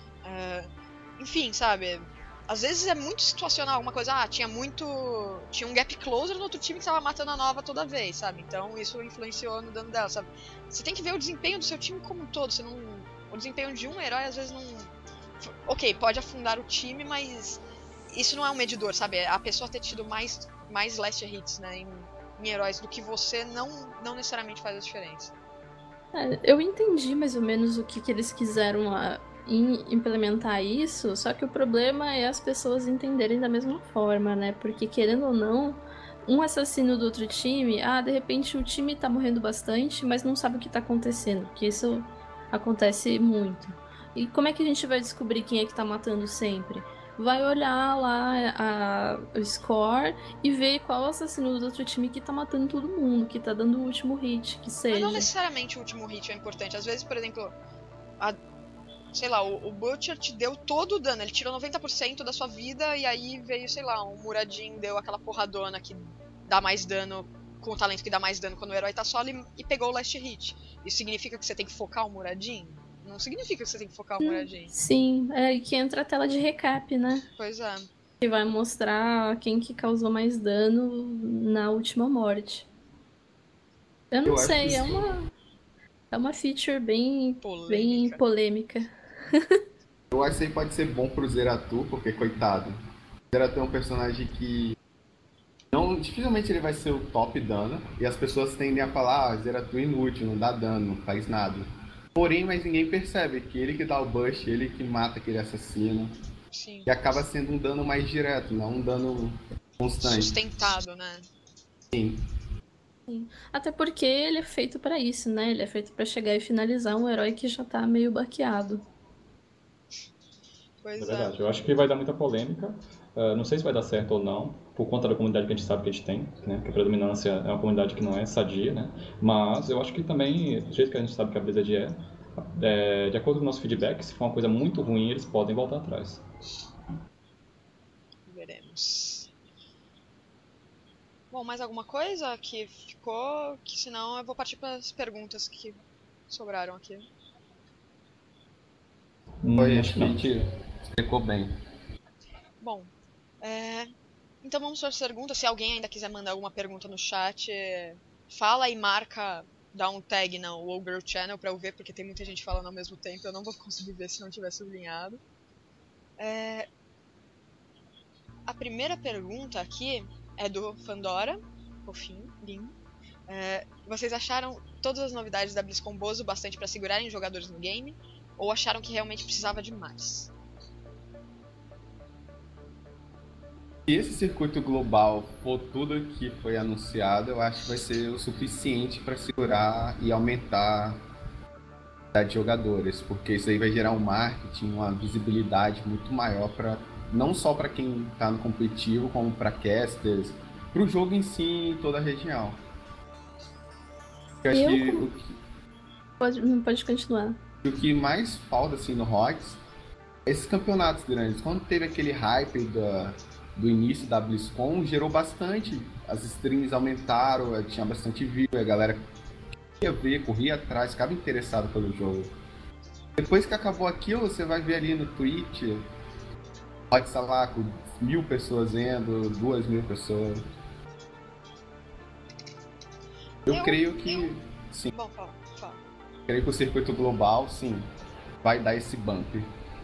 Enfim, sabe, às vezes é muito situacional, alguma coisa, tinha um gap closer no outro time que tava matando a nova toda vez, sabe, então isso influenciou no dano dela, sabe. Você tem que ver o desempenho do seu time como um todo, o desempenho de um herói às vezes não... Ok, pode afundar o time, mas isso não é um medidor, sabe, a pessoa ter tido mais last hits, né, em heróis do que você não necessariamente faz a diferença. Eu entendi mais ou menos o que eles quiseram implementar isso, só que o problema é as pessoas entenderem da mesma forma, né? Porque, querendo ou não, um assassino do outro time, de repente o time tá morrendo bastante, mas não sabe o que tá acontecendo, porque isso acontece muito. E como é que a gente vai descobrir quem é que tá matando sempre? Vai olhar lá o score e ver qual assassino do outro time que tá matando todo mundo, que tá dando o último hit, que seja. Mas não necessariamente o último hit é importante. Às vezes, por exemplo, sei lá, o Butcher te deu todo o dano, ele tirou 90% da sua vida e aí veio, sei lá, um Muradin deu aquela porradona que dá mais dano, com o talento que dá mais dano quando o herói tá solo e pegou o last hit. Isso significa que você tem que focar o Muradin? Não significa que você tem que focar o Muradin. Sim, e que entra a tela de recap, né? Pois é. Que vai mostrar quem que causou mais dano na última morte. Eu não sei, é uma feature bem polêmica. Eu acho que isso aí pode ser bom pro Zeratul, porque, coitado, o Zeratul é um personagem que dificilmente ele vai ser o top dano, e as pessoas tendem a falar, Zeratul é inútil, não dá dano, não faz nada. Porém, mas ninguém percebe que ele que dá o bush, ele que mata aquele assassino. Sim. E acaba sendo um dano mais direto, não um dano constante. Sustentado, né? Sim. Sim. Até porque ele é feito pra isso, né? Ele é feito pra chegar e finalizar um herói que já tá meio baqueado. Pois É verdade. Eu acho que vai dar muita polêmica. Não sei se vai dar certo ou não, por conta da comunidade que a gente sabe que a gente tem, né? Que a predominância é uma comunidade que não é sadia, né? Mas eu acho que também, do jeito que a gente sabe que a Blizzard de acordo com o nosso feedback, se for uma coisa muito ruim, eles podem voltar atrás. Veremos. Bom, mais alguma coisa que ficou? Que senão eu vou partir para as perguntas que sobraram aqui. Acho que a gente explicou bem. Bom, então vamos para as perguntas. Se alguém ainda quiser mandar alguma pergunta no chat, fala e marca, dá um tag no Ogre Channel para eu ver, porque tem muita gente falando ao mesmo tempo. Eu não vou conseguir ver se não tiver sublinhado. A primeira pergunta aqui é do Fandora, fofinho, lindo. Vocês acharam todas as novidades da BlizzCon boas o bastante para segurarem jogadores no game? Ou acharam que realmente precisava de mais? Se esse circuito global for tudo que foi anunciado, eu acho que vai ser o suficiente para segurar e aumentar a quantidade de jogadores, porque isso aí vai gerar um marketing, uma visibilidade muito maior para não só para quem está no competitivo, como para casters, para o jogo em si em toda a região. Eu acho que Pode continuar. o que mais falta assim no Rocks é esses campeonatos grandes. Quando teve aquele hype do início da BlizzCon, gerou bastante. As streams aumentaram, tinha bastante view, a galera queria ver, corria atrás, ficava interessado pelo jogo. Depois que acabou aquilo, você vai ver ali no Twitch, pode estar lá com 1.000 pessoas vendo, 2.000 pessoas. Eu creio que sim. Bom, fala. Creio que o circuito global, sim, vai dar esse bump.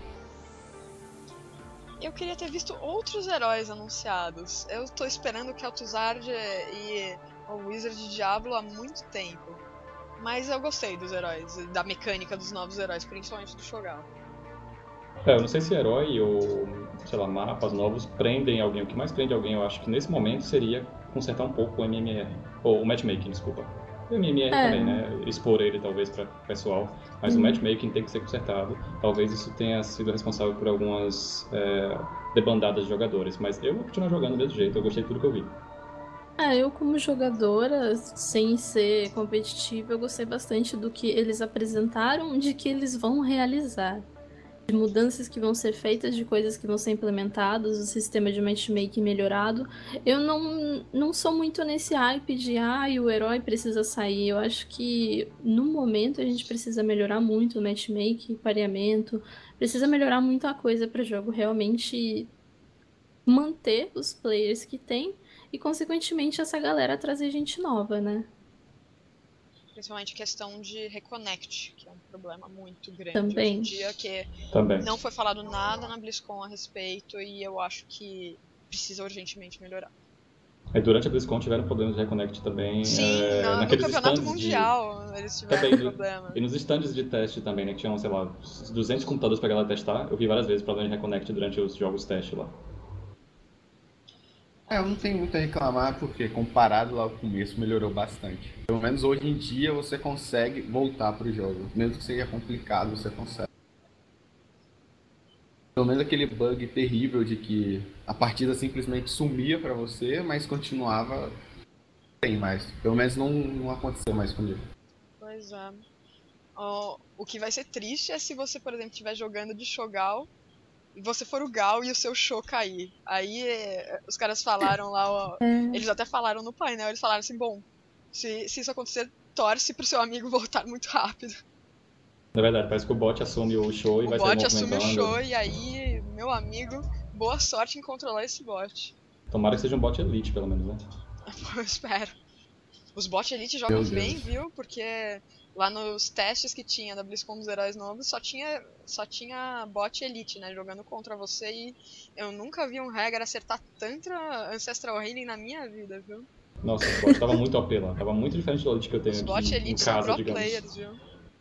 Eu queria ter visto outros heróis anunciados. Eu tô esperando o Kel'Thuzad e o Wizard de Diablo há muito tempo. Mas eu gostei dos heróis, da mecânica dos novos heróis, principalmente do Shogal. Eu não sei se herói ou, sei lá, mapas novos prendem alguém. O que mais prende alguém, eu acho que nesse momento seria consertar um pouco o MMR. Ou o matchmaking, desculpa. O MMR também, né? Expor ele talvez para o pessoal. Mas o matchmaking tem que ser consertado. Talvez isso tenha sido responsável por algumas debandadas de jogadores. Mas eu vou continuar jogando do mesmo jeito, eu gostei de tudo que eu vi. Eu como jogadora, sem ser competitiva, eu gostei bastante do que eles apresentaram, de que eles vão realizar. De mudanças que vão ser feitas, de coisas que vão ser implementadas, o sistema de matchmaking melhorado. Eu não sou muito nesse hype de o herói precisa sair. Eu acho que no momento a gente precisa melhorar muito o matchmaking, pareamento, precisa melhorar muita coisa para o jogo realmente manter os players que tem e consequentemente essa galera trazer gente nova, né? Principalmente questão de reconnect, que é um problema muito grande Também. hoje em dia, que não foi falado nada na BlizzCon a respeito e eu acho que precisa urgentemente melhorar. Durante a BlizzCon tiveram problemas de reconnect também. Sim, no campeonato mundial eles tiveram problema. E nos stands de teste também, né, que tinham, sei lá, 200 computadores pra galera testar, eu vi várias vezes problemas de reconnect durante os jogos teste lá. Eu não tenho muito a reclamar, porque comparado lá ao começo, melhorou bastante. Pelo menos hoje em dia você consegue voltar pro jogo. Mesmo que seja complicado, você consegue. Pelo menos aquele bug terrível de que a partida simplesmente sumia pra você, mas continuava. Não tem mais. Pelo menos não aconteceu mais comigo. Pois é. O que vai ser triste é se você, por exemplo, estiver jogando de Shogal e você for o Gal e o seu show cair. Aí os caras falaram lá, eles até falaram no painel, eles falaram assim, bom, se isso acontecer, torce pro seu amigo voltar muito rápido. Na verdade, parece que o bot assume o show e vai sair movimentando. O bot assume o show e aí, meu amigo, boa sorte em controlar esse bot. Tomara que seja um bot elite, pelo menos, né? Eu espero. Os bot elite jogam bem, viu? Porque lá nos testes que tinha da BlizzCon dos heróis novos, só tinha bot elite, né, jogando contra você, e eu nunca vi um Hagar acertar tanta Ancestral Healing na minha vida, viu? Nossa, o bot tava muito OP lá, tava muito diferente do elite que eu tenho aqui em casa, digamos. Os bot elite são pro players, viu?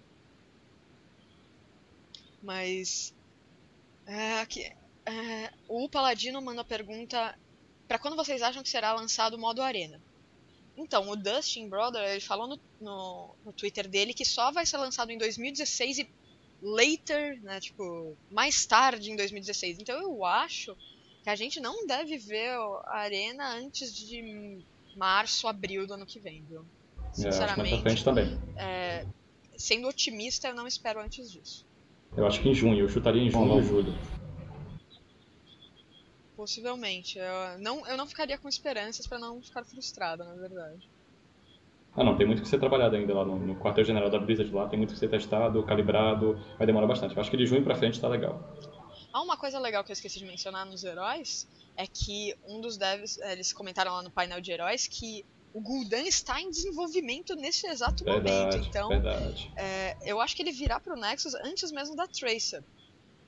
Mas o Paladino manda a pergunta: pra quando vocês acham que será lançado o modo Arena? Então, o Dustin Brother, ele falou no Twitter dele que só vai ser lançado em 2016 e later, né, tipo, mais tarde em 2016. Então eu acho que a gente não deve ver a Arena antes de março, abril do ano que vem, viu? Sinceramente, mais pra frente também. Sendo otimista, eu não espero antes disso. Eu acho que em junho, eu chutaria em junho ou julho. Possivelmente. Eu não ficaria com esperanças pra não ficar frustrada, na verdade. Não, tem muito que ser trabalhado ainda lá no quartel-general da Blizzard lá, tem muito que ser testado, calibrado, vai demorar bastante. Eu acho que de junho pra frente tá legal. Uma coisa legal que eu esqueci de mencionar nos heróis é que um dos devs, eles comentaram lá no painel de heróis que o Gul'dan está em desenvolvimento nesse exato momento. Então, eu acho que ele virá pro Nexus antes mesmo da Tracer.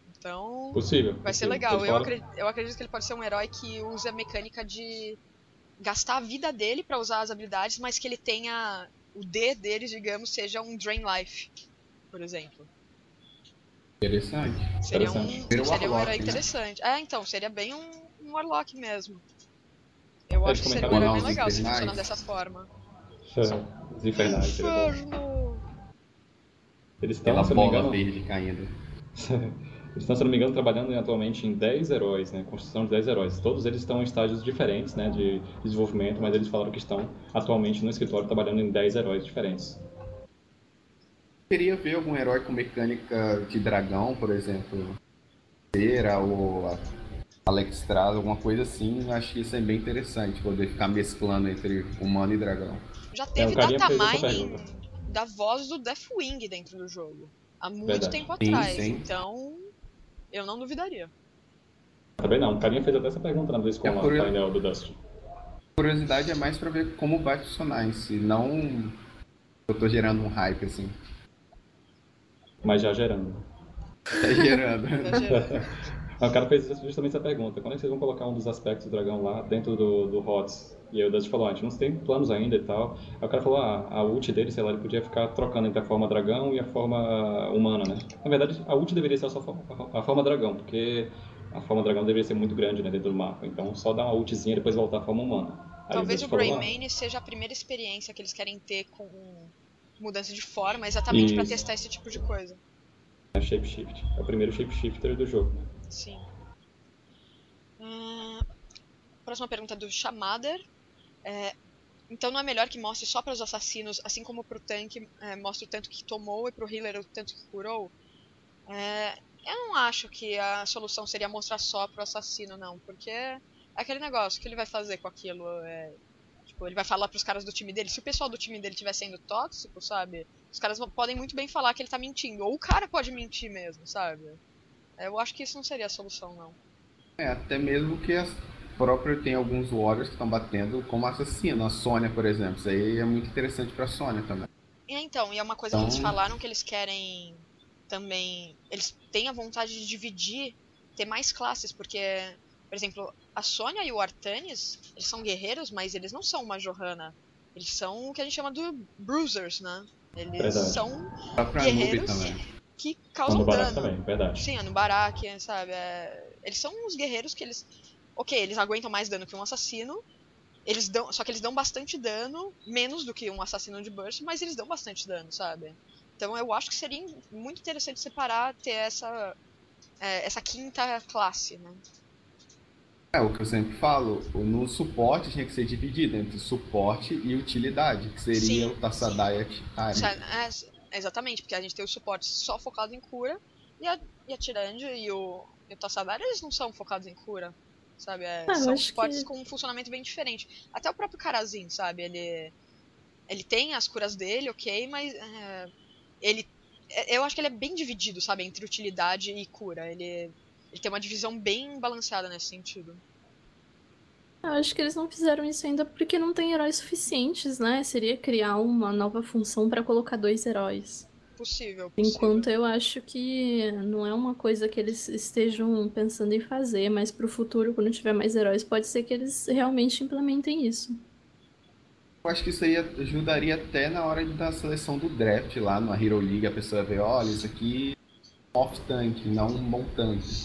Então, possível, vai ser legal. Eu acredito que ele pode ser um herói que use a mecânica de gastar a vida dele pra usar as habilidades, mas que ele tenha o D deles, digamos, seja um Drain Life, por exemplo. Interessante. Seria um Warlock, herói né? interessante. Então, seria bem um Warlock mesmo. Eu acho que seria um comentaram herói bem os legal se infernais. funcionar dessa forma. Os infernais, seria bom. Inferno! Eles estão, Aquela se eu não me bola engano, verde caindo. eles estão, se eu não me engano, trabalhando atualmente em 10 heróis, né? Construção de 10 heróis. Todos eles estão em estágios diferentes, né? De desenvolvimento, mas eles falaram que estão atualmente no escritório trabalhando em 10 heróis diferentes. Queria ver algum herói com mecânica de dragão, por exemplo. Cera ou Alexstrasza, alguma coisa assim. Eu acho que isso é bem interessante, poder ficar mesclando entre humano e dragão. Já teve o carinha data fez essa mining pergunta. da voz do Deathwing dentro do jogo. Há muito Verdade. tempo Sim, atrás. sim. Então, eu não duvidaria. Também não, o carinha fez até essa pergunta na BlizzCon lá no painel do Dust. Curiosidade é mais pra ver como vai funcionar em si, não eu tô gerando um hype assim. Mas já gerando. Tá gerando. O cara fez justamente essa pergunta: quando é que vocês vão colocar um dos aspectos do dragão lá dentro do HOTS? E aí o Dust falou: a gente não tem planos ainda e tal. Aí o cara falou: a ult dele, sei lá, ele podia ficar trocando entre a forma dragão e a forma humana, né? Na verdade, a ult deveria ser só a forma dragão, porque a forma dragão deveria ser muito grande, né, dentro do mapa. Então só dar uma ultzinha e depois voltar à forma humana. Aí Talvez Dust o falou, Greymane seja a primeira experiência que eles querem ter com mudança de forma, exatamente pra Isso. testar esse tipo de coisa. É Shapeshift. É o primeiro Shapeshifter do jogo. Sim. Próxima pergunta do Shamader. Então não é melhor que mostre só para os assassinos, assim como pro tanque mostre o tanto que tomou e pro healer o tanto que curou? Eu não acho que a solução seria mostrar só pro assassino, não, porque é aquele negócio, o que ele vai fazer com aquilo? Tipo, ele vai falar pros caras do time dele. Se o pessoal do time dele estiver sendo tóxico, sabe? Os caras podem muito bem falar que ele tá mentindo. Ou o cara pode mentir mesmo, sabe? Eu acho que isso não seria a solução, não. Até mesmo que a própria tem alguns warriors que estão batendo como assassino. A Sônia, por exemplo. Isso aí é muito interessante pra Sônia também. Então, e é uma coisa que eles falaram que eles querem também... Eles têm a vontade de dividir, ter mais classes, porque, por exemplo, a Sônia e o Artanis, eles são guerreiros, mas eles não são uma Johanna. Eles são o que a gente chama de bruisers, né? Eles Verdade. são Pra guerreiros que causam no Barak dano. também, verdade. Sim, no Barak, sabe? Eles são uns guerreiros que eles... Ok, eles aguentam mais dano que um assassino, só que eles dão bastante dano, menos do que um assassino de burst, mas eles dão bastante dano, sabe? Então eu acho que seria muito interessante separar, ter essa quinta classe, né? O que eu sempre falo, no suporte tinha que ser dividido entre suporte e utilidade, que seria o Tassadai e a Titari. Exatamente, porque a gente tem o suporte só focado em cura, e a Tyrande e o Tassadar, eles não são focados em cura, sabe? São suportes com um funcionamento bem diferente. Até o próprio Karazin, sabe? Ele tem as curas dele, ok, mas eu acho que ele é bem dividido, sabe? Entre utilidade e cura. Ele tem uma divisão bem balanceada nesse sentido. Eu acho que eles não fizeram isso ainda porque não tem heróis suficientes, né? Seria criar uma nova função pra colocar 2 heróis. Possível. Enquanto eu acho que não é uma coisa que eles estejam pensando em fazer, mas pro futuro, quando tiver mais heróis, pode ser que eles realmente implementem isso. Eu acho que isso aí ajudaria até na hora da seleção do draft lá no Hero League, a pessoa vê, olha, isso aqui é um off-tank, não um bom tanque.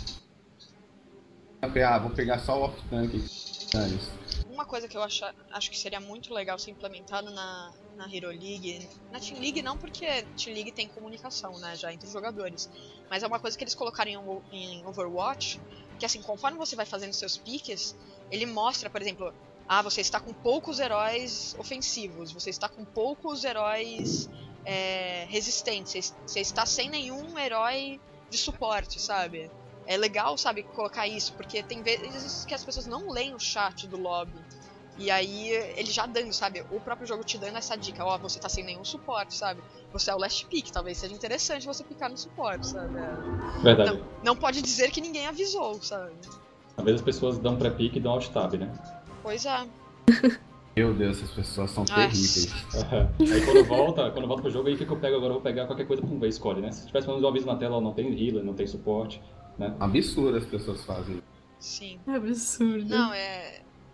Vou pegar só o off-tank. Uma coisa que eu acho que seria muito legal ser implementado na Hero League, na Team League não, porque Team League tem comunicação, né, já entre os jogadores, mas é uma coisa que eles colocaram em Overwatch, que assim, conforme você vai fazendo seus piques, ele mostra, por exemplo, você está com poucos heróis ofensivos, você está com poucos heróis resistentes, você está sem nenhum herói de suporte, sabe? É legal, sabe, colocar isso, porque tem vezes que as pessoas não leem o chat do lobby. E aí, ele já dando, sabe, o próprio jogo te dando essa dica, você tá sem nenhum suporte, sabe? Você é o last pick, talvez seja interessante você picar no suporte, sabe? Verdade. Não pode dizer que ninguém avisou, sabe? Às vezes as pessoas dão pré-pick e dão alt-tab, né? Pois é. Meu Deus, essas pessoas são terríveis. Aí quando volta pro jogo, aí o que eu pego agora? Eu vou pegar qualquer coisa pra escolhe, né? Se tivesse um aviso na tela, não tem healer, não tem suporte, né? Absurdo as pessoas fazem. Sim. É absurdo. Não,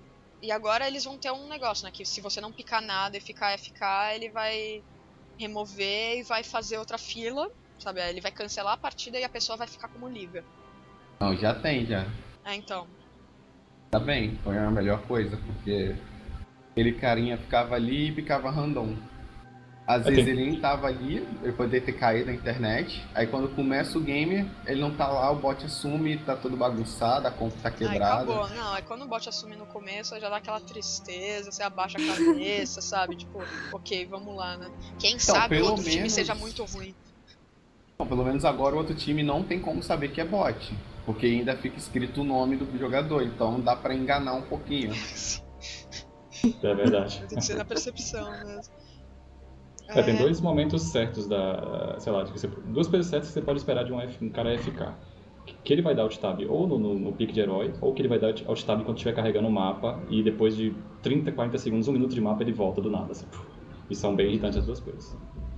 E agora eles vão ter um negócio, né? Que se você não picar nada e ficar FK, ele vai remover e vai fazer outra fila, sabe? Ele vai cancelar a partida e a pessoa vai ficar como liga. Não, já tem, já. Então. Tá bem, foi a melhor coisa, porque aquele carinha ficava ali e ficava random. Às vezes ele nem tava ali, ele poderia ter caído na internet. Aí quando começa o game, ele não tá lá, o bot assume, tá todo bagunçado, a conta tá quebrada. Acabou. Não, é quando o bot assume no começo, já dá aquela tristeza, você abaixa a cabeça, sabe? Tipo, ok, vamos lá, né? Quem sabe o outro time seja muito ruim. Bom, pelo menos agora o outro time não tem como saber que é bot. Porque ainda fica escrito o nome do jogador, então dá pra enganar um pouquinho. É verdade. Tem que ser na percepção mesmo. Tem dois momentos certos sei lá, duas coisas certas que você pode esperar de um cara FK. Que ele vai dar alt-tab ou no pique de herói, ou que ele vai dar alt-tab quando estiver carregando o mapa e depois de 30, 40 segundos, 1 minuto de mapa, ele volta do nada. Assim. E são bem irritantes as duas coisas.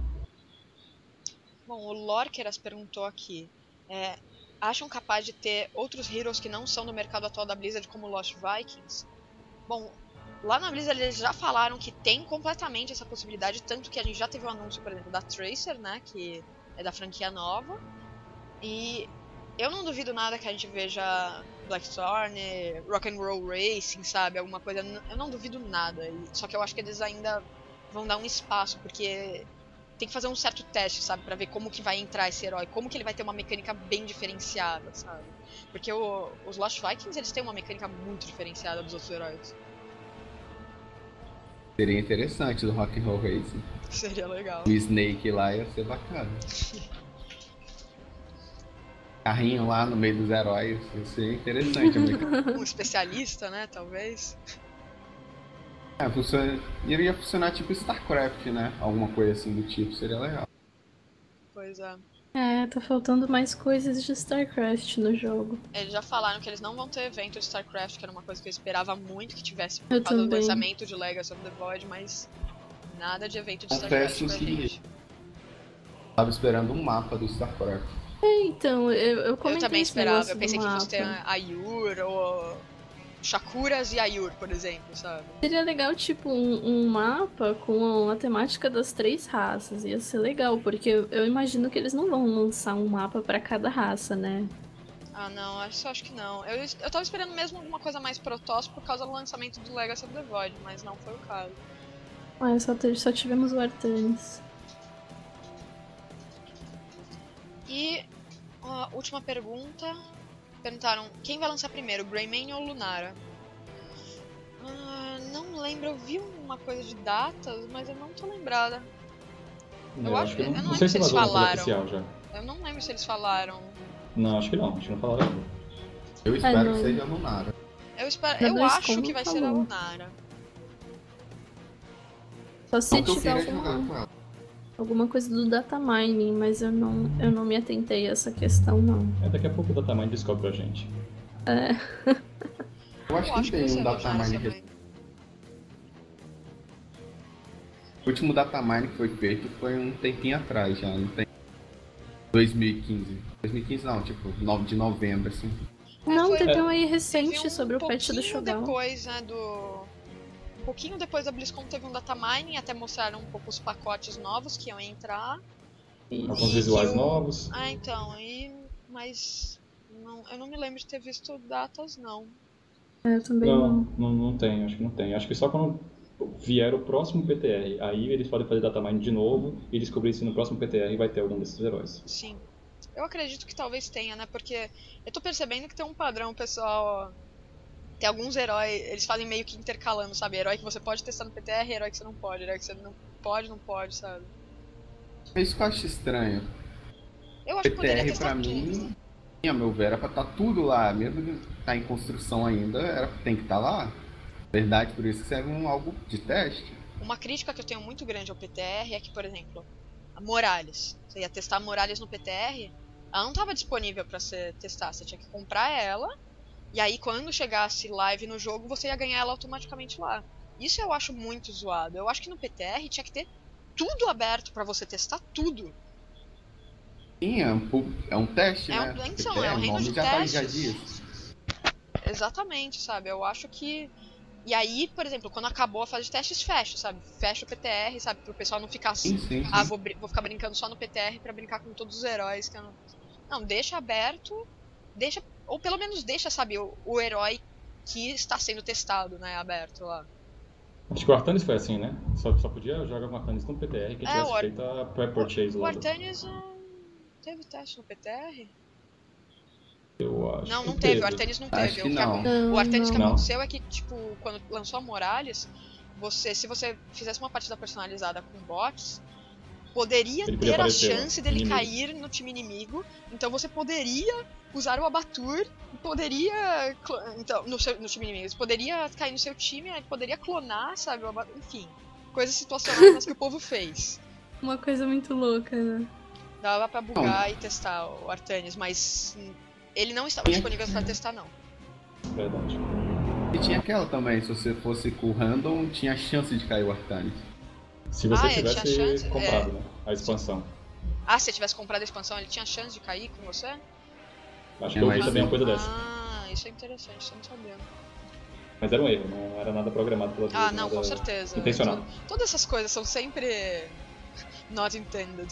Bom, o Lorkeras perguntou aqui. Acham capaz de ter outros heroes que não são do mercado atual da Blizzard, como Lost Vikings? Bom, lá na Blizzard eles já falaram que tem completamente essa possibilidade, tanto que a gente já teve um anúncio, por exemplo, da Tracer, né, que é da franquia nova. E eu não duvido nada que a gente veja Blackthorn, Rock'n'Roll Racing, sabe, alguma coisa, eu não duvido nada. Só que eu acho que eles ainda vão dar um espaço, porque tem que fazer um certo teste, sabe, pra ver como que vai entrar esse herói, como que ele vai ter uma mecânica bem diferenciada, sabe. Porque os Lost Vikings, eles têm uma mecânica muito diferenciada dos outros heróis. Seria interessante do Rock'n'Roll Racing. Seria legal. O Snake lá ia ser bacana. Carrinho lá no meio dos heróis, ia ser interessante. Um especialista, né, talvez. Iria funcionar tipo StarCraft, né? Alguma coisa assim do tipo, seria legal. Pois é. Tá faltando mais coisas de StarCraft no jogo. Eles já falaram que eles não vão ter evento de StarCraft, que era uma coisa que eu esperava muito que tivesse Eu por causa do também. lançamento de Legacy of the Void, mas nada de evento de Confesso StarCraft pra que gente. tava esperando um mapa do StarCraft. Então, eu comentei Eu também esse esperava, negócio eu pensei do que fosse ter mapa. Ayur ou Shakuras e Ayur, por exemplo, sabe? Seria legal, tipo, um mapa com a temática das 3 raças. Ia ser legal, porque eu imagino que eles não vão lançar um mapa pra cada raça, né? Ah, não, acho que não. Eu tava esperando mesmo alguma coisa mais Protoss por causa do lançamento do Legacy of the Void, mas não foi o caso. Só tivemos o Artanis. E a última pergunta. Perguntaram quem vai lançar primeiro, Greymane ou Lunara? Não lembro, eu vi uma coisa de datas, mas eu não tô lembrada. Eu acho que eu não sei se eles falaram. Já. Eu não lembro se eles falaram. Não, acho que não falaram. Eu espero que seja a Lunara. Eu acho que vai ser a Lunara. Só se Não tiver que eu jogar com ela. alguma coisa do data mining, mas eu não me atentei a essa questão, não. Daqui a pouco o Datamine descobre pra gente. Eu acho que tem um datamine. O último datamine que foi feito foi um tempinho atrás já, não tem? 2015. 2015 não, tipo, 9 de novembro, assim. Não, teve um aí recente teve sobre o patch do Shogun. Depois, né, um pouquinho depois da BlizzCon teve um datamining, até mostraram um pouco os pacotes novos que iam entrar. Alguns visuais novos. Então, mas eu não me lembro de ter visto datas, não. Eu também não tem, acho que não tem. Acho que só quando vier o próximo PTR, aí eles podem fazer datamining de novo e descobrir se no próximo PTR vai ter algum desses heróis. Sim. Eu acredito que talvez tenha, né? Porque eu tô percebendo que tem um padrão, pessoal. Tem alguns heróis, eles fazem meio que intercalando, sabe? Herói que você pode testar no PTR, herói que você não pode, herói que você não pode, sabe? É isso que eu acho estranho. Eu acho que poderia PTR testar pra tudo. mim, a meu ver, era pra estar tudo lá, mesmo que tá em construção ainda, tem que estar lá. Verdade, por isso que serve algo de teste. Uma crítica que eu tenho muito grande ao PTR é que, por exemplo, a Morales. Você ia testar a Morales no PTR, ela não estava disponível para você testar, você tinha que comprar ela, e aí quando chegasse live no jogo, você ia ganhar ela automaticamente lá. Isso eu acho muito zoado. Eu acho que no PTR tinha que ter tudo aberto para você testar tudo. Sim, é um teste, né? Então, é um reino de já testes. já diz. Exatamente, sabe? Eu acho que E aí, por exemplo, quando acabou a fase de testes, fecha, sabe? Fecha o PTR, sabe? Pro pessoal não ficar assim, Sim. vou ficar brincando só no PTR pra brincar com todos os heróis que eu não... Não, deixa aberto, deixa, ou pelo menos deixa, sabe, o herói que está sendo testado, né, aberto lá. Acho que o Artanis foi assim, né? Só podia jogar com o Artanis no PTR que tivesse feito a pré-purchase O lá. Artanis não teve teste no PTR? Eu acho Não, que não teve, teve. o Artanis não teve. Acho que não. O Artanis que Não. aconteceu é que, tipo, quando lançou a Morales, se você fizesse uma partida personalizada com bots, poderia Ele podia ter a aparecer lá, chance dele inimigo. cair no time inimigo, então você poderia usar o Abatur e poderia. Então, no time inimigo, você poderia cair no seu time, aí poderia clonar, sabe? Enfim, coisas situacionais mas que o povo fez. Uma coisa muito louca, né? Dava pra bugar e testar o Artanis, mas ele não estava disponível pra testar, não. Verdade. E tinha aquela também, se você fosse com o random, tinha chance de cair o Artanis. Se você ele tinha tivesse chance? comprado, né? A expansão. Ah, se você tivesse comprado a expansão, ele tinha chance de cair com você? Acho que eu vi mas também uma coisa dessa. Ah, isso é interessante, isso eu não sabia. Mas era um erro, não era nada programado pela Ah, Blizzard, não, nada com certeza. intencional. Todas essas coisas são sempre not intended.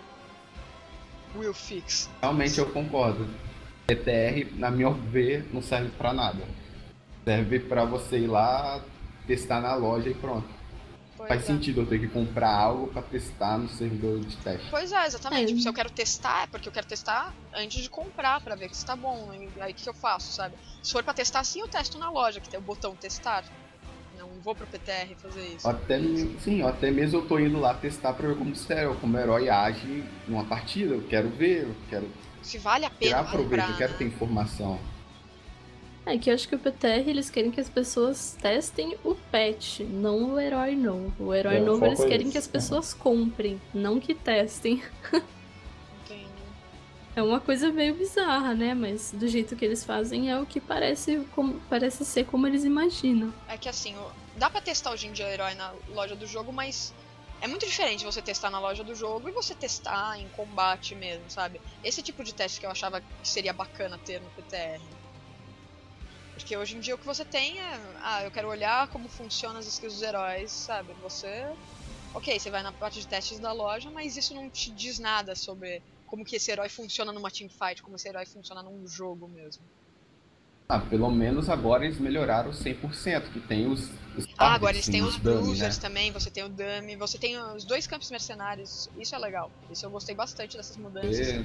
Will fix. Realmente eu concordo. PTR, na minha ver, não serve pra nada. Serve pra você ir lá, testar na loja e pronto. Faz sentido eu ter que comprar algo pra testar no servidor de teste. Pois é, exatamente. Tipo, se eu quero testar, é porque eu quero testar antes de comprar pra ver que está bom. E aí o que eu faço, sabe? Se for pra testar, sim, eu testo na loja, que tem o botão testar. Não vou pro PTR fazer isso. Até mesmo eu tô indo lá testar pra ver como o herói age numa partida. Eu quero ver, eu quero Se vale a tirar pena proveito, comprar, eu quero né? ter informação. É que eu acho que o PTR eles querem que as pessoas testem o patch, não o herói novo. O herói O novo foco eles é querem esse. que as pessoas comprem, não que testem. Entendo. É uma coisa meio bizarra, né? Mas do jeito que eles fazem é o que parece ser como eles imaginam. É que assim, dá pra testar hoje em dia o herói na loja do jogo, mas é muito diferente você testar na loja do jogo e você testar em combate mesmo, sabe? Esse tipo de teste que eu achava que seria bacana ter no PTR. Porque hoje em dia o que você tem é... eu quero olhar como funcionam as skills dos heróis, sabe? Ok, você vai na parte de testes da loja, mas isso não te diz nada sobre como que esse herói funciona numa teamfight, como esse herói funciona num jogo mesmo. Pelo menos agora eles melhoraram 100%, que tem os agora eles têm targets, os dummy, bruisers né? também, você tem o dummy, você tem os 2 campos mercenários, isso é legal. Isso eu gostei bastante dessas mudanças.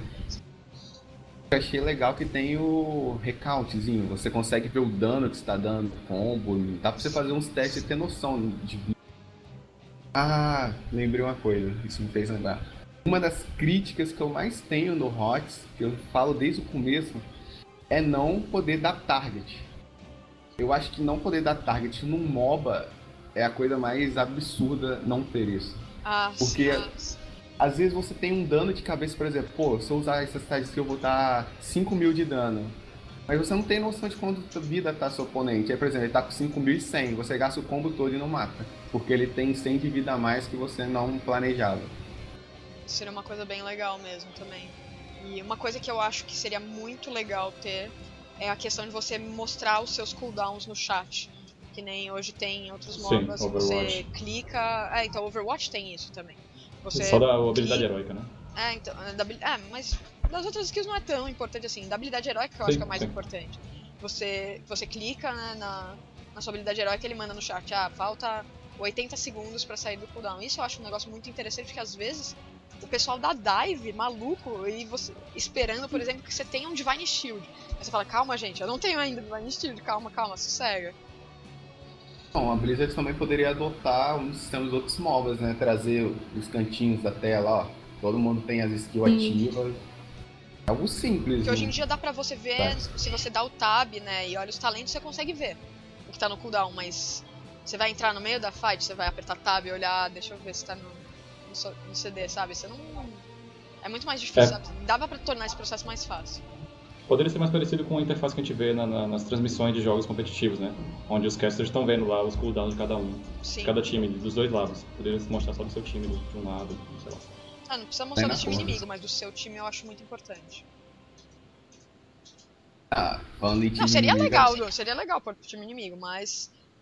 Eu achei legal que tem o recountzinho, você consegue ver o dano que está dando, combo, dá pra você fazer uns testes e ter noção de... Lembrei uma coisa, isso me fez lembrar. Uma das críticas que eu mais tenho no HOTS, que eu falo desde o começo, é não poder dar target. Eu acho que não poder dar target num MOBA é a coisa mais absurda não ter isso. Porque às vezes você tem um dano de cabeça, por exemplo, se eu usar essas targets aqui eu vou dar 5.000 de dano. Mas você não tem noção de quanto vida tá seu oponente. Aí, por exemplo, ele tá com 5.100, você gasta o combo todo e não mata. Porque ele tem 100 de vida a mais que você não planejava. Seria uma coisa bem legal mesmo também. E uma coisa que eu acho que seria muito legal ter é a questão de você mostrar os seus cooldowns no chat. Que nem hoje tem em outros MOBAs, você clica... então Overwatch tem isso também. Você só da habilidade heróica, né? Então, mas das outras skills não é tão importante assim. Da habilidade heróica que eu acho que é mais importante. Você clica, né, na sua habilidade heróica e ele manda no chat, falta 80 segundos pra sair do cooldown. Isso eu acho um negócio muito interessante, porque às vezes o pessoal dá dive maluco e você esperando, por exemplo, que você tenha um Divine Shield. Aí você fala, calma gente, eu não tenho ainda Divine Shield, calma, sossega. Bom, a Blizzard também poderia adotar um sistema dos outros MOBAs, né? Trazer os cantinhos da tela, todo mundo tem as skills ativas. É algo simples. Porque hoje em dia dá pra você ver, se você dá o tab, né, e olha os talentos, você consegue ver o que tá no cooldown, mas você vai entrar no meio da fight, você vai apertar tab e olhar, deixa eu ver se tá no CD, sabe? Você não... É muito mais difícil, sabe? Dava pra tornar esse processo mais fácil. Poderia ser mais parecido com a interface que a gente vê nas transmissões de jogos competitivos, né? Onde os casters estão vendo lá os cooldowns de cada um. Sim. De cada time, dos dois lados. Poderia mostrar só do seu time, de um lado, sei lá. Não precisa mostrar do time inimigo, mas do seu time eu acho muito importante. Falando em time seria inimigo, legal pôr pro time inimigo, mas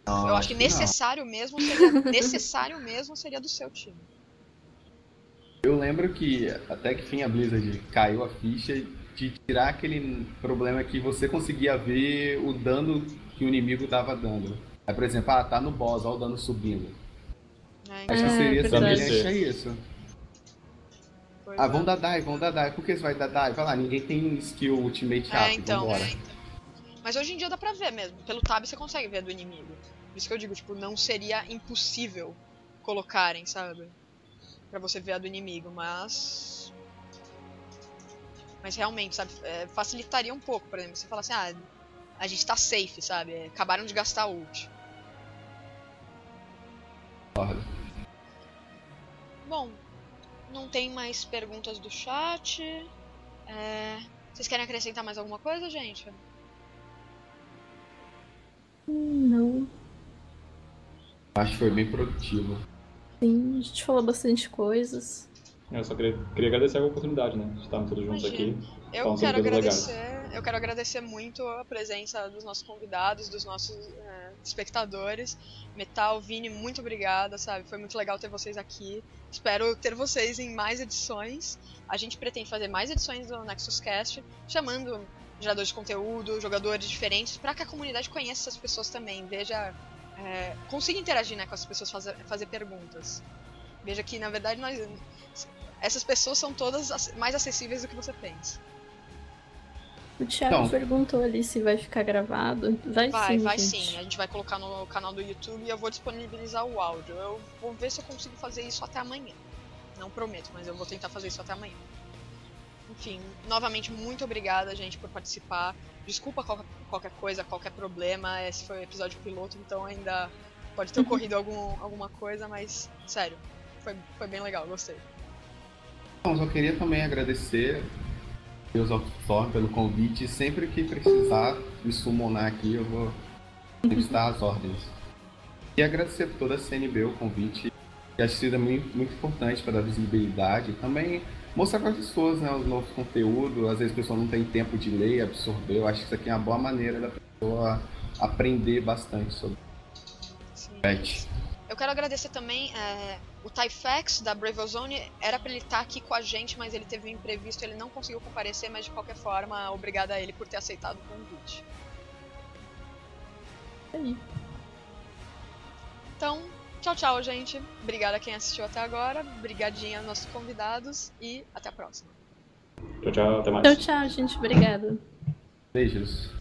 Não, Eu acho que não. necessário mesmo seria do seu time. Eu lembro que até que fim a Blizzard caiu a ficha de tirar aquele problema que você conseguia ver o dano que o inimigo tava dando. Aí, por exemplo, tá no boss, olha o dano subindo. Acho que seria verdade. semelhante a isso. Pois Ah, é. vamos dar dive. Por que você vai dar dive? Vai lá, ninguém tem skill ultimate rápido, Então. vambora. Mas hoje em dia dá pra ver mesmo. Pelo tab você consegue ver do inimigo. Por isso que eu digo, tipo, não seria impossível colocarem, sabe? Pra você ver a do inimigo, mas realmente, sabe, facilitaria um pouco, por exemplo, você fala assim, a gente tá safe, sabe? Acabaram de gastar ult. Bom, não tem mais perguntas do chat. Vocês querem acrescentar mais alguma coisa, gente? Não. Acho que foi bem produtivo. Sim, a gente falou bastante coisas. Eu só queria agradecer a oportunidade, né? De estarmos todos juntos Imagina. aqui. Eu falando sobre quero coisas legais. agradecer, eu quero agradecer muito a presença dos nossos convidados, dos nossos espectadores. Metal, Vini, muito obrigada, sabe? Foi muito legal ter vocês aqui. Espero ter vocês em mais edições. A gente pretende fazer mais edições do Nexus Cast, chamando geradores de conteúdo, jogadores diferentes, para que a comunidade conheça essas pessoas também, veja, consiga interagir, né, com as pessoas, fazer perguntas. Veja que, na verdade, essas pessoas são todas mais acessíveis do que você pensa. O Thiago perguntou ali se vai ficar gravado. Vai gente. Sim. A gente vai colocar no canal do YouTube e eu vou disponibilizar o áudio. Eu vou ver se eu consigo fazer isso até amanhã. Não prometo, mas eu vou tentar fazer isso até amanhã. Enfim, novamente, muito obrigada, gente, por participar. Desculpa qualquer coisa, qualquer problema. Esse foi o episódio piloto, então ainda pode ter ocorrido alguma coisa, mas, sério, foi bem legal, gostei. Bom, só queria também agradecer Deus of Storm pelo convite. Sempre que precisar me summonar aqui, eu vou sempre estar às ordens. E agradecer por toda a CNB o convite, que acho que sido muito importante para dar visibilidade. Também mostrar para as pessoas, né, os novos conteúdos. Às vezes a pessoa não tem tempo de ler e absorver. Eu acho que isso aqui é uma boa maneira da pessoa aprender bastante sobre o patch. Eu quero agradecer também o Typhex da Bravozone. Era pra ele estar aqui com a gente, mas ele teve um imprevisto, ele não conseguiu comparecer, mas de qualquer forma, obrigada a ele por ter aceitado o convite. Então, tchau, gente. Obrigada a quem assistiu até agora, brigadinha aos nossos convidados e até a próxima. Tchau, até mais. Tchau, gente. Obrigada. Beijos.